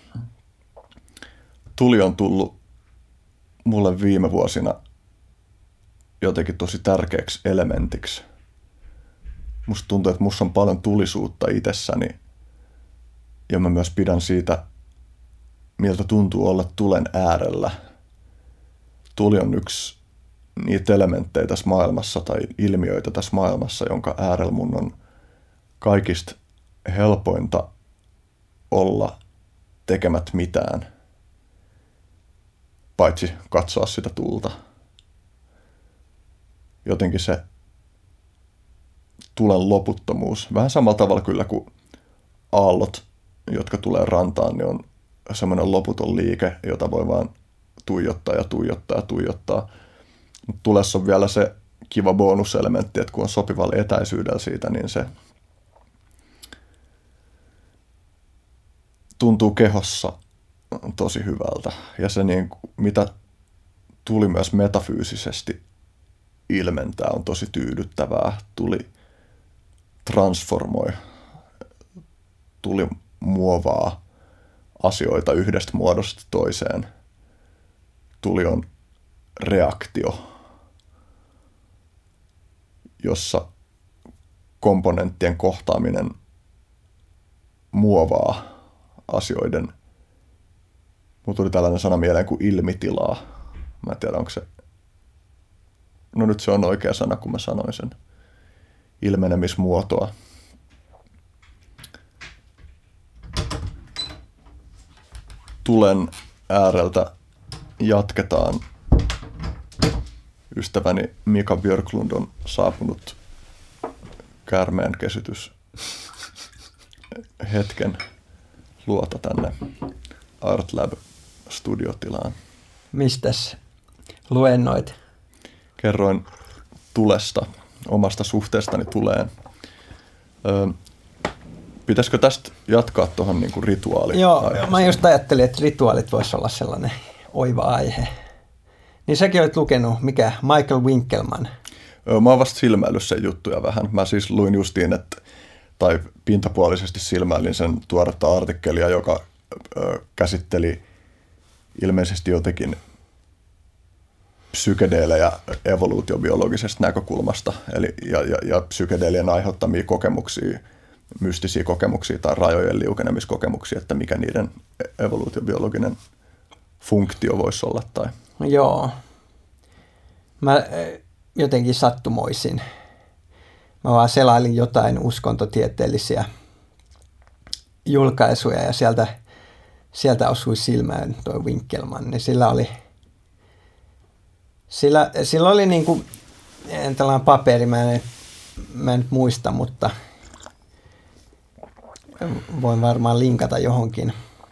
Tuli on tullut mulle viime vuosina jotenkin tosi tärkeäksi elementiksi. Musta tuntuu, että musta on paljon tulisuutta itsessäni. Ja mä myös pidän siitä, miltä tuntuu olla tulen äärellä. Tuli on yksi niitä elementtejä tässä maailmassa tai ilmiöitä tässä maailmassa, jonka äärellä mun on kaikista helpointa olla tekemät mitään, paitsi katsoa sitä tulta. Jotenkin se tulen loputtomuus. Vähän samalla tavalla kyllä kuin aallot, jotka tulee rantaan, niin on semmoinen loputon liike, jota voi vaan tuijottaa ja tuijottaa ja tuijottaa. Mutta tulessa on vielä se kiva bonuselementti, että kun on sopivalla etäisyydellä siitä, niin se tuntuu kehossa tosi hyvältä. Ja se, niin, mitä tuli myös metafyysisesti ilmentää, on tosi tyydyttävää. Tuli transformoi, tuli muovaa asioita yhdestä muodosta toiseen. Tuli on reaktio, jossa komponenttien kohtaaminen muovaa asioiden. Mulla tuli tällainen sana mieleen kuin ilmitilaa. Mä en tiedä, onko se. No nyt se on oikea sana, kun mä sanoin sen. Ilmenemismuotoa. Tulen ääreltä jatketaan. Ystäväni Mika Björklund on saapunut käärmeen kesytys hetken luota tänne ArtLab-studiotilaan. Mistäs luennoit? Kerroin tulesta, omasta suhteestani tuleen. Öö, pitäisikö tästä jatkaa tuohon niinku rituaaliin? Joo, mä just ajattelin, että rituaalit voisi olla sellainen oiva aihe. Niin säkin olet lukenut, mikä Michael Winkelman. Öö, mä oon vasta silmäillyt sen juttuja vähän. Mä siis luin justiin, että, tai pintapuolisesti silmäilin sen tuoretta artikkelia, joka ö, käsitteli ilmeisesti jotenkin psykedeelejä evoluutiobiologisesta näkökulmasta, eli, ja, ja, ja psykedeelien aiheuttamia kokemuksia, mystisiä kokemuksia tai rajojen liukenemiskokemuksia, että mikä niiden evoluutiobiologinen funktio voisi olla. Tai. Joo. Mä jotenkin sattumoisin. Mä vaan selailin jotain uskontotieteellisiä julkaisuja ja sieltä, sieltä osui silmään toi Winkelman, niin sillä oli Sillä, sillä oli niin kuin, tällainen paperi, mä en, mä en nyt muista, mutta voin varmaan linkata johonkin,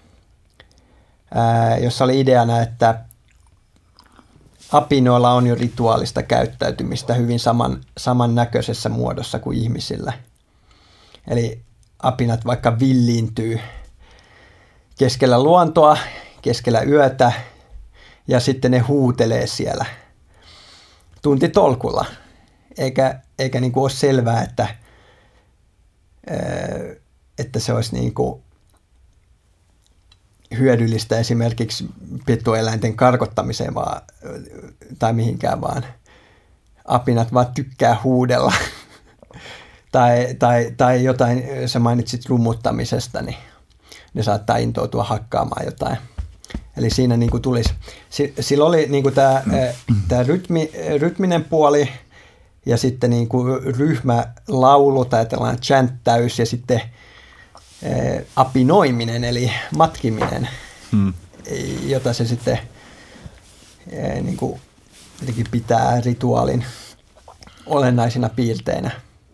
ää, jossa oli ideana, että apinoilla on jo rituaalista käyttäytymistä hyvin saman, samannäköisessä muodossa kuin ihmisillä. Eli apinat vaikka villiintyy keskellä luontoa, keskellä yötä ja sitten ne huutelee siellä tuntitolkulla, eikä, eikä niin kuin ole selvää, että, että se olisi niin kuin hyödyllistä esimerkiksi petoeläinten karkottamiseen vaan, tai mihinkään, vaan apinat vaan tykkää huudella. tai, tai, tai jotain, sä mainitsit rummuttamisesta, niin ne saattaa intoutua hakkaamaan jotain. Eli siinä niin kuin tulisi, sillä oli niin kuin tämä, tämä rytmi, rytminen puoli ja sitten niin kuin ryhmälaulu tai tällainen chanttäys ja sitten apinoiminen eli matkiminen, hmm. jota se sitten niin kuin jotenkin pitää rituaalin olennaisina piirteinä.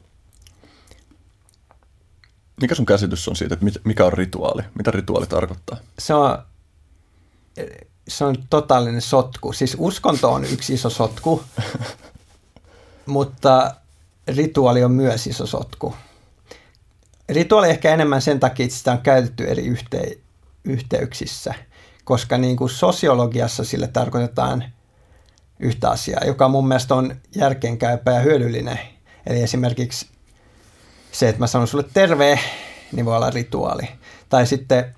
Mikä sun käsitys on siitä, että mikä on rituaali? Mitä rituaali tarkoittaa? Se on Se on totaalinen sotku. Siis uskonto on yksi iso sotku, mutta rituaali on myös iso sotku. Rituaali ehkä enemmän sen takia, että sitä on käytetty eri yhtey- yhteyksissä, koska niin kuin sosiologiassa sille tarkoitetaan yhtä asiaa, joka mun mielestä on järkeenkäypä ja hyödyllinen. Eli esimerkiksi se, että mä sanon sulle terve, niin voi olla rituaali. Tai sitten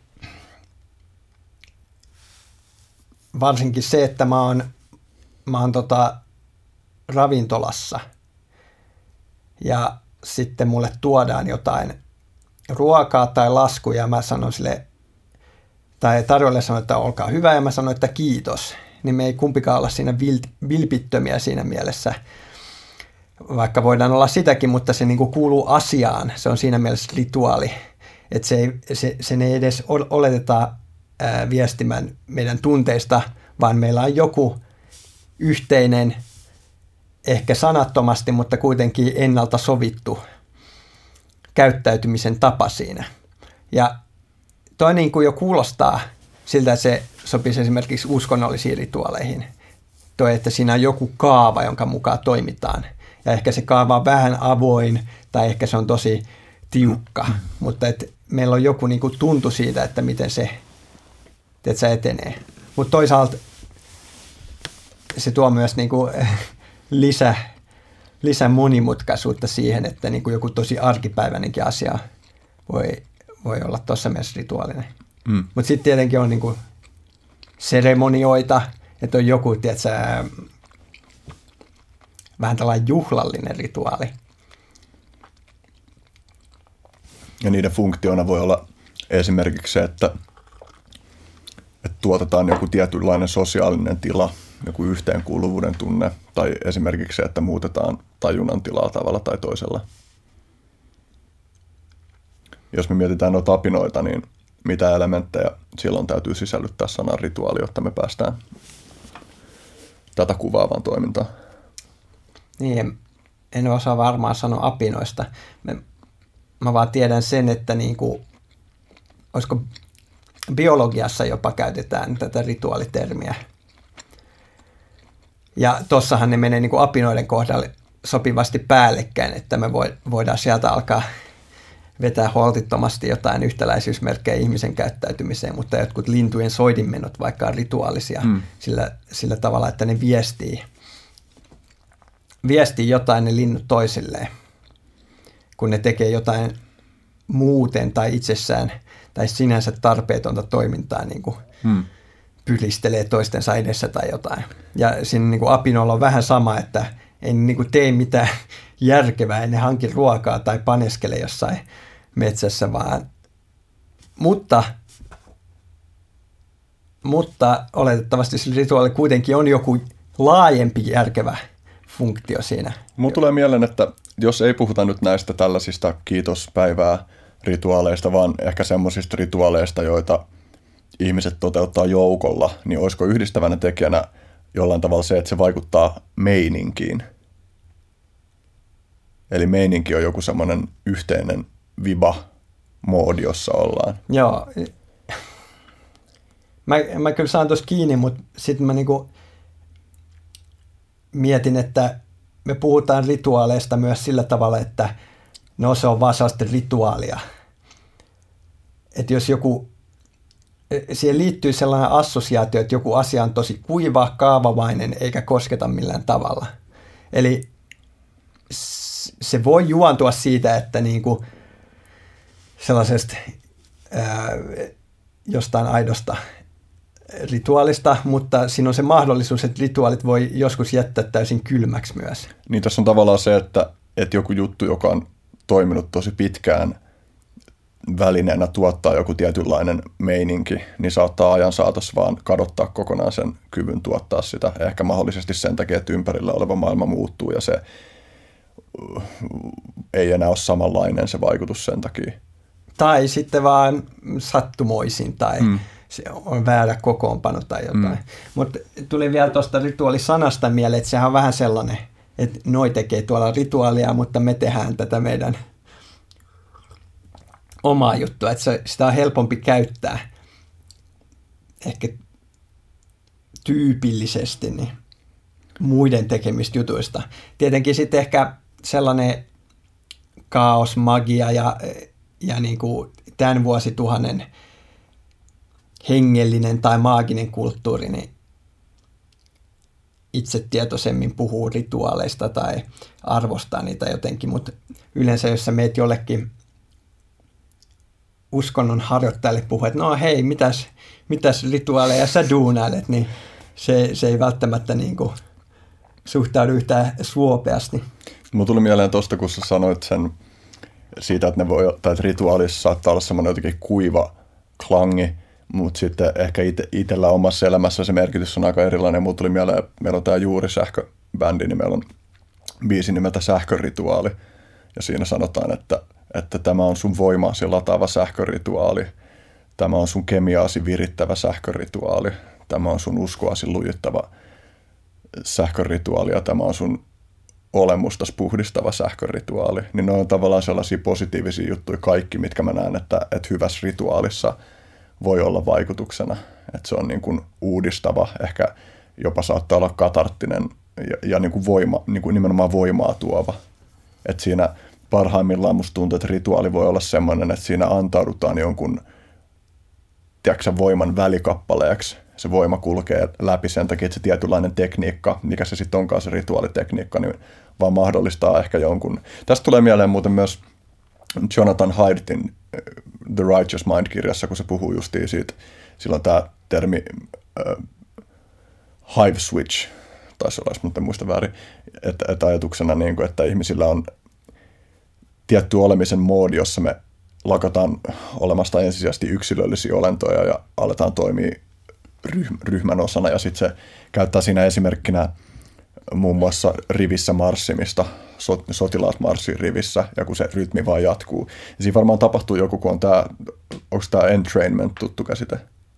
varsinkin se, että mä oon, mä oon tota ravintolassa ja sitten mulle tuodaan jotain ruokaa tai laskuja ja mä sanon sille, tai tarjolle sanon, että olkaa hyvä ja mä sanon, että kiitos. Niin me ei kumpikaan olla siinä vilpittömiä siinä mielessä, vaikka voidaan olla sitäkin, mutta se niinku kuuluu asiaan. Se on siinä mielessä rituaali, että se ei, se, sen ei edes oleteta viestimään meidän tunteista, vaan meillä on joku yhteinen, ehkä sanattomasti, mutta kuitenkin ennalta sovittu käyttäytymisen tapa siinä. Ja toi niin kuin jo kuulostaa siltä, että se sopisi esimerkiksi uskonnollisiin rituaaleihin. Toi, että siinä on joku kaava, jonka mukaan toimitaan. Ja ehkä se kaava on vähän avoin tai ehkä se on tosi tiukka, mm. mutta et meillä on joku niin kuin tuntu siitä, että miten se, että se etenee. Mutta toisaalta se tuo myös niin kuin lisä, lisä monimutkaisuutta siihen, että niin kuin joku tosi arkipäiväinenkin asia voi, voi olla tuossa mielessä rituaalinen. Mm. Mutta sitten tietenkin on niin kuin seremonioita, että on joku, tiedätkö, vähän tällainen juhlallinen rituaali. Ja niiden funktiona voi olla esimerkiksi se, että, että tuotetaan joku tietynlainen sosiaalinen tila, joku yhteenkuuluvuuden tunne, tai esimerkiksi se, että muutetaan tajunnan tilaa tavalla tai toisella. Jos me mietitään noita apinoita, niin mitä elementtejä silloin täytyy sisällyttää sanan rituaali, jotta me päästään tätä kuvaavaan toimintaan? Niin, en osaa varmaan sanoa apinoista. Mä vaan tiedän sen, että niin kuin, olisiko biologiassa jopa käytetään tätä rituaalitermiä. Ja tossahan ne menee niin kuin apinoiden kohdalle sopivasti päällekkäin, että me voidaan sieltä alkaa vetää holtittomasti jotain yhtäläisyysmerkkejä ihmisen käyttäytymiseen, mutta jotkut lintujen soidinmenot vaikka on rituaalisia mm. sillä, sillä tavalla, että ne viestii, viestii jotain ne linnut toisilleen, kun ne tekee jotain muuten tai itsessään tai sinänsä tarpeetonta toimintaa, niin kuin mm. pylistelee toistensa edessä tai jotain. Ja siinä niin kuin apinoilla on vähän sama, että ei niin kuin tee mitään järkevää, ei ne hanki ruokaa tai paneskele jossain metsässä, vaan mutta, mutta oletettavasti sillä rituaalilla kuitenkin on joku laajempi järkevä funktio siinä. Mun tulee mieleen, että jos ei puhuta nyt näistä tällaisista kiitospäivää rituaaleista, vaan ehkä semmoisista rituaaleista, joita ihmiset toteuttaa joukolla, niin olisiko yhdistävänä tekijänä jollain tavalla se, että se vaikuttaa meininkiin? Eli meininki on joku semmoinen yhteinen viba-moodi, jossa ollaan. Joo. Mä, mä kyllä saan tuossa kiinni, mutta sitten mä niinku mietin, että me puhutaan rituaaleista myös sillä tavalla, että no se on vaan sellaista rituaalia. Että jos joku, siihen liittyy sellainen assosiaatio, että joku asia on tosi kuiva, kaavamainen, eikä kosketa millään tavalla. Eli se voi juontua siitä, että niinku sellaisesta ää, jostain aidosta rituaalista, mutta siinä on se mahdollisuus, että rituaalit voi joskus jättää täysin kylmäksi myös. Niin tässä on tavallaan se, että, että joku juttu, joka on toiminut tosi pitkään välineenä tuottaa joku tietynlainen meininki, niin saattaa ajan saatossa vaan kadottaa kokonaan sen kyvyn tuottaa sitä. Ehkä mahdollisesti sen takia, että ympärillä oleva maailma muuttuu ja se ei enää ole samanlainen se vaikutus sen takia. Tai sitten vaan sattumoisin tai mm. se on väärä kokoonpano tai jotain. Mm. Mutta tuli vielä tuosta rituaalisanasta mieleen, että sehän on vähän sellainen, että noi tekee tuolla rituaalia, mutta me tehdään tätä meidän omaa juttua, että se, sitä on helpompi käyttää ehkä tyypillisesti niin muiden tekemistä jutuista. Tietenkin sitten ehkä sellainen kaos, magia ja, ja niin kuin tämän vuosituhannen hengellinen tai maaginen kulttuuri, niin itse tietoisemmin puhuu rituaaleista tai arvostaa niitä jotenkin, mutta yleensä jos sä meet jollekin uskonnon harjoittajalle puhua, että no hei, mitäs, mitäs rituaaleja sä duunailet, niin se, se ei välttämättä niin kuin suhtaudu yhtään suopeasti. Mulla tuli mieleen tuosta, kun sä sanoit sen siitä, että ne voi, tai että rituaalissa saattaa olla semmoinen jotenkin kuiva klangi, mutta sitten ehkä ite, itsellä omassa elämässä se merkitys on aika erilainen. Mulla tuli mieleen, meillä on tämä Juuri sähköbändi, niin meillä on biisi nimeltä Sähkörituaali, ja siinä sanotaan, että, että tämä on sun voimaasi lataava sähkörituaali, tämä on sun kemiaasi virittävä sähkörituaali, tämä on sun uskoasi lujittava sähkörituaali, ja tämä on sun olemustas puhdistava sähkörituaali, niin ne on tavallaan sellaisia positiivisia juttuja kaikki, mitkä mä näen, että, että hyvässä rituaalissa voi olla vaikutuksena. Että se on niin kuin uudistava, ehkä jopa saattaa olla katarttinen ja, ja niin kuin voima, niin kuin nimenomaan voimaa tuova. Että siinä parhaimmillaan musta tuntuu, että rituaali voi olla semmoinen, että siinä antaudutaan jonkun tiedätkö, voiman välikappaleeksi. Se voima kulkee läpi sen takia, että se tietynlainen tekniikka, mikä se sitten onkaan se rituaalitekniikka, niin vaan mahdollistaa ehkä jonkun. Tästä tulee mieleen muuten myös Jonathan Haidtin The Righteous Mind-kirjassa, kun se puhuu justiin siitä, silloin tämä termi uh, hive switch, taisi olla, jos nyt en muista väärin, että, että ajatuksena, niin kuin, että ihmisillä on tietty olemisen moodi, jossa me lakataan olemasta ensisijaisesti yksilöllisiä olentoja ja aletaan toimia ryhmän osana, ja sitten se käyttää siinä esimerkkinä muun muassa rivissä marssimista, sotilaat marssii rivissä, ja kun se rytmi vaan jatkuu. Ja siinä varmaan tapahtuu joku, kun on tämä, onko tämä entrainment tuttu käsite?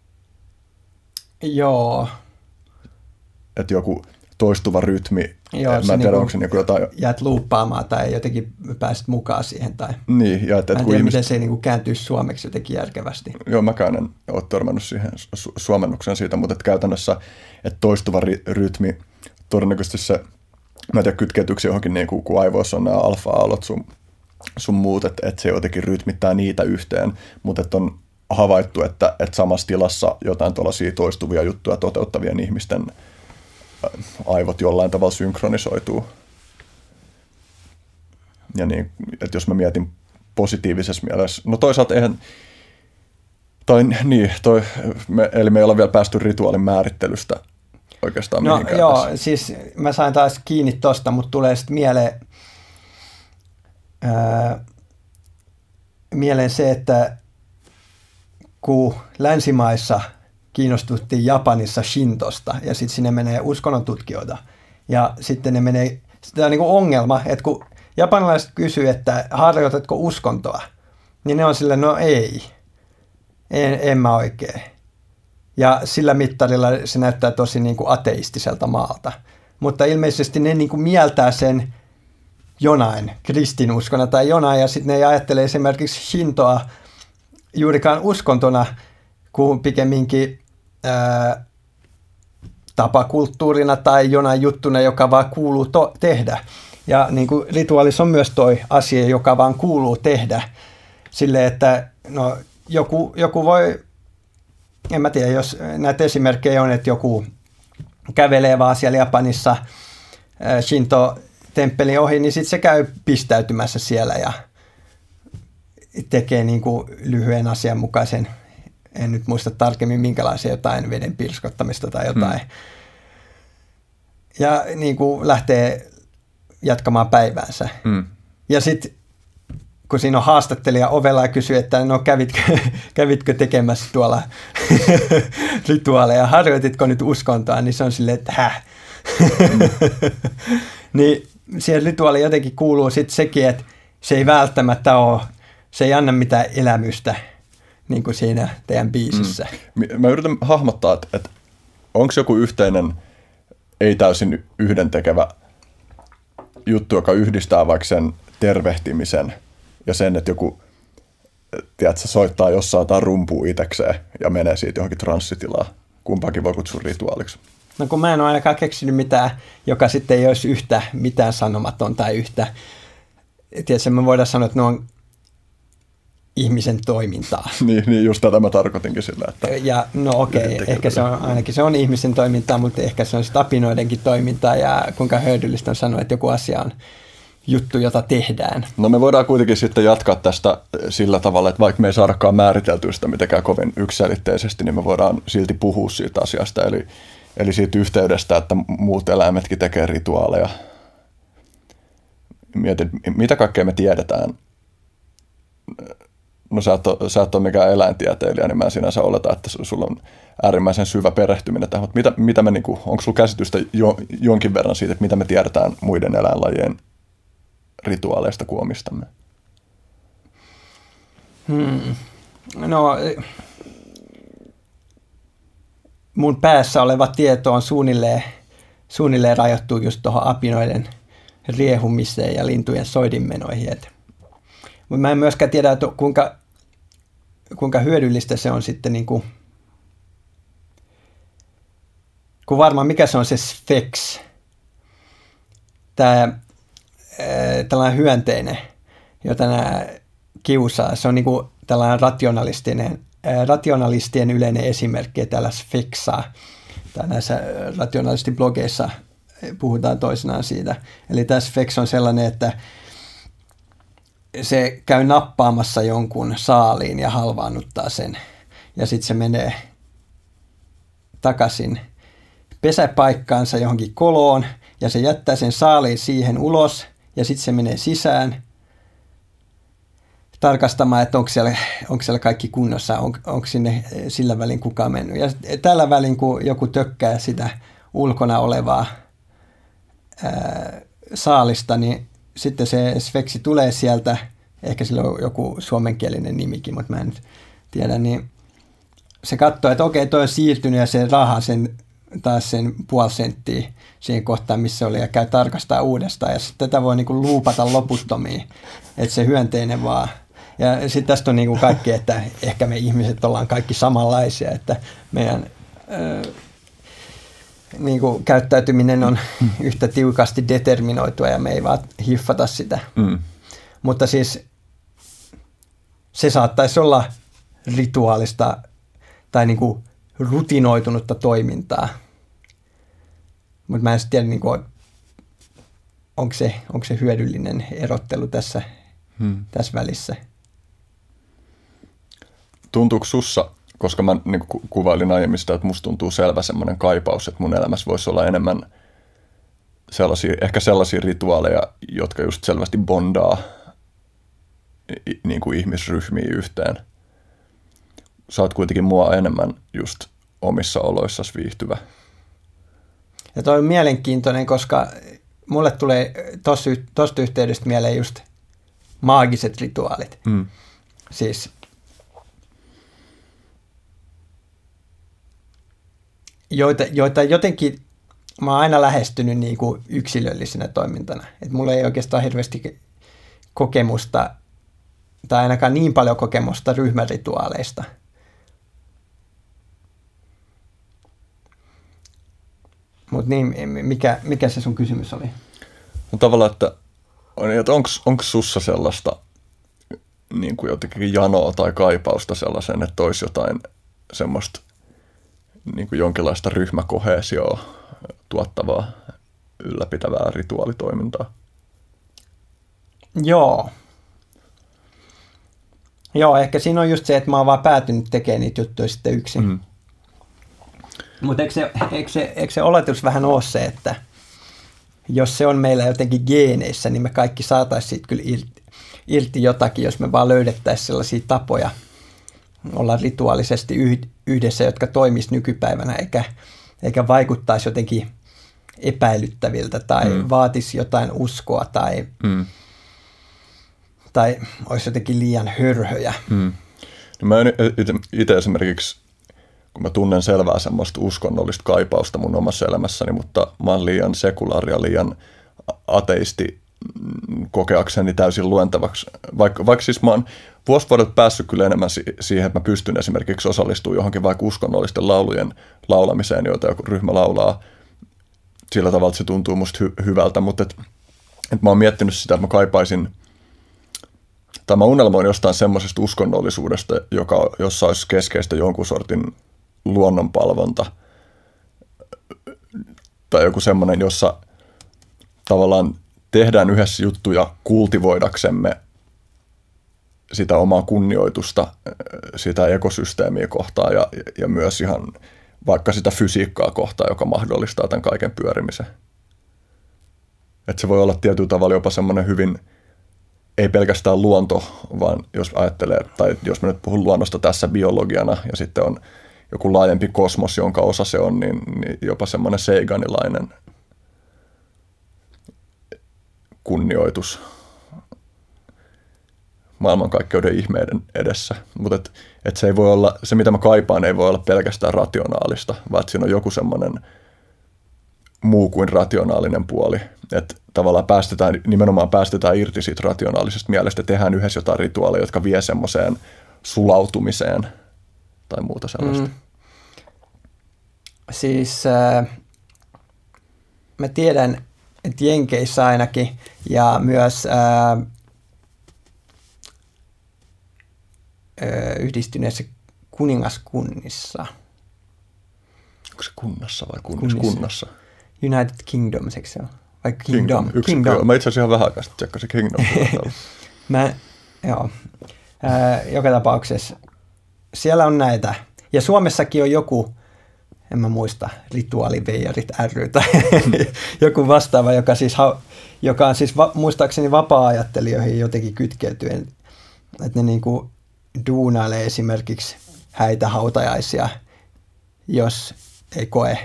Joo. Että joku toistuva rytmi, Joo, mä en tiedä, niinku, onko se niinku jotain... jäät luuppaamaan tai jotenkin pääset mukaan siihen. Tai... Niin, ja että... Mä en et, tiedä, ihmiset... miten se niinku kääntyisi suomeksi jotenkin järkevästi. Joo, mäkään en ole törmännyt siihen su- suomennukseen siitä, mutta että käytännössä, että toistuva ry- rytmi, todennäköisesti se, mä en tiedä, kytkeytyykö johonkin, niin kuin, kun aivoissa on nämä alfa-aallot sun, sun muut, että, että se jotenkin rytmittää niitä yhteen, mutta että on havaittu, että, että samassa tilassa jotain tuollaisia toistuvia juttuja toteuttavien ihmisten aivot jollain tavalla synkronisoituu. Ja niin, että jos mä mietin positiivisessa mielessä, no toisaalta eihän, tai niin, toi, me, eli me ei olla vielä päästy rituaalin määrittelystä oikeastaan no, mihinkään joo, tässä. siis mä sain taas kiinni tosta, mutta tulee sitten mieleen, ää, mieleen se, että kun länsimaissa kiinnostuttiin Japanissa Shintosta, ja sitten sinne menee uskonnontutkijoita, ja sitten ne menee, sitä on niin kuin ongelma, että kun japanilaiset kysyy, että harjoitatko uskontoa, niin ne on silleen, no ei, en, en mä oikein. Ja sillä mittarilla se näyttää tosi niin kuin ateistiselta maalta. Mutta ilmeisesti ne niin kuin mieltää sen jonain kristinuskona tai jonain, ja sitten ne ajattelee esimerkiksi Shintoa juurikaan uskontona, kuin pikemminkin ää, tapakulttuurina tai jonain juttuna, joka vaan kuuluu to- tehdä. Ja niin kuin rituaalissa on myös toi asia, joka vaan kuuluu tehdä. Silleen, että no, joku, joku voi, en mä tiedä, jos näitä esimerkkejä on, että joku kävelee vaan siellä Japanissa ää, Shinto-temppelin ohi, niin sitten se käy pistäytymässä siellä ja tekee niin kuin lyhyen asianmukaisen, en nyt muista tarkemmin minkälaisia, jotain veden pirskottamista tai jotain. Hmm. Ja niin kuin lähtee jatkamaan päiväänsä. Hmm. Ja sitten kun siinä on haastattelija ovella ja kysyy, että no kävitkö, kävitkö tekemässä tuolla rituaaleja, harjoititko nyt uskontoa, niin se on silleen, että häh. Hmm. Niin siihen rituaaliin jotenkin kuuluu sitten sekin, että se ei välttämättä ole, se ei anna mitään elämystä, niin kuin siinä teidän biisissä. Mm. Mä yritän hahmottaa, että, että onko joku yhteinen, ei täysin yhdentekevä juttu, joka yhdistää vaikka sen tervehtimisen ja sen, että joku, tiedätkö, soittaa jossain jotain rumpua itsekseen ja menee siitä johonkin transsitilaan. Kumpaakin voi kutsua rituaaliksi. No kun mä en ole ainakaan keksinyt mitään, joka sitten ei olisi yhtä mitään sanomaton tai yhtä. Tiedätkö, me voidaan sanoa, että ne on ihmisen toimintaa. niin, niin, just tätä mä tarkoitinkin sillä, että... Ja no okei, okay, ehkä se on, ainakin se on ihmisen toimintaa, mutta ehkä se on sitä apinoidenkin toimintaa, ja kuinka hyödyllistä on sanoa, että joku asia on juttu, jota tehdään. No me voidaan kuitenkin sitten jatkaa tästä sillä tavalla, että vaikka me ei saadakaan määriteltyä sitä mitenkään kovin yksiselitteisesti, niin me voidaan silti puhua siitä asiasta, eli, eli siitä yhteydestä, että muut eläimetkin tekee rituaaleja. Mietin, mitä kaikkea me tiedetään. No sä et, ole, sä et ole mikään eläintieteilijä, niin mä sinänsä oletan, että sulla on äärimmäisen syvä perehtyminen tähän. Mutta mitä, mitä me, niin kuin, onko sulla käsitystä jo, jonkin verran siitä, että mitä me tiedetään muiden eläinlajien rituaaleista kuin omistamme? Hmm. No, mun päässä oleva tieto on suunnilleen, suunnilleen rajoittuu just tuohon apinoiden riehumiseen ja lintujen soidinmenoihin. Mutta mä en myöskään tiedä, että kuinka, kuinka hyödyllistä se on sitten, niin kuin, kun varmaan mikä se on se Sphex, tämä tällainen hyönteinen, jota nämä kiusaa. Se on niin kuin tällainen rationalistinen, rationalistien yleinen esimerkki, täällä Sphexa, tai näissä rationalistiblogeissa puhutaan toisinaan siitä. Eli tämä Sphex on sellainen, että se käy nappaamassa jonkun saaliin ja halvaannuttaa sen, ja sitten se menee takaisin pesäpaikkaansa johonkin koloon, ja se jättää sen saaliin siihen ulos, ja sitten se menee sisään tarkastamaan, että onko siellä, onko siellä kaikki kunnossa, on, onko sinne sillä välin kukaan mennyt. Ja tällä välin, kun joku tökkää sitä ulkona olevaa ää, saalista, niin sitten se Spheksi tulee sieltä, ehkä sillä on joku suomenkielinen nimikin, mutta mä en nyt tiedä, niin se katsoo, että okei, toi on siirtynyt ja se rahaa sen taas sen puoli senttiä siihen kohtaan, missä oli, ja käy tarkastaa uudestaan. Ja sitten tätä voi niinku luupata loputtomiin, että se hyönteinen vaan. Ja sitten tästä on niinku kaikki, että ehkä me ihmiset ollaan kaikki samanlaisia, että meidän ö, niinku käyttäytyminen on yhtä tiukasti determinoitua ja me ei vaan hiffata sitä. Mm. Mutta siis se saattaisi olla rituaalista tai niinku rutinoitunutta toimintaa. Mutta mä en tiedä, niin kuin, onko, se, onko se hyödyllinen erottelu tässä, hmm. tässä välissä. Tuntuuko sussa, koska mä niin ku- kuvailin aiemmin sitä, että musta tuntuu selvä semmoinen kaipaus, että mun elämässä voisi olla enemmän sellaisia, ehkä sellaisia rituaaleja, jotka just selvästi bondaa niin kuin ihmisryhmiä yhteen. Sä oot kuitenkin mua enemmän just omissa oloissasi viihtyvä. Ja toi on mielenkiintoinen, koska mulle tulee tuosta yhteydestä mieleen just maagiset rituaalit. Mm. Siis joita, joita jotenkin mä oon aina lähestynyt niin kuin yksilöllisenä toimintana. Että mulla ei oikeastaan hirveästi kokemusta, tai ainakaan niin paljon kokemusta ryhmärituaaleista. Mutta niin, mikä, mikä se sun kysymys oli? No tavallaan, että, että onko sussa sellaista niin kuin jotenkin janoa tai kaipausta sellaisen, että olisi jotain semmoista niin kuin jonkinlaista ryhmäkoheesioa tuottavaa, ylläpitävää rituaalitoimintaa? Joo. Joo, ehkä siinä on just se, että mä oon vaan päätynyt tekemään niitä juttuja sitten yksin. Mm. Mutta eikö se, eikö, se, eikö se oletus vähän ole se, että jos se on meillä jotenkin geeneissä, niin me kaikki saataisiin siitä kyllä irti, irti jotakin, jos me vaan löydettäisiin sellaisia tapoja olla rituaalisesti yhdessä, jotka toimisi nykypäivänä, eikä, eikä vaikuttaisi jotenkin epäilyttäviltä tai mm. vaatisi jotain uskoa tai, mm. tai olisi jotenkin liian hörhöjä. Mm. No mä itse esimerkiksi, kun mä tunnen selvää semmoista uskonnollista kaipausta mun omassa elämässäni, mutta mä oon liian sekulaari ja liian ateisti kokeakseni täysin luentavaksi. Vaikka, vaikka siis mä oon vuosivuodet päässyt kyllä enemmän siihen, että mä pystyn esimerkiksi osallistumaan johonkin vaikka uskonnollisten laulujen laulamiseen, joita joku ryhmä laulaa sillä tavalla, että se tuntuu musta hy- hyvältä, mutta et, et mä oon miettinyt sitä, että mä kaipaisin, tai mä unelmoin jostain semmoisesta uskonnollisuudesta, joka, jossa olisi keskeistä jonkun sortin luonnonpalvonta tai joku semmoinen, jossa tavallaan tehdään yhdessä juttuja kultivoidaksemme sitä omaa kunnioitusta, sitä ekosysteemiä kohtaan ja, ja myös ihan vaikka sitä fysiikkaa kohtaan, joka mahdollistaa tämän kaiken pyörimisen. Että se voi olla tietyllä tavalla jopa semmoinen hyvin, ei pelkästään luonto, vaan jos ajattelee, tai jos mä nyt puhun luonnosta tässä biologiana ja sitten on joku laajempi kosmos, jonka osa se on, niin, niin jopa semmoinen seiganilainen kunnioitus maailmankaikkeuden ihmeiden edessä. Mutta et, et se ei voi olla, se mitä mä kaipaan ei voi olla pelkästään rationaalista, vaan siinä on joku semmoinen muu kuin rationaalinen puoli. Että tavallaan päästetään, nimenomaan päästetään irti siitä rationaalisesta mielestä, tehdään yhdessä jotain rituaaleja, jotka vie semmoiseen sulautumiseen tai muuta sellaista. Mm. Siis äh, mä tiedän, että Jenkeissä ainakin ja myös äh, yhdistyneessä kuningaskunnissa. Onko se kunnassa vai kunnassa? United Kingdom, eikö se ole? Vai Kingdom? Kingdom. Yksi, Kingdom. Joo, mä itse asiassa ihan vähän aikaa sitten tsekkasin Kingdom. mä, joo. Ää, joka tapauksessa siellä on näitä. Ja Suomessakin on joku, en mä muista, rituaaliveijarit ry tai joku vastaava, joka, siis, joka on siis va, muistaakseni vapaa-ajattelijoihin jotenkin kytkeytyen. Että ne niinku duunailee esimerkiksi häitä hautajaisia, jos ei koe,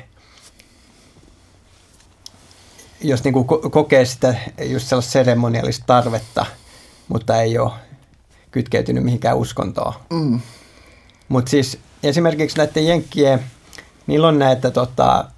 jos niinku ko- kokee sitä just sellaista seremoniallista tarvetta, mutta ei ole kytkeytynyt mihinkään uskontoon. Mm. Mutta siis esimerkiksi näiden jenkkien, niillä on näitä tota,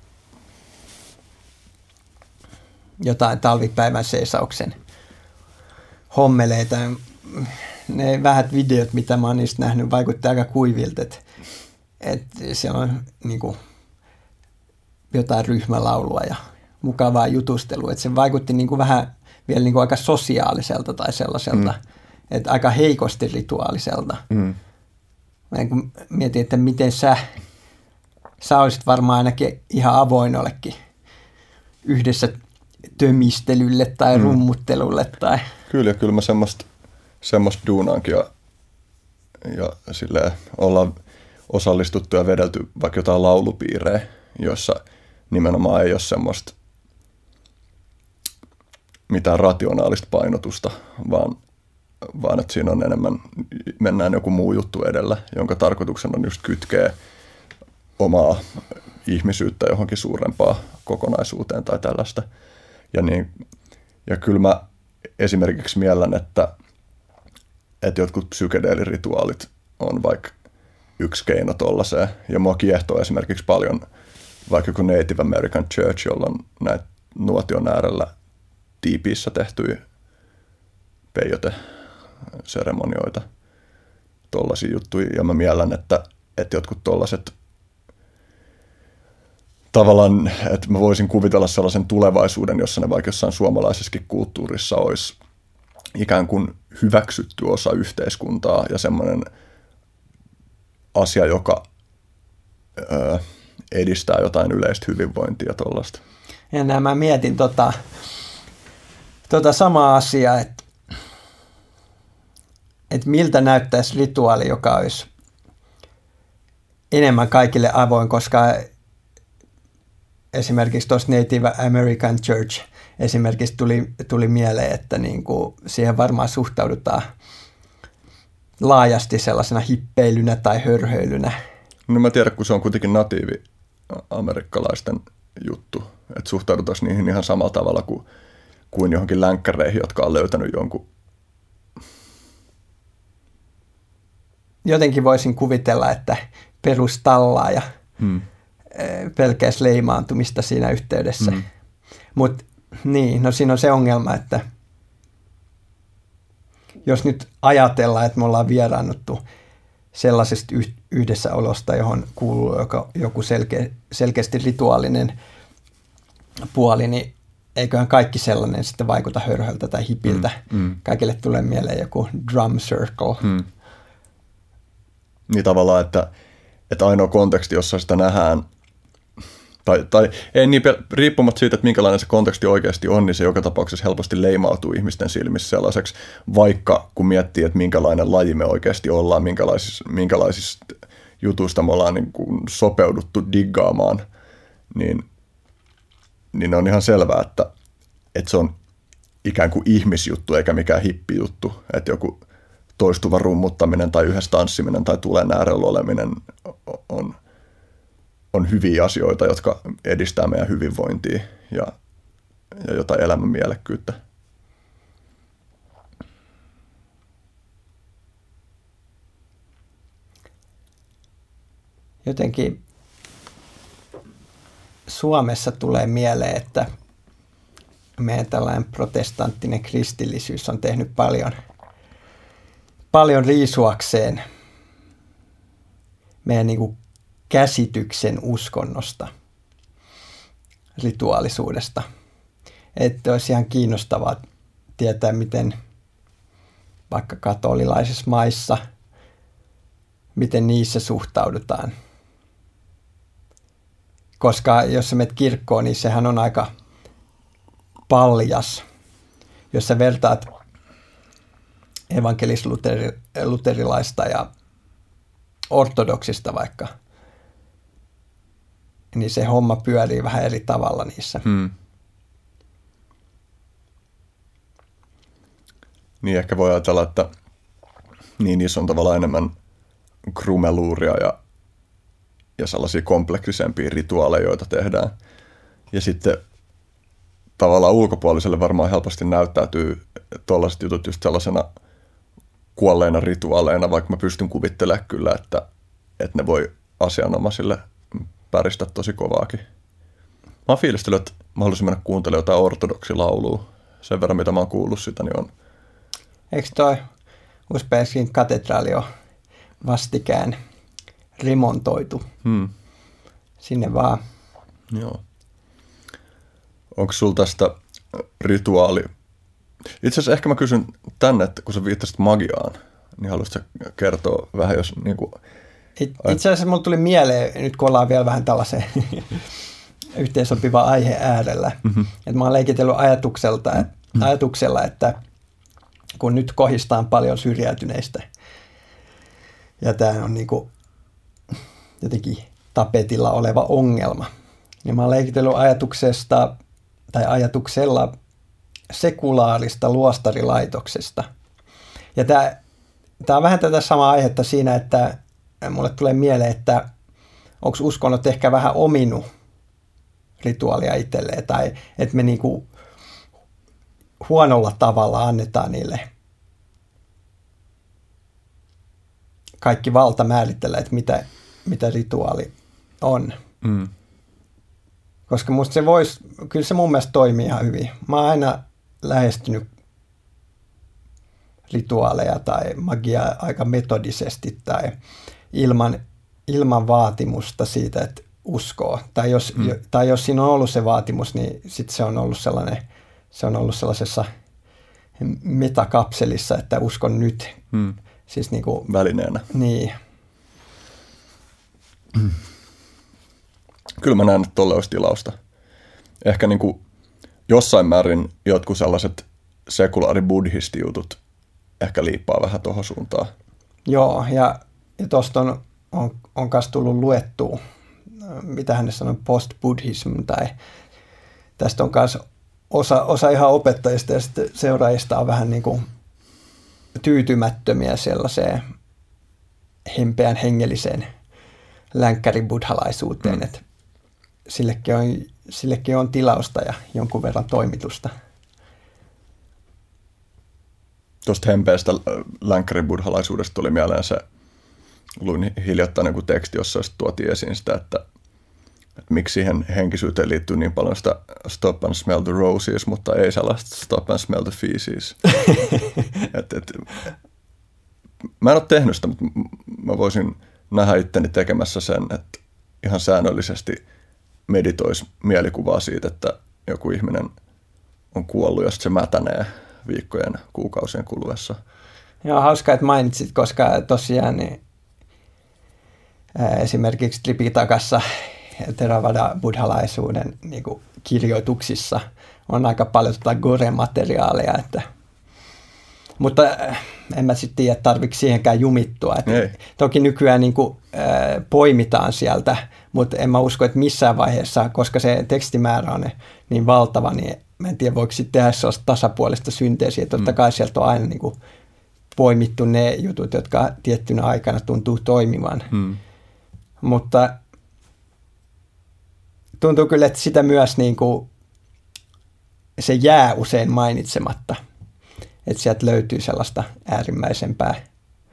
jotain talvipäivän seisauksen hommeleita. Ne vähät videot, mitä mä oon niistä nähnyt, vaikuttaa aika kuivilta, että et siellä on niinku jotain ryhmälaulua ja mukavaa jutustelua, että se vaikutti niinku vähän vielä niinku aika sosiaaliselta tai sellaiselta, mm. että aika heikosti rituaaliselta. Mm. Mä niin mietin, että miten sä, sä olisit varmaan ainakin ihan avoin ollekin yhdessä tömistelylle tai mm. rummuttelulle. Tai... Kyllä, kyllä mä semmoista, semmoista duunaankin ja, ja silleen ollaan osallistuttu ja vedelty vaikka jotain laulupiirejä, joissa nimenomaan ei ole semmoista mitään rationaalista painotusta, vaan, vaan että siinä on enemmän, mennään joku muu juttu edellä, jonka tarkoituksena on just kytkeä omaa ihmisyyttä johonkin suurempaan kokonaisuuteen tai tällaista. Ja, niin, ja kyllä mä esimerkiksi miellän, että, että jotkut psykedeelirituaalit on vaikka yksi keino tollaiseen. Ja mua kiehtoo esimerkiksi paljon vaikka joku Native American Church, jolla on näitä nuotion äärellä tiipiissä tehtyjä peiote-seremonioita, tollaisia juttuja. Ja mä miellän, että, että jotkut tollaiset tavallaan, että mä voisin kuvitella sellaisen tulevaisuuden, jossa ne vaikka jossain suomalaisessakin kulttuurissa olisi ikään kuin hyväksytty osa yhteiskuntaa ja semmoinen asia, joka ö, edistää jotain yleistä hyvinvointia tuollaista. Ja näin mä mietin tota, tota samaa asiaa, että, että miltä näyttäisi rituaali, joka olisi enemmän kaikille avoin, koska esimerkiksi tuossa Native American Church esimerkiksi tuli, tuli mieleen, että niin kuin siihen varmaan suhtaudutaan laajasti sellaisena hippeilynä tai hörhöilynä. No mä tiedän, kun se on kuitenkin natiivi amerikkalaisten juttu, että suhtaudutaan niihin ihan samalla tavalla kuin, kuin johonkin länkkäreihin, jotka on löytänyt jonkun. Jotenkin voisin kuvitella, että perustallaa ja hmm. pelkäs leimaantumista siinä yhteydessä. Hmm. Mutta niin, no siinä on se ongelma, että jos nyt ajatellaan, että me ollaan vieraannuttu sellaisesta yhdessäolosta, johon kuuluu joku selkeä, selkeästi rituaalinen puoli, niin eiköhän kaikki sellainen sitten vaikuta hörhöltä tai hipiltä. Mm, mm. Kaikille tulee mieleen joku drum circle. Mm. Niin tavallaan, että, että ainoa konteksti, jossa sitä nähdään, tai, tai ei niin, riippumatta siitä, että minkälainen se konteksti oikeasti on, niin se joka tapauksessa helposti leimautuu ihmisten silmissä sellaiseksi, vaikka kun miettii, että minkälainen laji me oikeasti ollaan, minkälaisista, minkälaisista jutuista me ollaan niin kuin sopeuduttu diggaamaan, niin, niin on ihan selvää, että, että se on ikään kuin ihmisjuttu eikä mikään hippijuttu, että joku toistuva rummuttaminen tai yhdessä tanssiminen tai tulen äärellä oleminen on on hyviä asioita, jotka edistää meidän hyvinvointia ja, ja jotain elämän mielekkyyttä. Jotenkin Suomessa tulee mieleen, että meidän tällainen protestanttinen kristillisyys on tehnyt paljon, paljon riisuakseen meidän niin kuin käsityksen uskonnosta, rituaalisuudesta. Että olisi ihan kiinnostavaa tietää, miten vaikka katolilaisissa maissa, miten niissä suhtaudutaan. Koska jos sä menet kirkkoon, niin sehän on aika paljas. Jos sä vertaat evankelis-luterilaista ja ortodoksista vaikka, niin se homma pyörii vähän eri tavalla niissä. Hmm. Niin ehkä voi ajatella, että niin niissä on tavallaan enemmän krumeluuria ja, ja sellaisia kompleksisempia rituaaleja, joita tehdään. Ja sitten tavallaan ulkopuoliselle varmaan helposti näyttäytyy tuollaiset jutut just sellaisena kuolleina rituaaleina, vaikka mä pystyn kuvittelemaan kyllä, että, että ne voi asianomaisille päristä tosi kovaakin. Mä oon fiilistellyt, että mä haluaisin mennä kuuntelemaan jotain ortodoksilaulua. Sen verran, mitä mä oon kuullut sitä, niin on. Eikö toi Uusperskin katedraali ole vastikään remontoitu? Hmm. Sinne vaan. Joo. Onko sulla tästä rituaali? Itse asiassa ehkä mä kysyn tänne, että kun sä viittasit magiaan, niin haluaisitko kertoa vähän, jos niin kuin... It, itse asiassa mulle tuli mieleen, nyt kun ollaan vielä vähän tällaisen yhteensopiva aihe äärellä, mm-hmm. että mä oon leikitellyt ajatukselta, mm-hmm. ajatuksella, että kun nyt kohistaan paljon syrjäytyneistä, ja tämä on niin kuin jotenkin tapetilla oleva ongelma, niin mä oon leikitellyt ajatuksesta, tai ajatuksella sekulaarista luostarilaitoksesta. Ja tämä, tämä on vähän tätä samaa aihetta siinä, että mulle tulee mieleen, että onko uskonnot ehkä vähän ominut rituaalia itselleen, tai että me niinku huonolla tavalla annetaan niille kaikki valta määritellä, että mitä, mitä rituaali on. Mm. Koska musta se voisi, kyllä se mun mielestä toimii ihan hyvin. Mä oon aina lähestynyt rituaaleja tai magiaa aika metodisesti tai ilman, ilman vaatimusta siitä, että uskoo. Tai jos, mm. tai jos siinä on ollut se vaatimus, niin sitten se on ollut sellainen, se on ollut sellaisessa metakapselissa, että uskon nyt. Mm. Siis niin kuin, välineenä. Niin. Mm. Kyllä mä näen, että tolle olisi tilausta. Ehkä niin kuin jossain määrin jotkut sellaiset sekulaari-buddhisti-jutut ehkä liippaa vähän tuohon suuntaan. Joo, ja, ja tuosta on, on, on myös tullut luettua, mitä hän sanoi, post-buddhism, tai tästä on myös osa, osa ihan opettajista ja sitten seuraajista on vähän niin kuin tyytymättömiä sellaiseen hempeän hengelliseen länkkäribuddhalaisuuteen, mm. että sillekin on, sillekin on tilausta ja jonkun verran toimitusta. Tuosta hempeästä länkkäribuddhalaisuudesta tuli mieleen se, luin hiljattain joku teksti, jossa tuotiin esiin sitä, että, että miksi siihen henkisyyteen liittyy niin paljon sitä stop and smell the roses, mutta ei sellaista stop and smell the feces. et, et, mä en ole tehnyt sitä, mutta mä voisin nähdä itteni tekemässä sen, että ihan säännöllisesti meditoisi mielikuvaa siitä, että joku ihminen on kuollut ja sitten se mätänee viikkojen, kuukausien kuluessa. Joo, hauskaa, että mainitsit, koska tosiaan niin, ää, esimerkiksi Tripitakassa Theravada-buddhalaisuuden niin kuin kirjoituksissa on aika paljon tota gore-materiaalia, että mutta en mä sitten tiedä, tarvitse siihenkään jumittua. Toki nykyään niin kuin, äh, poimitaan sieltä, mutta en mä usko, että missään vaiheessa, koska se tekstimäärä on niin valtava, niin mä en tiedä, voiko sitten tehdä sellaista tasapuolista synteesiä. Totta kai sieltä on aina niin kuin poimittu ne jutut, jotka tiettynä aikana tuntuu toimivan. Hmm. Mutta tuntuu kyllä, että sitä myös niin kuin, se jää usein mainitsematta. Että sieltä löytyy sellaista äärimmäisempää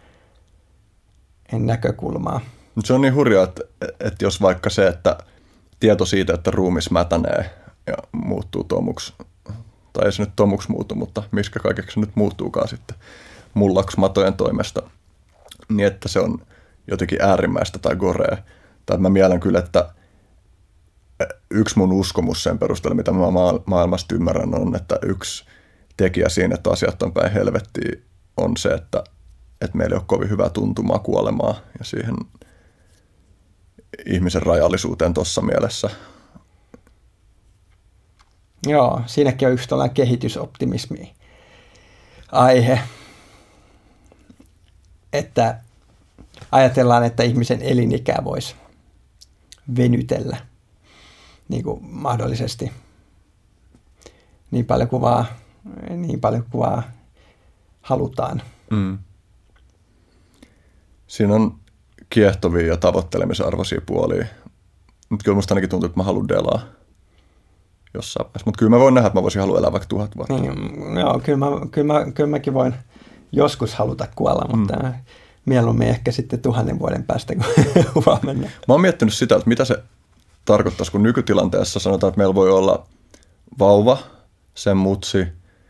näkökulmaa. Se on niin hurjaa, että, että jos vaikka se, että tieto siitä, että ruumis mätänee ja muuttuu tomuksi, tai ei se nyt tomuksi muutu, mutta miskä kaikeksi se nyt muuttuukaan sitten mullaksi matojen toimesta, niin että se on jotenkin äärimmäistä tai gorea. Tai mä mielen kyllä, että yksi mun uskomus sen perusteella, mitä mä maailmasta ymmärrän, on, että yksi tekijä siinä, että asiat on päin helvettiin, on se, että, että meillä ei ole kovin hyvää tuntumaa kuolemaa ja siihen ihmisen rajallisuuteen tuossa mielessä. Joo, siinäkin on yksi tällainen kehitysoptimismi aihe, että ajatellaan, että ihmisen elinikää voisi venytellä niin kuin mahdollisesti niin paljon kuin vaan, niin paljon kuin vaan halutaan. Mm. Siinä on kiehtovia ja tavoittelemisarvoisia puolia. Mutta kyllä musta ainakin tuntuu, että mä haluan delaa jossain vaiheessa. Mutta kyllä mä voin nähdä, että mä voisin halua elää vaikka tuhat vuotta. Niin, joo, kyllä, mä, kyllä, mä, kyllä mäkin voin joskus haluta kuolla, mutta mm. mieluummin ehkä sitten tuhannen vuoden päästä, kun huomenna. Mä oon miettinyt sitä, että mitä se tarkoittaisi, kun nykytilanteessa sanotaan, että meillä voi olla vauva, sen mutsi,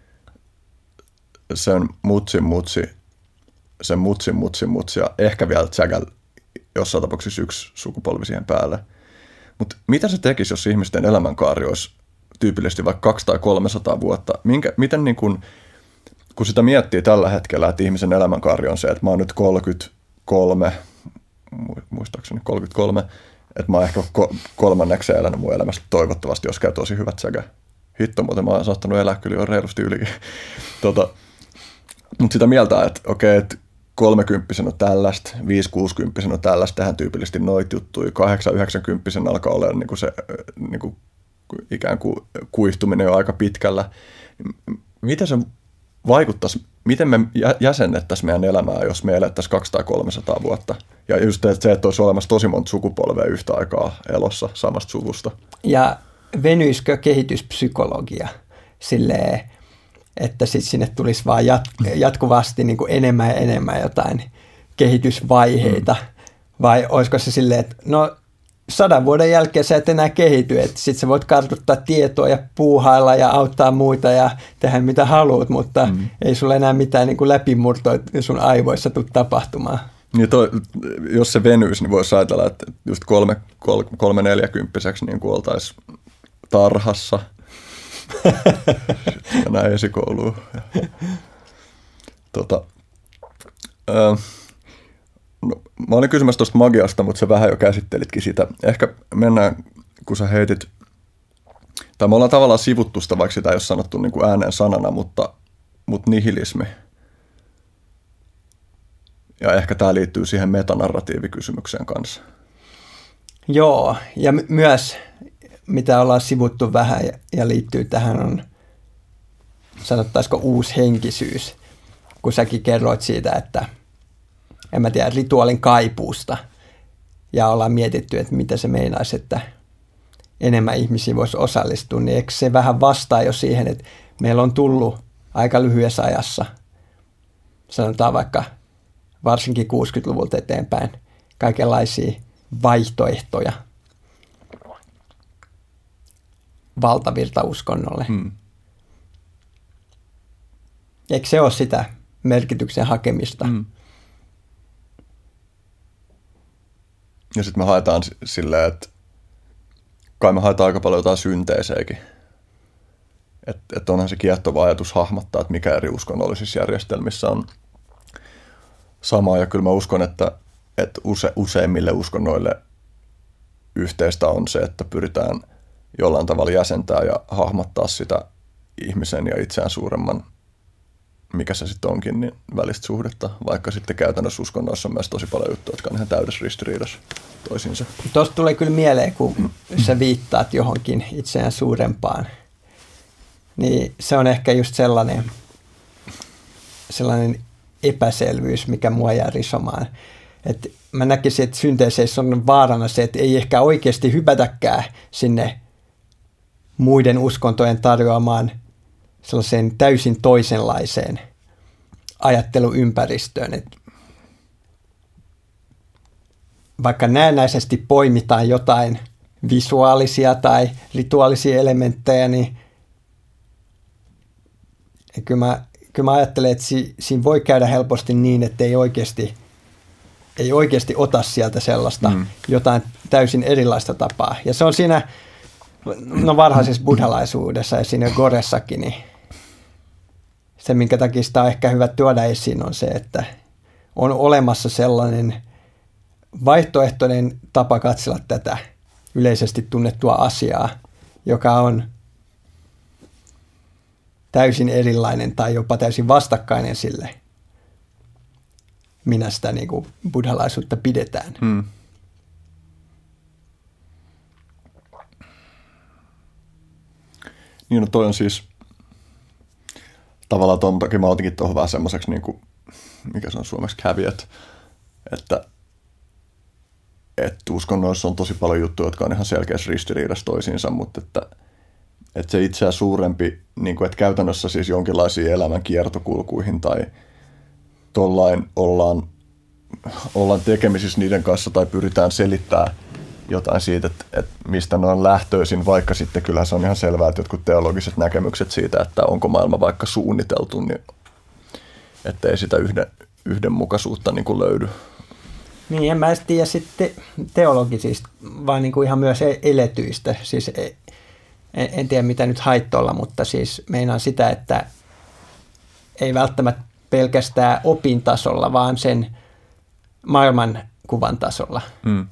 sen mutsin mutsi, sen mutsin mutsin mutsi ja ehkä vielä tsägäl jossain tapauksessa yksi sukupolvi siihen päälle. Mutta mitä se tekisi, jos ihmisten elämänkaari olisi tyypillisesti vaikka kaksisataa tai kolmesataa vuotta? Minkä, miten niin kun, kun sitä miettii tällä hetkellä, että ihmisen elämänkaari on se, että mä oon nyt kolmekymmentäkolme, muistaakseni kolmekymmentäkolme, että mä oon ehkä kolmanneksi elänyt mun elämästä toivottavasti, jos käy tosi hyvät säkä. Hitto, muuten mä oon saattanut elää kyllä jo reilusti ylikin. tota, mutta sitä mieltä, että okei, että kolmekymppisen on tällaista, viisi kuusikymppisen on tällaista, tähän tyypillisesti noit juttuja, kahdeksan yhdeksänkymppisen alkaa olla niin kuin se niin kuin ikään kuin kuihtuminen on aika pitkällä. Miten se vaikuttaisi, miten me jäsennettäisiin meidän elämää, jos me elettäisiin kaksisataa kolmesataa vuotta? Ja just se, että olisi olemassa tosi monta sukupolvea yhtä aikaa elossa samasta suvusta. Ja venyisikö kehityspsykologia silleen, että sitten sinne tulisi vaan jat- jatkuvasti niin kuin enemmän ja enemmän jotain kehitysvaiheita, mm. vai olisiko se silleen, että no sadan vuoden jälkeen sä et enää kehity, että sitten sä voit kartoittaa tietoa ja puuhailla ja auttaa muita ja tehdä mitä haluat, mutta mm. ei sulla enää mitään niin kuin läpimurtoa sun aivoissa tule tapahtumaan. Niin toi, jos se venyisi, niin voisi ajatella, että just kolme, kolme, kolme neljäkymppiseksi niin kuin oltaisiin tarhassa. Sitten mennään esikouluun. Tota, öö, no, mä olin kysymässä tuosta magiasta, mutta sä vähän jo käsittelitkin sitä. Ehkä mennään, kun sä heitit, tai me ollaan tavallaan sivuttu sitä, vaikka sitä ei ole sanottu niin kuin ääneen sanana, mutta, mutta nihilismi. Ja ehkä tämä liittyy siihen metanarratiivikysymykseen kanssa. Joo, ja my- myös mitä ollaan sivuttu vähän ja, ja liittyy tähän on, sanottaisiko uushenkisyys, kun säkin kerroit siitä, että en mä tiedä, rituaalin kaipuusta ja ollaan mietitty, että mitä se meinaisi, että enemmän ihmisiä voisi osallistua, niin eikö se vähän vastaa jo siihen, että meillä on tullut aika lyhyessä ajassa, sanotaan vaikka varsinkin kuusikymmentäluvulta eteenpäin, kaikenlaisia vaihtoehtoja valtavirtauskonnolle. Hmm. Eikö se ole sitä merkityksen hakemista? Hmm. Ja sitten me haetaan silleen, että kai me haetaan aika paljon jotain synteeseikin. Että et onhan se kiehtova ajatus hahmottaa, että mikä eri uskonnollisissa järjestelmissä on sama. Ja kyllä mä uskon, että, että use, useimmille uskonnoille yhteistä on se, että pyritään jollain tavalla jäsentää ja hahmottaa sitä ihmisen ja itseään suuremman, mikä se sitten onkin, niin välistä suhdetta. Vaikka sitten käytännössä uskonnoissa on myös tosi paljon juttuja, jotka on ihan täydessä ristiriidassa toisiinsa. Tuosta tulee kyllä mieleen, kun sä viittaat johonkin itseään suurempaan. Niin se on ehkä just sellainen, sellainen epäselvyys, mikä mua jää risomaan. Et mä näkisin, että synteeseissä on vaarana se, että ei ehkä oikeasti hypätäkään sinne muiden uskontojen tarjoamaan sellaiseen täysin toisenlaiseen ajatteluympäristöön. Et vaikka näennäisesti poimitaan jotain visuaalisia tai rituaalisia elementtejä, niin kyllä mä, kyllä mä ajattelen, että si, siinä voi käydä helposti niin, että ei oikeasti, ei oikeasti ota sieltä sellaista mm. jotain täysin erilaista tapaa. Ja se on siinä no varhaisessa buddhalaisuudessa ja siinä Goressakin, niin se, minkä takia sitä on ehkä hyvä tuoda esiin, on se, että on olemassa sellainen vaihtoehtoinen tapa katsella tätä yleisesti tunnettua asiaa, joka on täysin erilainen tai jopa täysin vastakkainen sille, minä sitä niin kuin buddhalaisuutta pidetään. Hmm. Niin, no toi on siis tavallaan ton takia mä otinkin tuohon vähän semmoiseksi, niin kuin, mikä se on suomeksi, caveat, että, että uskonnoissa on tosi paljon juttuja, jotka on ihan selkeässä ristiriidassa toisiinsa, mutta että, että se itseään suurempi, niin kuin, että käytännössä siis jonkinlaisiin elämän kiertokulkuihin tai tollain ollaan, ollaan tekemisissä niiden kanssa tai pyritään selittämään jotain siitä, että, että mistä ne on lähtöisin, vaikka sitten kyllähän se on ihan selvää, että jotkut teologiset näkemykset siitä, että onko maailma vaikka suunniteltu, niin ettei sitä yhden, yhdenmukaisuutta niin kuin löydy. Niin, en mä edes tiedä sitten teologisista, vaan niin kuin ihan myös eletyistä. Siis en, en tiedä mitä nyt haittoilla, mutta siis meinaan sitä, että ei välttämättä pelkästään opintasolla, vaan sen maailmankuvan tasolla. Mm.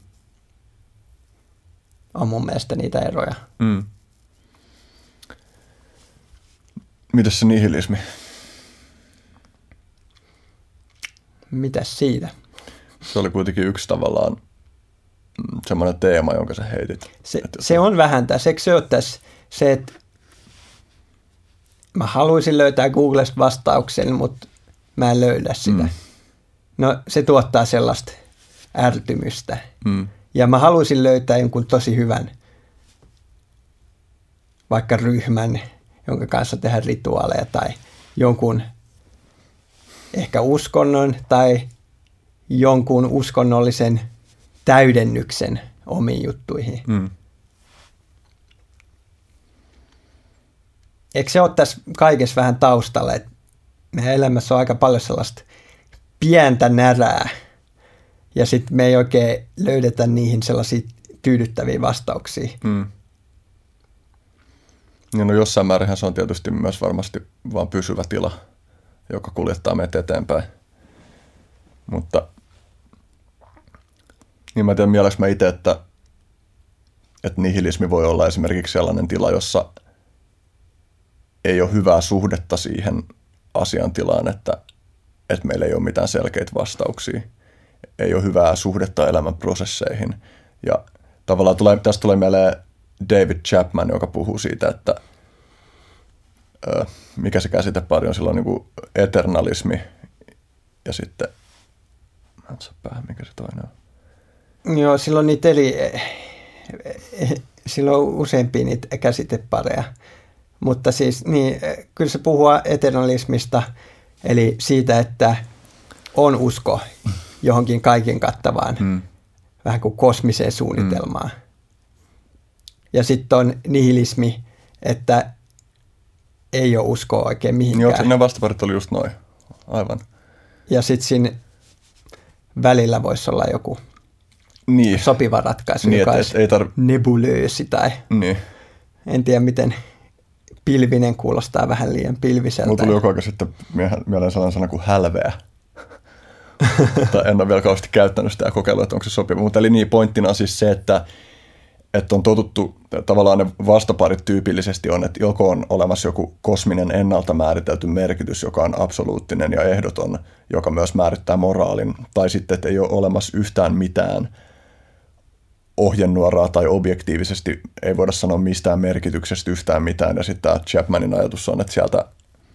On mun mielestä niitä eroja. Mm. Mitäs se nihilismi? Mitäs siitä? Se oli kuitenkin yksi tavallaan semmoinen teema, jonka sä heitit. Se, se on vähän tässä. Eikö se ole tässä se, että mä haluaisin löytää Googlesta vastauksen, mutta mä en löydä sitä. Mm. No se tuottaa sellaista ärtymystä. Mm. Ja mä haluaisin löytää jonkun tosi hyvän, vaikka ryhmän, jonka kanssa tehdään rituaaleja tai jonkun ehkä uskonnon tai jonkun uskonnollisen täydennyksen omiin juttuihin. Mm. Eikö se ole tässä kaikessa vähän taustalla, että meidän elämässä on aika paljon sellaista pientä närää, ja sitten me ei oikein löydetä niihin sellaisia tyydyttäviä vastauksia. Mm. Ja no jossain määrin se on tietysti myös varmasti vaan pysyvä tila, joka kuljettaa meitä eteenpäin. Mutta niin mä tiedän mielessä mä itse, että, että nihilismi voi olla esimerkiksi sellainen tila, jossa ei ole hyvää suhdetta siihen asiantilaan, että, että meillä ei ole mitään selkeitä vastauksia. Ei ole hyvää suhdetta elämän prosesseihin. Ja tavallaan tulee, tästä tulee mieleen David Chapman, joka puhuu siitä, että ö, mikä se käsitepari on silloin niin kuin eternalismi ja sitten, mä en saa päähän, mikä se toinen on. Joo, silloin niitä eli, silloin on useampia niitä käsitepareja, mutta siis niin, kyllä se puhuu eternalismista, eli siitä, että on usko johonkin kaiken kattavaan, hmm. vähän kuin kosmiseen suunnitelmaan. Hmm. Ja sitten on nihilismi, että ei ole uskoa oikein mihinkään. Joo, ne vastaparit oli just noin. Aivan. Ja sitten siinä välillä voisi olla joku niin. sopiva ratkaisu, niin, joka et, olisi ei tar- nebulöösi tai niin. en tiedä miten pilvinen kuulostaa vähän liian pilviseltä. Mulla tuli joku aika sitten mieleen sellainen sana kuin hälveä. En ole vielä kauheasti käyttänyt sitä ja kokeillut, että onko se sopiva. Mutta eli niin, pointtina on siis se, että, että on totuttu, tavallaan ne vastaparit tyypillisesti on, että joko on olemassa joku kosminen ennalta määritelty merkitys, joka on absoluuttinen ja ehdoton, joka myös määrittää moraalin, tai sitten, että ei ole olemassa yhtään mitään ohjenuoraa tai objektiivisesti ei voida sanoa mistään merkityksestä yhtään mitään. Ja sitten tämä Chapmanin ajatus on, että sieltä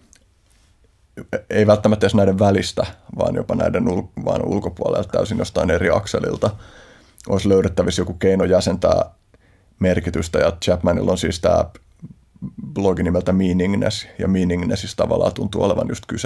ei välttämättä edes näiden välistä, vaan jopa näiden ul- vaan ulkopuolelta täysin jostain eri akselilta olisi löydettävissä joku keino jäsentää merkitystä. Ja Chapmanilla on siis tämä blogi nimeltä Meaningness, ja Meaningnessissa tavallaan tuntuu olevan just kyse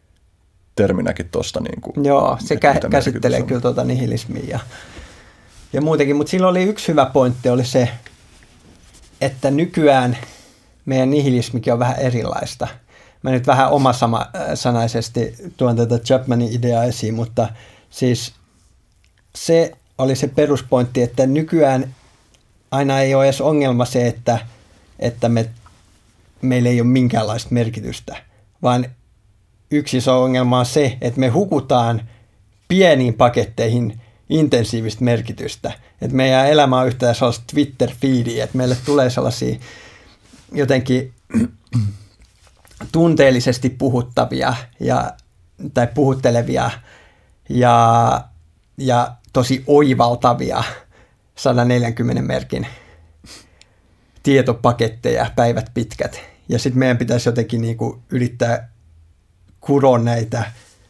terminäkin tuosta. Niin Joo, se kä- käsittelee kyllä tuota nihilismiä ja ja muutenkin, mutta silloin oli yksi hyvä pointti, oli se, että nykyään meidän nihilismikin on vähän erilaista. Mä nyt vähän omasanaisesti tuon tätä Chapmanin ideaa esiin, mutta siis se oli se peruspointti, että nykyään aina ei ole edes ongelma se, että, että me, meillä ei ole minkäänlaista merkitystä, vaan yksi iso ongelma on se, että me hukutaan pieniin paketteihin intensiivistä merkitystä. Että meidän elämä on yhtään sellaista Twitter-feedia, että meille tulee sellaisia jotenkin tunteellisesti puhuttavia ja, tai puhuttelevia ja, ja tosi oivaltavia sata neljäkymmentä merkin tietopaketteja päivät pitkät. Ja sitten meidän pitäisi jotenkin niinku yrittää kuroa näitä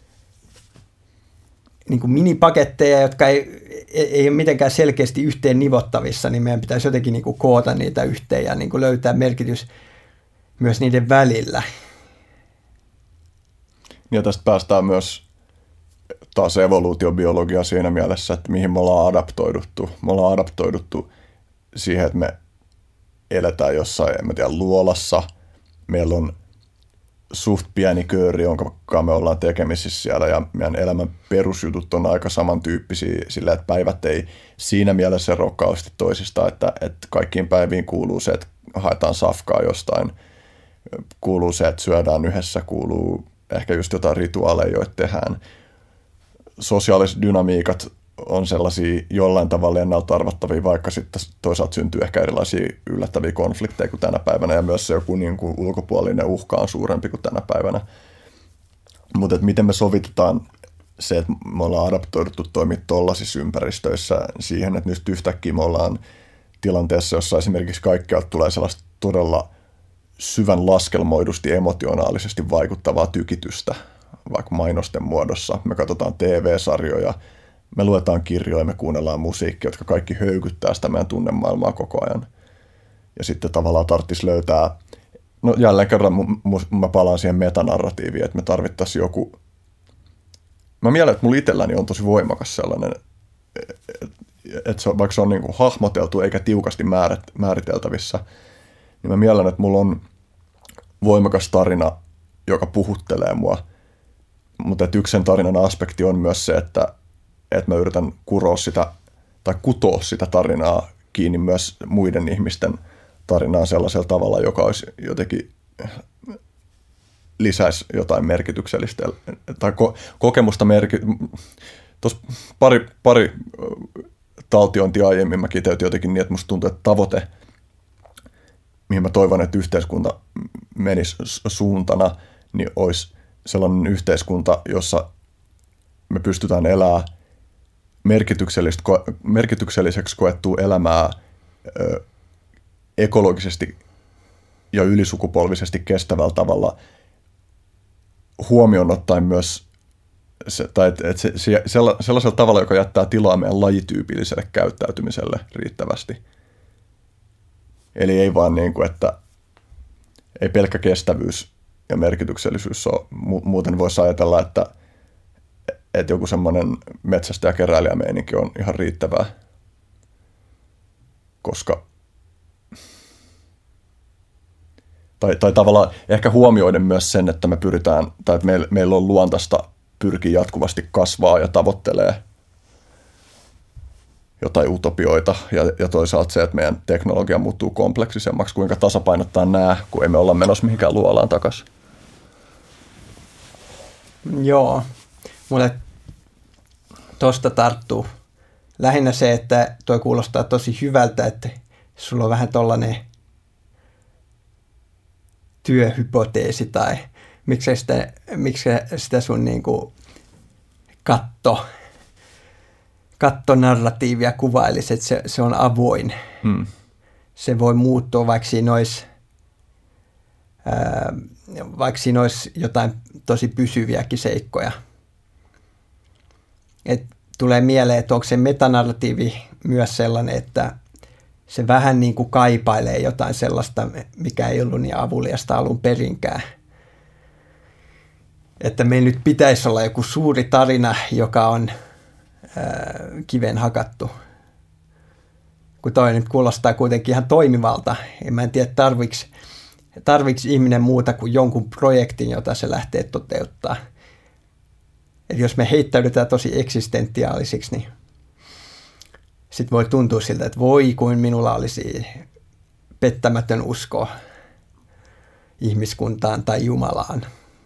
niinku minipaketteja, jotka ei, ei ole mitenkään selkeästi yhteen nivottavissa, niin meidän pitäisi jotenkin niinku koota niitä yhteen ja niinku löytää merkitys myös niiden välillä. Ja tästä päästään myös taas evoluutiobiologia siinä mielessä, että mihin me ollaan adaptoiduttu. Me ollaan adaptoiduttu siihen, että me eletään jossain, en mä tiedä, luolassa. Meillä on suht pieni kööri, jonka me ollaan tekemisissä siellä, ja meidän elämän perusjutut on aika samantyyppisiä sillä, että päivät ei siinä mielessä eroa kauheasti toisista, että, että kaikkiin päiviin kuuluu se, että haetaan safkaa jostain, kuuluu se, että syödään yhdessä, kuuluu ehkä just jotain rituaaleja, joita tehdään. Sosiaaliset dynamiikat on sellaisia jollain tavalla ennalta arvattavia, vaikka sitten toisaalta syntyy ehkä erilaisia yllättäviä konflikteja kuin tänä päivänä, ja myös se joku niin kuin ulkopuolinen uhka on suurempi kuin tänä päivänä. Mutta miten me sovitetaan se, että me ollaan adaptoiduttu toimia tuollaisissa ympäristöissä siihen, että nyt yhtäkkiä me ollaan tilanteessa, jossa esimerkiksi kaikkialta tulee sellaista todella syvän laskelmoidusti emotionaalisesti vaikuttavaa tykitystä, vaikka mainosten muodossa. Me katsotaan T V-sarjoja, me luetaan kirjoja, me kuunnellaan musiikkia, jotka kaikki höykyttää sitä meidän tunnemaailmaa koko ajan. Ja sitten tavallaan tarvitsisi löytää, no jälleen kerran mä palaan siihen metanarratiiviin, että me tarvittaisiin joku, mä mielen, että mulla itselläni on tosi voimakas sellainen, että se, vaikka se on niin kuin hahmoteltu eikä tiukasti määriteltävissä, niin mä mielen, että mulla on voimakas tarina, joka puhuttelee mua. Mutta yksi sen tarinan aspekti on myös se, että, että mä yritän kuroa sitä tai kutoa sitä tarinaa kiinni myös muiden ihmisten tarinaan sellaisella tavalla, joka olisi jotenkin lisäisi jotain merkityksellistä tai ko- kokemusta merki... Tuossa pari, pari taltiointia aiemmin mä kiteytin jotenkin niin, että musta tuntuu, että tavoite, mihin mä toivon, että yhteiskunta menisi suuntana, niin olisi sellainen yhteiskunta, jossa me pystytään elämään merkitykselliseksi koettua elämää ö, ekologisesti ja ylisukupolvisesti kestävällä tavalla huomioon ottaen myös se, tai et, et se, se, sellaisella tavalla, joka jättää tilaa meidän lajityypilliselle käyttäytymiselle riittävästi. Eli ei vaan niin kuin, että ei pelkkä kestävyys ja merkityksellisyys ole. Muuten voisi ajatella, että, että joku semmoinen metsästä- ja keräilijämeininki on ihan riittävää, koska tai, tai tavallaan ehkä huomioiden myös sen, että me pyritään, tai että meillä, meillä on luontaista pyrkiä jatkuvasti kasvaa ja tavoittelee jotain utopioita, ja, ja toisaalta se, että meidän teknologia muuttuu kompleksisemmaksi, kuinka tasapainottaa nämä, kun emme olla menossa mihinkään luolaan takaisin. Joo, mulle tosta tarttuu lähinnä se, että toi kuulostaa tosi hyvältä, että sulla on vähän tollainen työhypoteesi tai miksei sitä, miksei sitä sun niinku katto, kattonarratiivia kuvailisi, että se, se on avoin. Hmm. Se voi muuttua, vaikka siinä olisi, ää, vaikka siinä olisi jotain tosi pysyviäkin seikkoja. Et tulee mieleen, että onko se metanarratiivi myös sellainen, että se vähän niin kuin kaipailee jotain sellaista, mikä ei ollut niin avuliasta alun perinkään. Että meillä nyt pitäisi olla joku suuri tarina, joka on ää, kiven hakattu. kun toi nyt kuulostaa kuitenkin ihan toimivalta. Ja mä en tiedä, tarviks, tarviks ihminen muuta kuin jonkun projektin, jota se lähtee toteuttaa. Et jos me heittäydytään tosi eksistentiaalisiksi, niin sitten voi tuntua siltä, että voi kuin minulla olisi pettämätön usko ihmiskuntaan tai Jumalaan.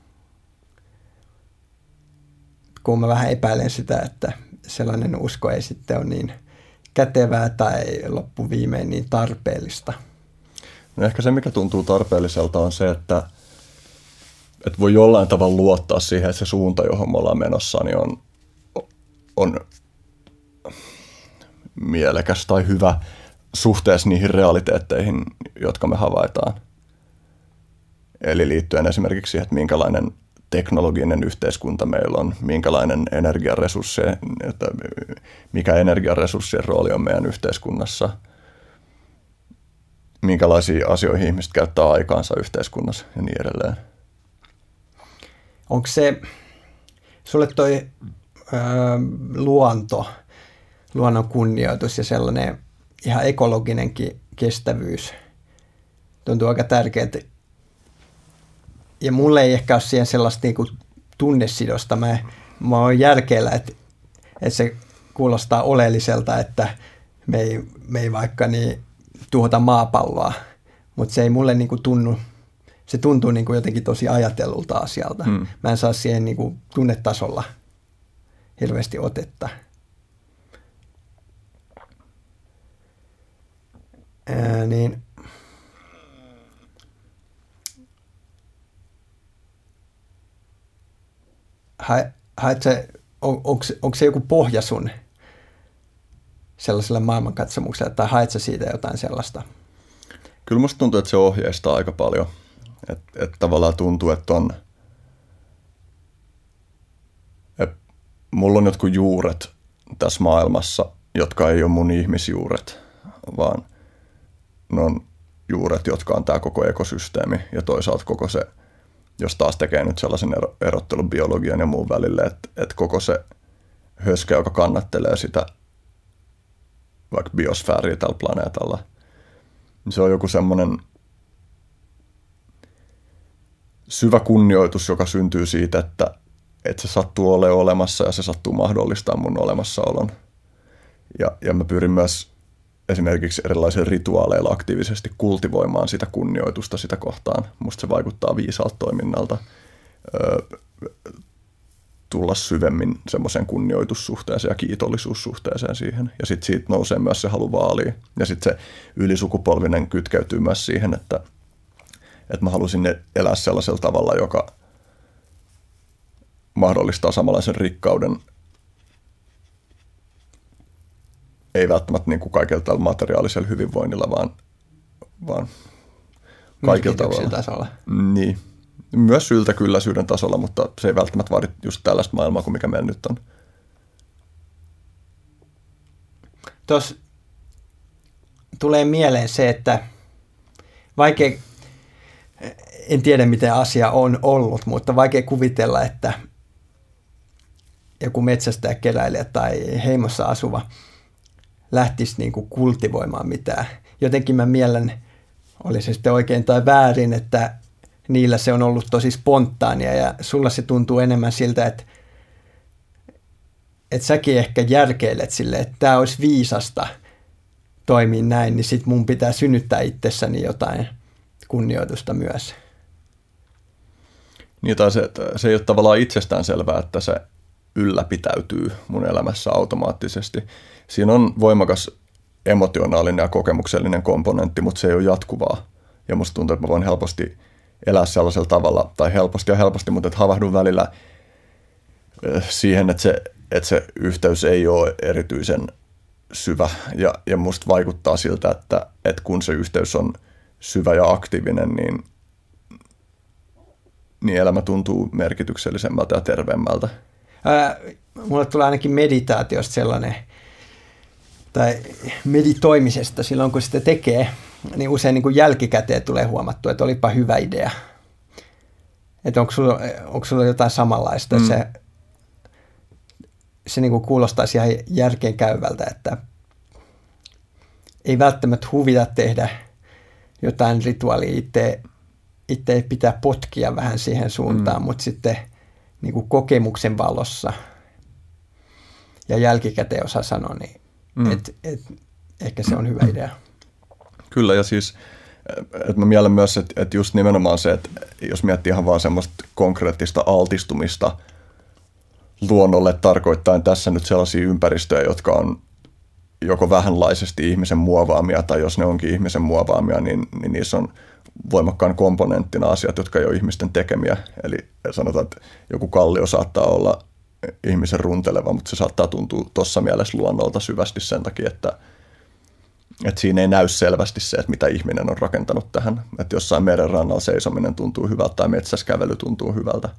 Kun mä vähän epäilen sitä, että sellainen usko ei sitten ole niin kätevää tai loppuviimein niin tarpeellista. No ehkä se, mikä tuntuu tarpeelliselta, on se, että, että voi jollain tavalla luottaa siihen, että se suunta, johon me ollaan menossa, niin on, on mielekäs tai hyvä suhteessa niihin realiteetteihin, jotka me havaitaan. Eli liittyen esimerkiksi siihen, että minkälainen teknologinen yhteiskunta meillä on, minkälainen energiaresurssi, että mikä energiaresurssien rooli on meidän yhteiskunnassa, minkälaisiin asioihin ihmiset käyttää aikaansa yhteiskunnassa ja niin edelleen. Onko se, sulle toi ö, luonto, luonnon kunnioitus ja sellainen ihan ekologinenkin kestävyys tuntuu aika tärkeää. Ja mulle ei ehkä ole siihen sellaista niinku tunnesidosta. Mä, mä oon järkeillä, että, että se kuulostaa oleelliselta, että me ei, me ei vaikka niin tuhota maapalloa, mutta se ei mulle niinku tunnu, se tuntuu niinku jotenkin tosi ajatellulta asialta. Hmm. Mä en saa siihen niinku tunnetasolla hirveästi otetta. Ää, niin haet se, on, onko, onko se joku pohja sun sellaiselle maailmankatsomukselle, tai haet sä siitä jotain sellaista? Kyllä musta tuntuu, että se ohjeistaa aika paljon. Että et tavallaan tuntuu, että on, et mulla on jotkut juuret tässä maailmassa, jotka ei ole mun ihmisjuuret, vaan ne on juuret, jotka on tämä koko ekosysteemi ja toisaalta koko se, jos taas tekee nyt sellaisen erottelun biologian ja muun välille, että, että koko se höskä, joka kannattelee sitä vaikka biosfääriä tällä planeetalla, niin se on joku semmoinen syvä kunnioitus, joka syntyy siitä, että, että se sattuu olemaan olemassa ja se sattuu mahdollistamaan mun olemassaolon. Ja, ja mä pyrin myös esimerkiksi erilaisilla rituaaleilla aktiivisesti kultivoimaan sitä kunnioitusta sitä kohtaan. Musta se vaikuttaa viisaalta toiminnalta öö, tulla syvemmin semmoiseen kunnioitussuhteeseen ja kiitollisuussuhteeseen siihen. Ja sitten siitä nousee myös se halu vaalia. Ja sitten se ylisukupolvinen kytkeytyy myös siihen, että, että mä halusin elää sellaisella tavalla, joka mahdollistaa samanlaisen rikkauden, ei välttämättä niin kuin kaikilla tällä materiaalisella hyvinvoinnilla, vaan, vaan kaikilla tavalla. Tasolla. Niin. Myös yltäkylläisyyden tasolla, mutta se ei välttämättä vaadi just tällaista maailmaa kuin mikä meillä nyt on. Tuossa tulee mieleen se, että vaikea, en tiedä miten asia on ollut, mutta vaikea kuvitella, että joku metsästäjä, keräilijä tai heimossa asuva lähtisi niin kuin kultivoimaan mitään. Jotenkin mä mielen, oli se sitten oikein tai väärin, että niillä se on ollut tosi spontaania ja sulla se tuntuu enemmän siltä, että, että säkin ehkä järkeilet silleen, että tämä olisi viisasta toimia näin, niin sit mun pitää synnyttää itsessäni jotain kunnioitusta myös. Niin, tai se, se ei ole tavallaan itsestään selvää, että se ylläpitäytyy mun elämässä automaattisesti. Siinä on voimakas emotionaalinen ja kokemuksellinen komponentti, mutta se ei ole jatkuvaa. Ja musta tuntuu, että mä voin helposti elää sellaisella tavalla, tai helposti ja helposti, mutta että havahdun välillä siihen, että se, että se yhteys ei ole erityisen syvä. Ja, ja musta vaikuttaa siltä, että, että kun se yhteys on syvä ja aktiivinen, niin, niin elämä tuntuu merkityksellisemmältä ja terveemmältä. Ää, mulle tulee ainakin meditaatiosta sellainen, tai meditoimisesta silloin, kun sitä tekee, niin usein niin kuin jälkikäteen tulee huomattua, että olipa hyvä idea. Että onko sulla, onko sulla jotain samanlaista, mm. että se, se niin kuin kuulostaisi ihan järkeen käyvältä, että ei välttämättä huvita tehdä jotain rituaalia itse, itse pitää potkia vähän siihen suuntaan, mm. mutta sitten niin kuin kokemuksen valossa ja jälkikäteen osaa sanoa, niin mm. et, et, ehkä se on hyvä idea. Kyllä, ja siis että mä mielen myös, että, että just nimenomaan se, että jos miettii ihan vaan semmoista konkreettista altistumista luonnolle tarkoittain tässä nyt sellaisia ympäristöjä, jotka on joko vähänlaisesti ihmisen muovaamia, tai jos ne onkin ihmisen muovaamia, niin, niin niissä on voimakkaan komponenttina asiat, jotka ei ole ihmisten tekemiä. Eli sanotaan, että joku kallio saattaa olla ihmisen runteleva, mutta se saattaa tuntua tuossa mielessä luonnolta syvästi sen takia, että, että siinä ei näy selvästi se, että mitä ihminen on rakentanut tähän. Että jossain meren rannalla seisominen tuntuu hyvältä tai metsässä kävely tuntuu hyvältä.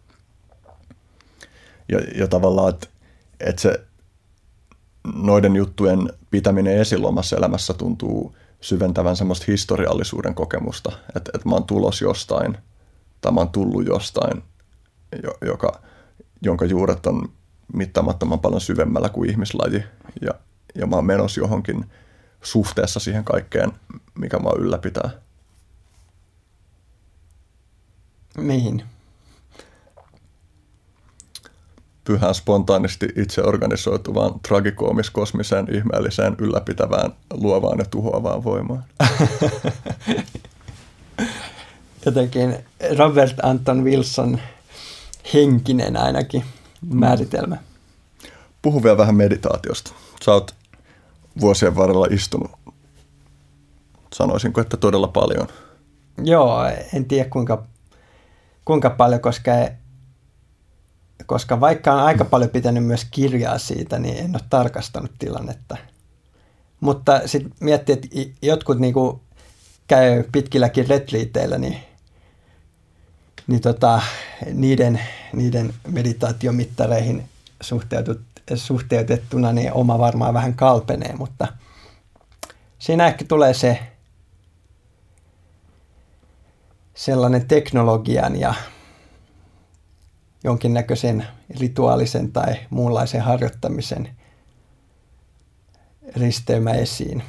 Ja, ja tavallaan, että, että se noiden juttujen pitäminen esilomassa elämässä tuntuu syventävän semmoista historiallisuuden kokemusta, että, että mä oon tulos jostain tai mä oon tullut jostain, joka, jonka juuret on mittaamattoman paljon syvemmällä kuin ihmislaji ja, ja mä oon menossa johonkin suhteessa siihen kaikkeen, mikä mä ylläpitää. Mihin? Pyhään spontaanisti itse organisoituvaan, tragikoomis-kosmiseen, ihmeelliseen, ylläpitävään, luovaan ja tuhoavaan voimaan. Jotenkin Robert Anton Wilson henkinen ainakin määritelmä. Puhu vielä vähän meditaatiosta. Sä oot vuosien varrella istunut, sanoisinko, että todella paljon. Joo, en tiedä kuinka, kuinka paljon, koska... Koska vaikka on aika paljon pitänyt myös kirjaa siitä, niin en ole tarkastanut tilannetta. Mutta sitten miettii, että jotkut niinku käy pitkilläkin retriiteillä, niin, niin tota, niiden, niiden meditaatiomittareihin suhteutettuna niin oma varmaan vähän kalpenee, mutta siinä ehkä tulee se sellainen teknologian ja jonkinnäköisen rituaalisen tai muunlaisen harjoittamisen risteymä esiin.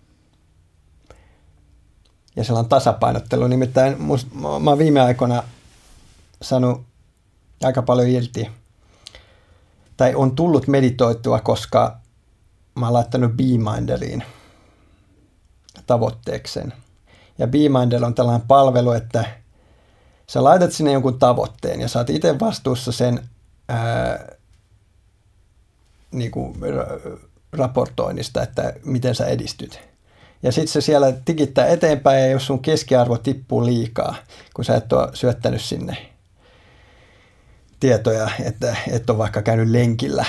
Ja sellainen tasapainottelu. Nimittäin must, mä oon viime aikoina saanut aika paljon irti, tai on tullut meditoitua, koska mä oon laittanut BeMinderiin tavoitteekseen. Ja BeMinder on tällainen palvelu, että sä laitat sinne jonkun tavoitteen ja sä oot itse vastuussa sen ää, niinku, ra- raportoinnista, että miten sä edistyt. Ja sitten se siellä tikittää eteenpäin, ja jos sun keskiarvo tippuu liikaa, kun sä et ole syöttänyt sinne tietoja, että et ole vaikka käynyt lenkillä,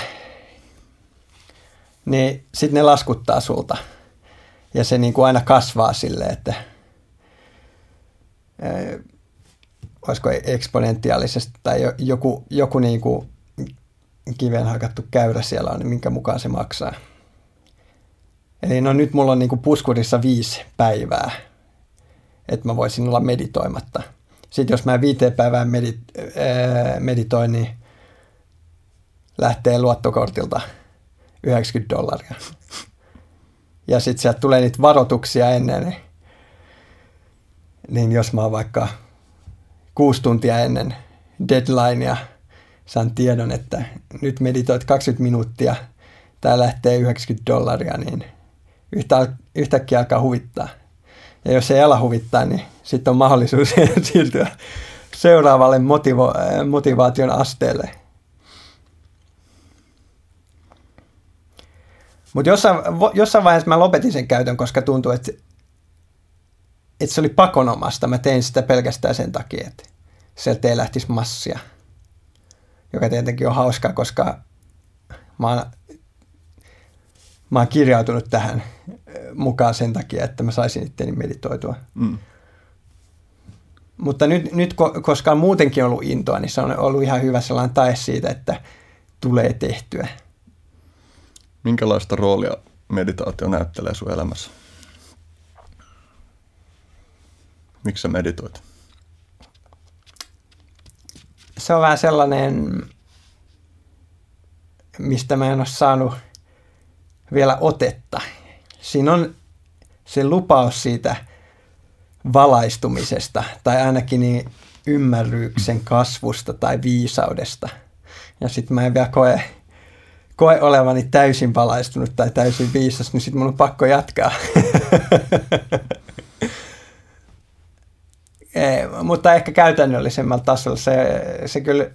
niin sitten ne laskuttaa sulta. Ja se niinku aina kasvaa silleen, että ää, olisiko eksponentiaalisesti tai joku, joku niin kuin kiven hakattu käyrä siellä on, niin minkä mukaan se maksaa. Eli no nyt mulla on niin kuin puskurissa viisi päivää, että mä voisin olla meditoimatta. Sitten jos mä viiteen päivään medit- ää, meditoin, niin lähtee luottokortilta yhdeksänkymmentä dollaria. Ja sitten sieltä tulee niitä varoituksia ennen, niin, niin jos mä oon vaikka kuusi tuntia ennen deadlinea saan tiedon, että nyt meditoit kaksikymmentä minuuttia, tää lähtee yhdeksänkymmentä dollaria, niin yhtä, yhtäkkiä alkaa huvittaa. Ja jos ei ala huvittaa, niin sitten on mahdollisuus siirtyä seuraavalle motivo- motivaation asteelle. Mutta jossain, jossain vaiheessa mä lopetin sen käytön, koska tuntui, että, että se oli pakonomasta. Mä tein sitä pelkästään sen takia, että sieltä ei lähtisi massia. Joka tietenkin on hauskaa, koska mä oon, mä oon kirjautunut tähän mukaan sen takia, että mä saisin itteni meditoitua. Mm. Mutta nyt, nyt, koska on muutenkin ollut intoa, niin se on ollut ihan hyvä sellainen tae siitä, että tulee tehtyä. Minkälaista roolia meditaatio näyttelee sun elämässä? Miksi sä meditoit? Se on vähän sellainen, mistä mä en ole saanut vielä otetta. Siinä on se lupaus siitä valaistumisesta tai ainakin niin ymmärryksen kasvusta tai viisaudesta. Ja sitten mä en vielä koe, koe olevani täysin valaistunut tai täysin viisas, niin sitten mun on pakko jatkaa. Ei, mutta ehkä käytännöllisemmällä tasolla se, se kyllä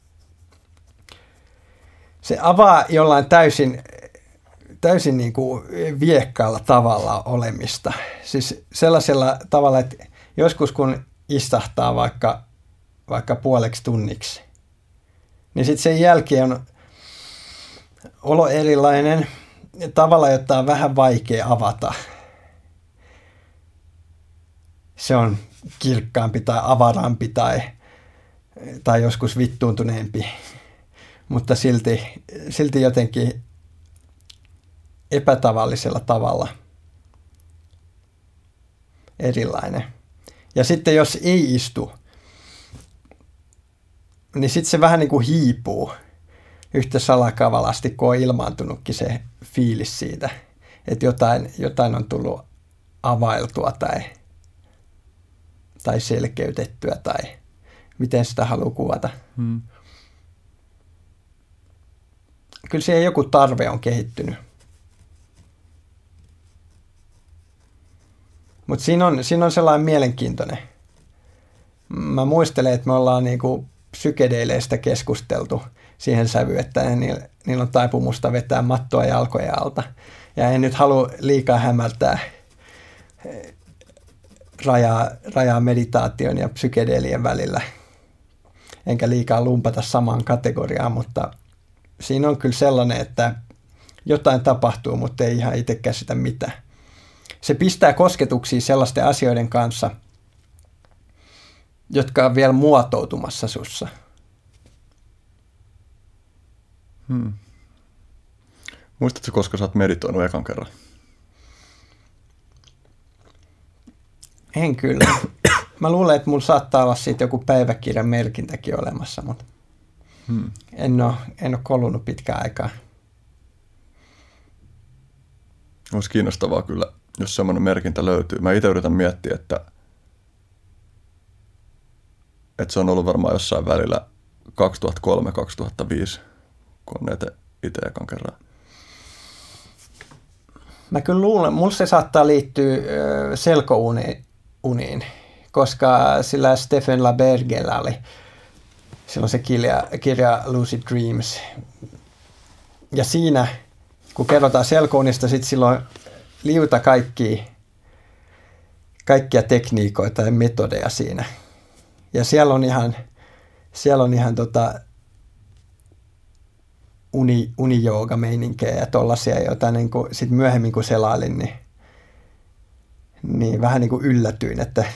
se avaa jollain täysin, täysin niin kuin viekkaalla tavalla olemista. Siis sellaisella tavalla, että joskus kun istahtaa vaikka, vaikka puoleksi tunniksi, niin sitten sen jälkeen on olo erilainen tavalla, jota on vähän vaikea avata. Se on kirkkaampi tai avarampi tai, tai joskus vittuuntuneempi, mutta silti, silti jotenkin epätavallisella tavalla erilainen. Ja sitten jos ei istu, niin sitten se vähän niin kuin hiipuu yhtä salakavalasti, kun on ilmaantunutkin se fiilis siitä, että jotain, jotain on tullut availtua tai, tai selkeytettyä tai miten sitä haluaa kuvata. Hmm. Kyllä siihen joku tarve on kehittynyt. Mutta siinä on, siinä on sellainen mielenkiintoinen. Mä muistelen, että me ollaan niinku psykedeileistä keskusteltu siihen sävyyn, että niillä, niillä on taipumusta vetää mattoa jalkojen alta. Ja en nyt halua liikaa hämärtää rajaa, rajaa meditaation ja psykedeelien välillä. Enkä liikaa lumpata samaan kategoriaan, mutta siinä on kyllä sellainen, että jotain tapahtuu, mutta ei ihan itse käsitä mitään. Se pistää kosketuksia sellaisten asioiden kanssa, jotka on vielä muotoutumassa sussa. Hmm. Muistatko, koska sä oot meditoinut ekan kerran? En kyllä. Mä luulen, että mulla saattaa olla siitä joku päiväkirjan merkintäkin olemassa, mutta hmm. en ole, en ole kolunut pitkään aikaa. Olisi kiinnostavaa kyllä, jos semmoinen merkintä löytyy. Mä itse yritän miettiä, että, että se on ollut varmaan jossain välillä kaksituhattakolme kaksituhattaviisi, kun on näitä itse ekan kerran. Mä kyllä luulen, mulla se saattaa liittyä selkouniin, koska sillä Stephen LaBergellä oli silloin se kirja, kirja Lucid Dreams. Ja siinä, kun kerrotaan selkounista, sitten silloin liuta kaikkia, kaikkia tekniikoita ja metodeja siinä. Ja siellä on ihan, siellä on ihan tota uni, unijooga-meininkejä ja tollaisia, joita niin kuin, sit myöhemmin kun selailin, niin, niin vähän niin kuin yllätyin, että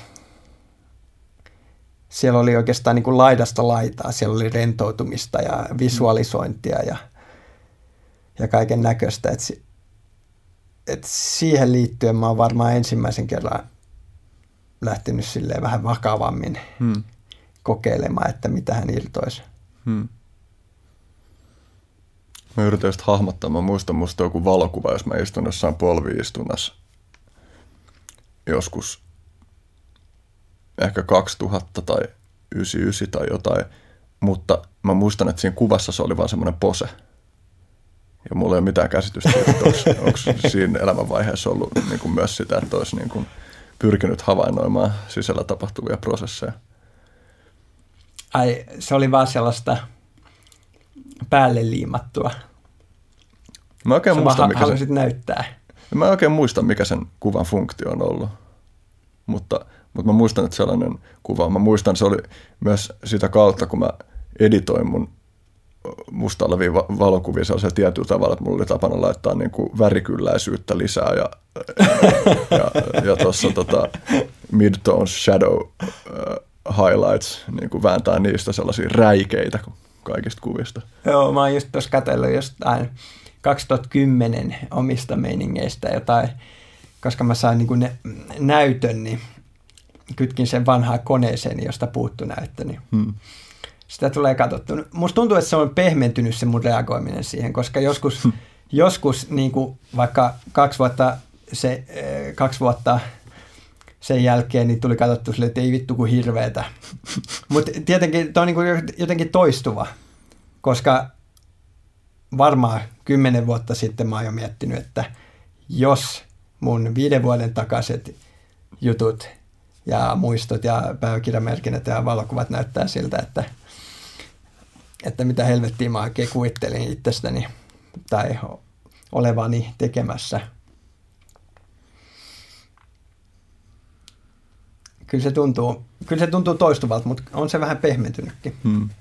siellä oli oikeastaan niin kuin laidasta laitaa. Siellä oli rentoutumista ja visualisointia ja, ja kaiken näköistä. Et, et siihen liittyen mä oon varmaan ensimmäisen kerran lähtenyt silleen vähän vakavammin hmm. kokeilemaan, että mitä hän irtoisi. Hmm. Mä yritän just hahmottaa. Mä muistan musta joku valokuva, jos mä istun jossain polvi-istunnassa joskus ehkä kaksituhatta tai yhdeksänkymmentäyhdeksän tai jotain, mutta mä muistan, että siinä kuvassa se oli vaan semmoinen pose. Ja mulla ei ole mitään käsitystä, että onko, onko siinä elämänvaiheessa ollut niin kuin myös sitä, että olisi niin kuin pyrkinyt havainnoimaan sisällä tapahtuvia prosesseja. Ai, se oli vaan sellaista päälle liimattua. Mä oikein sä muistan, mikä haluaisit sen, näyttää. Mä oikein muistan, mikä sen kuvan funktio on ollut, mutta, mutta mä muistan, että sellainen kuva. Mä muistan, se oli myös sitä kautta, kun mä editoin mun musta olevia valokuvia sellaisella tietyllä tavalla, että mulla oli tapana laittaa niin kuin värikylläisyyttä lisää ja, ja, ja tuossa tota, midtones shadow uh, highlights, niin kuin vääntää niistä sellaisia räikeitä kaikista kuvista. Joo, mä oon just tuossa katsellut jostain kaksituhattakymmenen omista meiningeistä jotain, koska mä sain niin kuin ne, näytön, niin kytkin sen vanhaan koneeseen, josta puuttu näyttö, niin hmm. sitä tulee katsottu. Musta tuntuu, että se on pehmentynyt se mun reagoiminen siihen, koska joskus, hmm. joskus niin kuin vaikka kaksi vuotta se kaksi vuotta sen jälkeen niin tuli katsottu sille, että ei vittu kuin hirveetä. Mutta tietenkin tuo on niin jotenkin toistuva, koska varmaan kymmenen vuotta sitten mä oon jo miettinyt, että jos mun viiden vuoden takaiset jutut ja muistot ja päiväkirjamerkinnät ja valokuvat näyttää siltä, että, että mitä helvettiä mä oikein kuvittelin itsestäni tai olevani tekemässä. Kyllä se tuntuu, kyllä se tuntuu toistuvalta, mutta on se vähän pehmentynytkin. Hmm.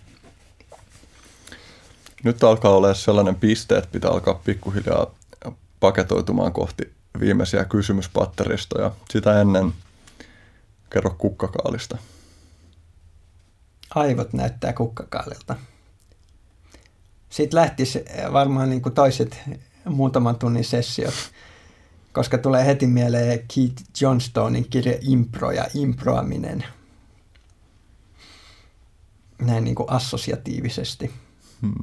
Nyt alkaa olla sellainen piste, että pitää alkaa pikkuhiljaa paketoitumaan kohti viimeisiä kysymyspatteristoja. Sitä ennen kerro kukkakaalista. Aivot näyttää kukkakaalilta. Siitä lähtisi varmaan niin kuin toiset muutaman tunnin sessiot, koska tulee heti mieleen Keith Johnstonein kirja Impro ja improaminen. Näin niin kuin assosiatiivisesti. Hmm.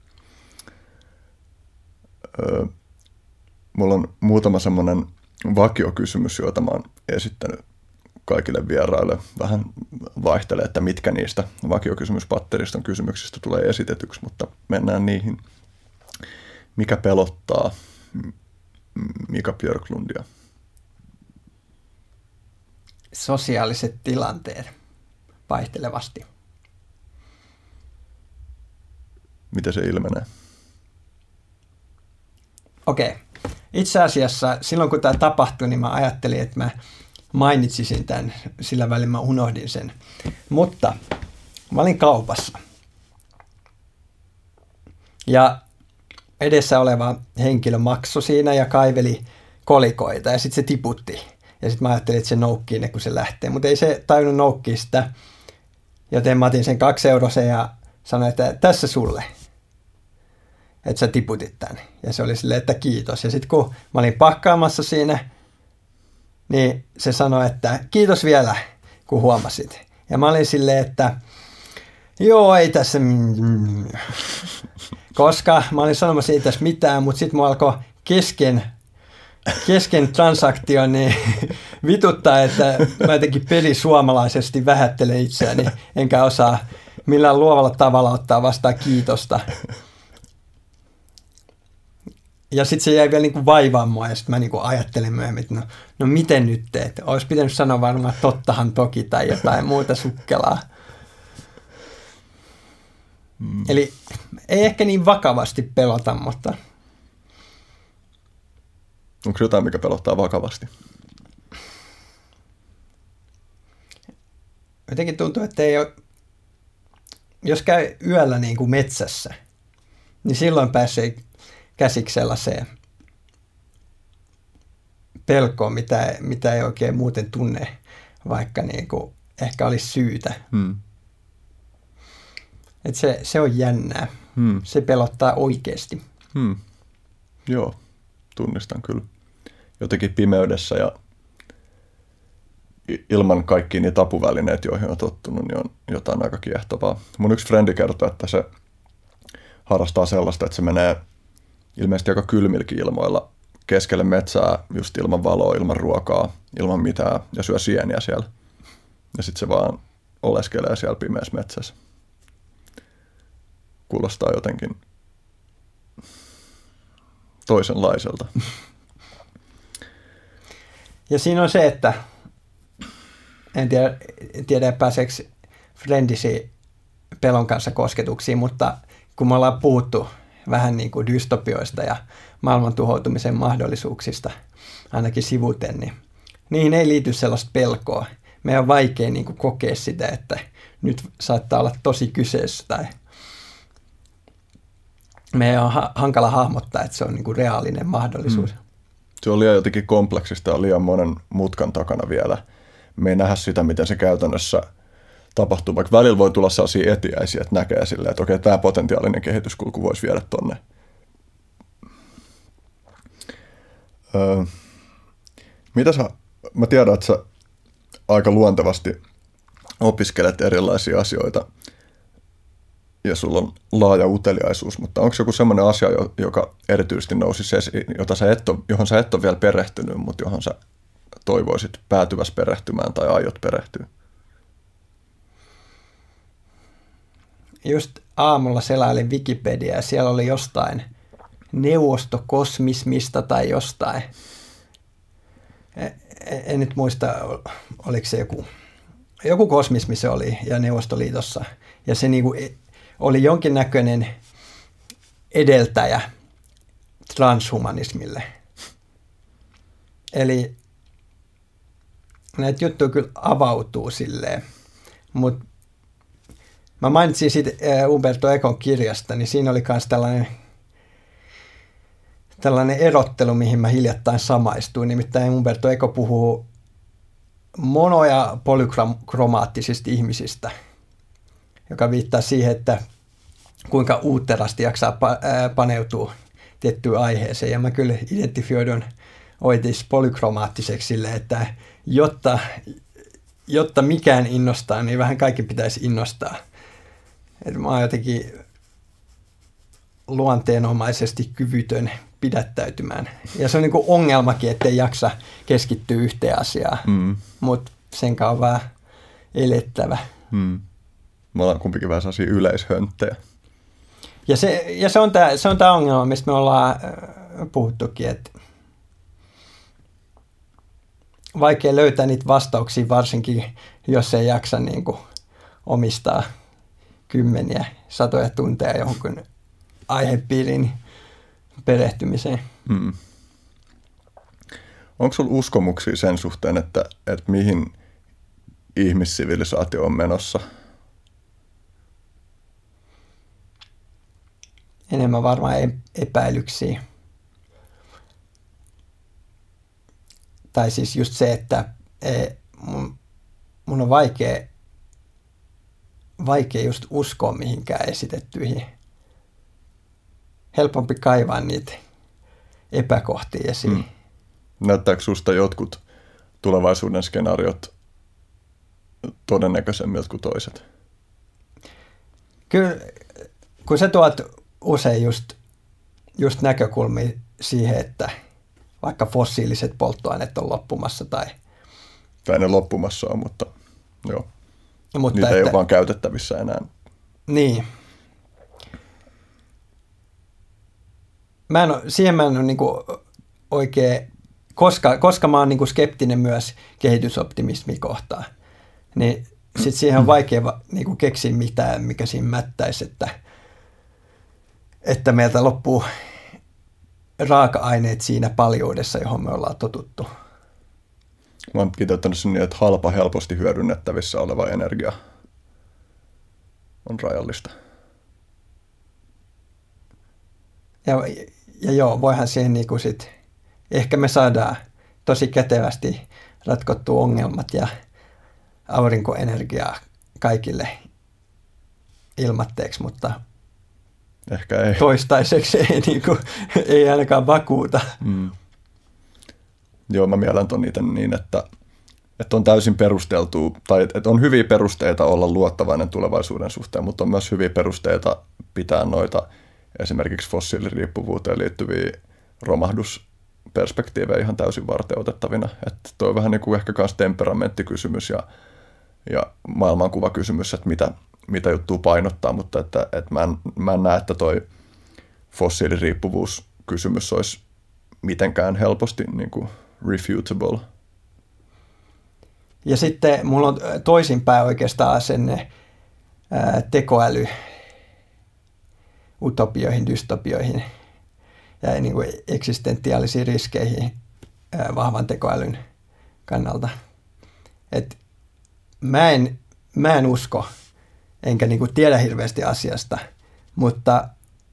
Öö, mulla on muutama semmoinen vakiokysymys, joita mä oon esittänyt kaikille vieraille. Vähän vaihtelee, että mitkä niistä vakiokysymyspatteriston kysymyksistä tulee esitetyksi, mutta mennään niihin. Mikä pelottaa Mika Björklundia? Sosiaaliset tilanteet vaihtelevasti. Miten se ilmenee? Okei. Itse asiassa silloin kun tämä tapahtui, niin mä ajattelin, että mä mainitsisin tämän, sillä välin mä unohdin sen. Mutta mä olin kaupassa. Ja edessä oleva henkilö maksoi siinä ja kaiveli kolikoita ja sitten se tiputti. Ja sitten mä ajattelin, että se noukkii ne, kun se lähtee. Mutta ei se tajunnut noukkia sitä, joten mä otin sen kaksi eurosen ja sanoin, että tässä sulle, että sä tiputit tämän. Ja se oli silleen, että kiitos. Ja sitten kun mä olin pakkaamassa siinä, niin se sanoi, että kiitos vielä, kun huomasit. Ja mä olin silleen, että joo, ei tässä, koska mä olin sanomassa ei tässä mitään, mutta sitten mä alkoi kesken, kesken transaktion niin vituttaa, että mä jotenkin pelisuomalaisesti vähättelen itseäni, enkä osaa millään luovalla tavalla ottaa vastaan kiitosta. Ja sitten se jäi vielä niin kuin vaivaan mua, ja sitten mä niin kuin ajattelin myöhemmin, että no, no miten nyt teet? Olisi pitänyt sanoa varmaan tottahan toki tai jotain muuta sukkelaa. Hmm. Eli ei ehkä niin vakavasti pelota, mutta... Onko jotain, mikä pelottaa vakavasti? Jotenkin tuntuu, että ei ole... Jos käy yöllä niin kuin metsässä, niin silloin pääsee käsiksi sellaiseen pelkoon, mitä, mitä ei oikein muuten tunne, vaikka niin kuin ehkä olisi syytä. Hmm. Et se, se on jännää. Hmm. Se pelottaa oikeasti. Hmm. Joo, tunnistan kyllä. Jotenkin pimeydessä ja ilman kaikkia niitä apuvälineitä, joihin on tottunut, niin on jotain aika kiehtovaa. Mun yksi frendi kertoi, että se harrastaa sellaista, että se menee ilmeisesti aika kylmilläkin ilmoilla keskelle metsää, just ilman valoa, ilman ruokaa, ilman mitään, ja syö sieniä siellä. Ja sitten se vaan oleskelee siellä pimeässä metsässä. Kuulostaa jotenkin toisenlaiselta. Ja siinä on se, että en tiedä, tiedä pääseekö friendisi pelon kanssa kosketuksiin, mutta kun me ollaan puhuttu vähän niin kuin dystopioista ja maailman tuhoutumisen mahdollisuuksista, ainakin sivuten, niin niihin ei liity sellaista pelkoa. Meidän on vaikea niin kuin kokea sitä, että nyt saattaa olla tosi kyseessä tai meidän on ha- hankala hahmottaa, että se on niin kuin reaalinen mahdollisuus. Hmm. Se on liian jotenkin kompleksista ja liian monen mutkan takana vielä. Me ei nähdä sitä, miten se käytännössä tapahtuu. Vaikka välillä voi tulla sellaisia etiäisiä, että näkee silleen, että okei, tämä potentiaalinen kehityskulku voisi viedä tonne. Öö, mitä sä, mä tiedän, että sä aika luontevasti opiskelet erilaisia asioita ja sulla on laaja uteliaisuus, mutta onko joku semmoinen asia, joka erityisesti nousi esiin, jota sä et ole, johon sä et ole vielä perehtynyt, mutta johon sä toivoisit päätyväs perehtymään tai aiot perehtyä? Just aamulla selailin Wikipedia ja siellä oli jostain neuvostokosmismista tai jostain. En nyt muista, oliko se joku, joku kosmismi se oli ja Neuvostoliitossa. Ja se niinku oli jonkinnäköinen edeltäjä transhumanismille. Eli näitä juttuja kyllä avautuu silleen, mutta mä mainitsin siitä Umberto Econ kirjasta, niin siinä oli myös tällainen, tällainen erottelu, mihin mä hiljattain samaistuin. Nimittäin Umberto Eco puhuu mono- ja polykromaattisista ihmisistä, joka viittaa siihen, että kuinka uutterasti jaksaa paneutua tiettyyn aiheeseen. Ja mä kyllä identifioidun oitis polykromaattiseksi sille, että jotta, jotta mikään innostaa, niin vähän kaikki pitäisi innostaa. Että mä oon jotenkin luonteenomaisesti kyvytön pidättäytymään. Ja se on niin kuin ongelmakin, ettei jaksa keskittyä yhteen asiaan, mm. mutta sen kanssa on vähän elettävä. Mm. Me ollaan kumpikin vähän sellaisia yleishönttejä. Ja se, ja se on tämä se on tämä ongelma, mistä me ollaan puhuttukin, että vaikea löytää niitä vastauksia, varsinkin jos ei jaksa niin kuin omistaa kymmeniä, satoja tunteja johonkin aihepiirin perehtymiseen. Hmm. Onko sinulla uskomuksia sen suhteen, että, että mihin ihmissivilisaatio on menossa? Enemmän varmaan epäilyksiä. Tai siis just se, että mun, mun on vaikea, vaikea just uskoa mihinkään esitettyihin. Helpompi kaivaa niitä epäkohtia esiin. Hmm. Näyttääkö susta jotkut tulevaisuuden skenaariot todennäköisemmiltä kuin toiset? Kyllä, kun sä tuot usein just, just näkökulmia siihen, että vaikka fossiiliset polttoaineet on loppumassa tai... Tai ne loppumassa on, mutta joo. Mutta niitä että, ei ole vaan käytettävissä enää. Niin. Mä en ole, siihen mä en ole niinku oikein, koska, koska mä oon niinku skeptinen myös kehitysoptimismi kohtaan, niin sit siihen on vaikea niinku keksiä mitään, mikä siinä mättäisi, että, että meiltä loppuu raaka-aineet siinä paljoudessa, johon me ollaan totuttu. Mä oon kiteyttänyt sen niin, että halpa, helposti hyödynnettävissä oleva energia on rajallista. Ja, ja joo, voihan siihen niinku sit, ehkä me saadaan tosi kätevästi ratkottua ongelmat ja aurinkoenergiaa kaikille ilmatteeksi, mutta ehkä ei. Toistaiseksi ei, niinku, ei ainakaan vakuuta. Mm. Joo, mä mielen ton niitä niin, että, että on täysin perusteltu, tai että on hyviä perusteita olla luottavainen tulevaisuuden suhteen, mutta on myös hyviä perusteita pitää noita esimerkiksi fossiiliriippuvuuteen liittyviä romahdusperspektiivejä ihan täysin varteenotettavina. Että toi on vähän niin kuin ehkä myös temperamenttikysymys ja, ja maailmankuvakysymys, että mitä, mitä juttua painottaa, mutta että, että mä, en, mä en näe, että toi fossiiliriippuvuuskysymys olisi mitenkään helposti niin kuin refutable. Ja sitten mulla on toisinpäin oikeastaan sen tekoäly utopioihin, dystopioihin ja niin kuin eksistentiaalisiin riskeihin vahvan tekoälyn kannalta. Et mä, en, mä en usko, enkä niin kuin tiedä hirveästi asiasta, mutta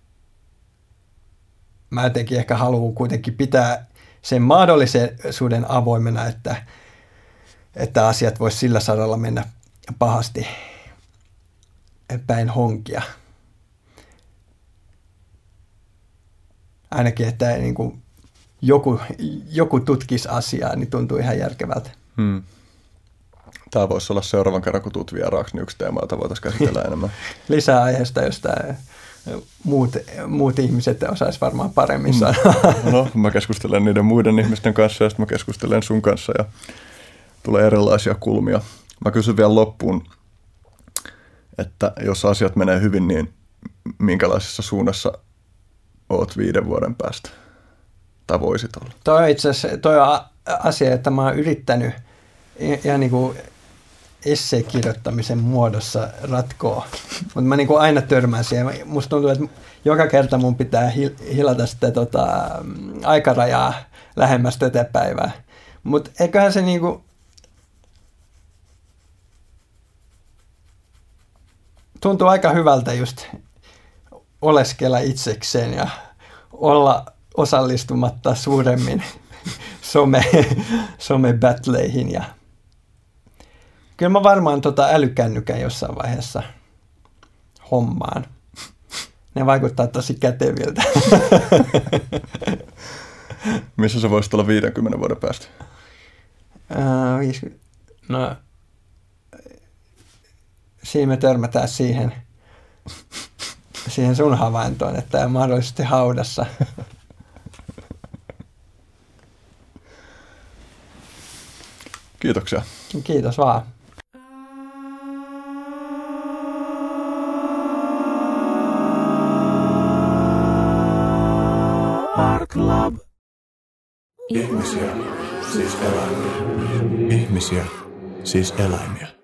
mä jotenkin ehkä haluan kuitenkin pitää sen mahdollisuuden avoimena, että, että asiat vois sillä saralla mennä pahasti päin honkia. Ainakin, että niin kuin joku, joku tutkisi asiaa, niin tuntuu ihan järkevältä. Hmm. Tämä voisi olla seuraavan kerran, kun tuut vieraaksi, niin yksi teema, jota voitaisiin käsitellä enemmän. Lisää aiheesta, josta muut, muut ihmiset osaisi varmaan paremmin sanoa. No, mä keskustelen niiden muiden ihmisten kanssa ja sitten mä keskustelen sun kanssa ja tulee erilaisia kulmia. Mä kysyn vielä loppuun, että jos asiat menee hyvin, niin minkälaisessa suunnassa oot viiden vuoden päästä? Tai voisit olla? Toi on itse asiassa toi on asia, että mä oon yrittänyt ihan niin kuin esseekirjoittamisen muodossa ratkoa, mutta mä niin kuin aina törmään siihen. Musta tuntuu, että joka kerta mun pitää hilata sitä tota, aikarajaa lähemmäs tätä päivää. Mutta eiköhän se niin kuin tuntuu aika hyvältä just oleskella itsekseen ja olla osallistumatta suuremmin some, some-battleihin. Ja kyllä mä varmaan tota älykännykän jossain vaiheessa hommaan. Ne vaikuttaa tosi käteviltä. Missä sä voisit olla viidenkymmenen vuoden päästä? Uh, viisi, no, siinä me törmätään siihen, siihen sun havaintoon, että on mahdollisesti haudassa. Kiitoksia. Kiitos vaan. Art Club. Ihmisiä, siis eläimiä. Ihmisiä, siis eläimiä.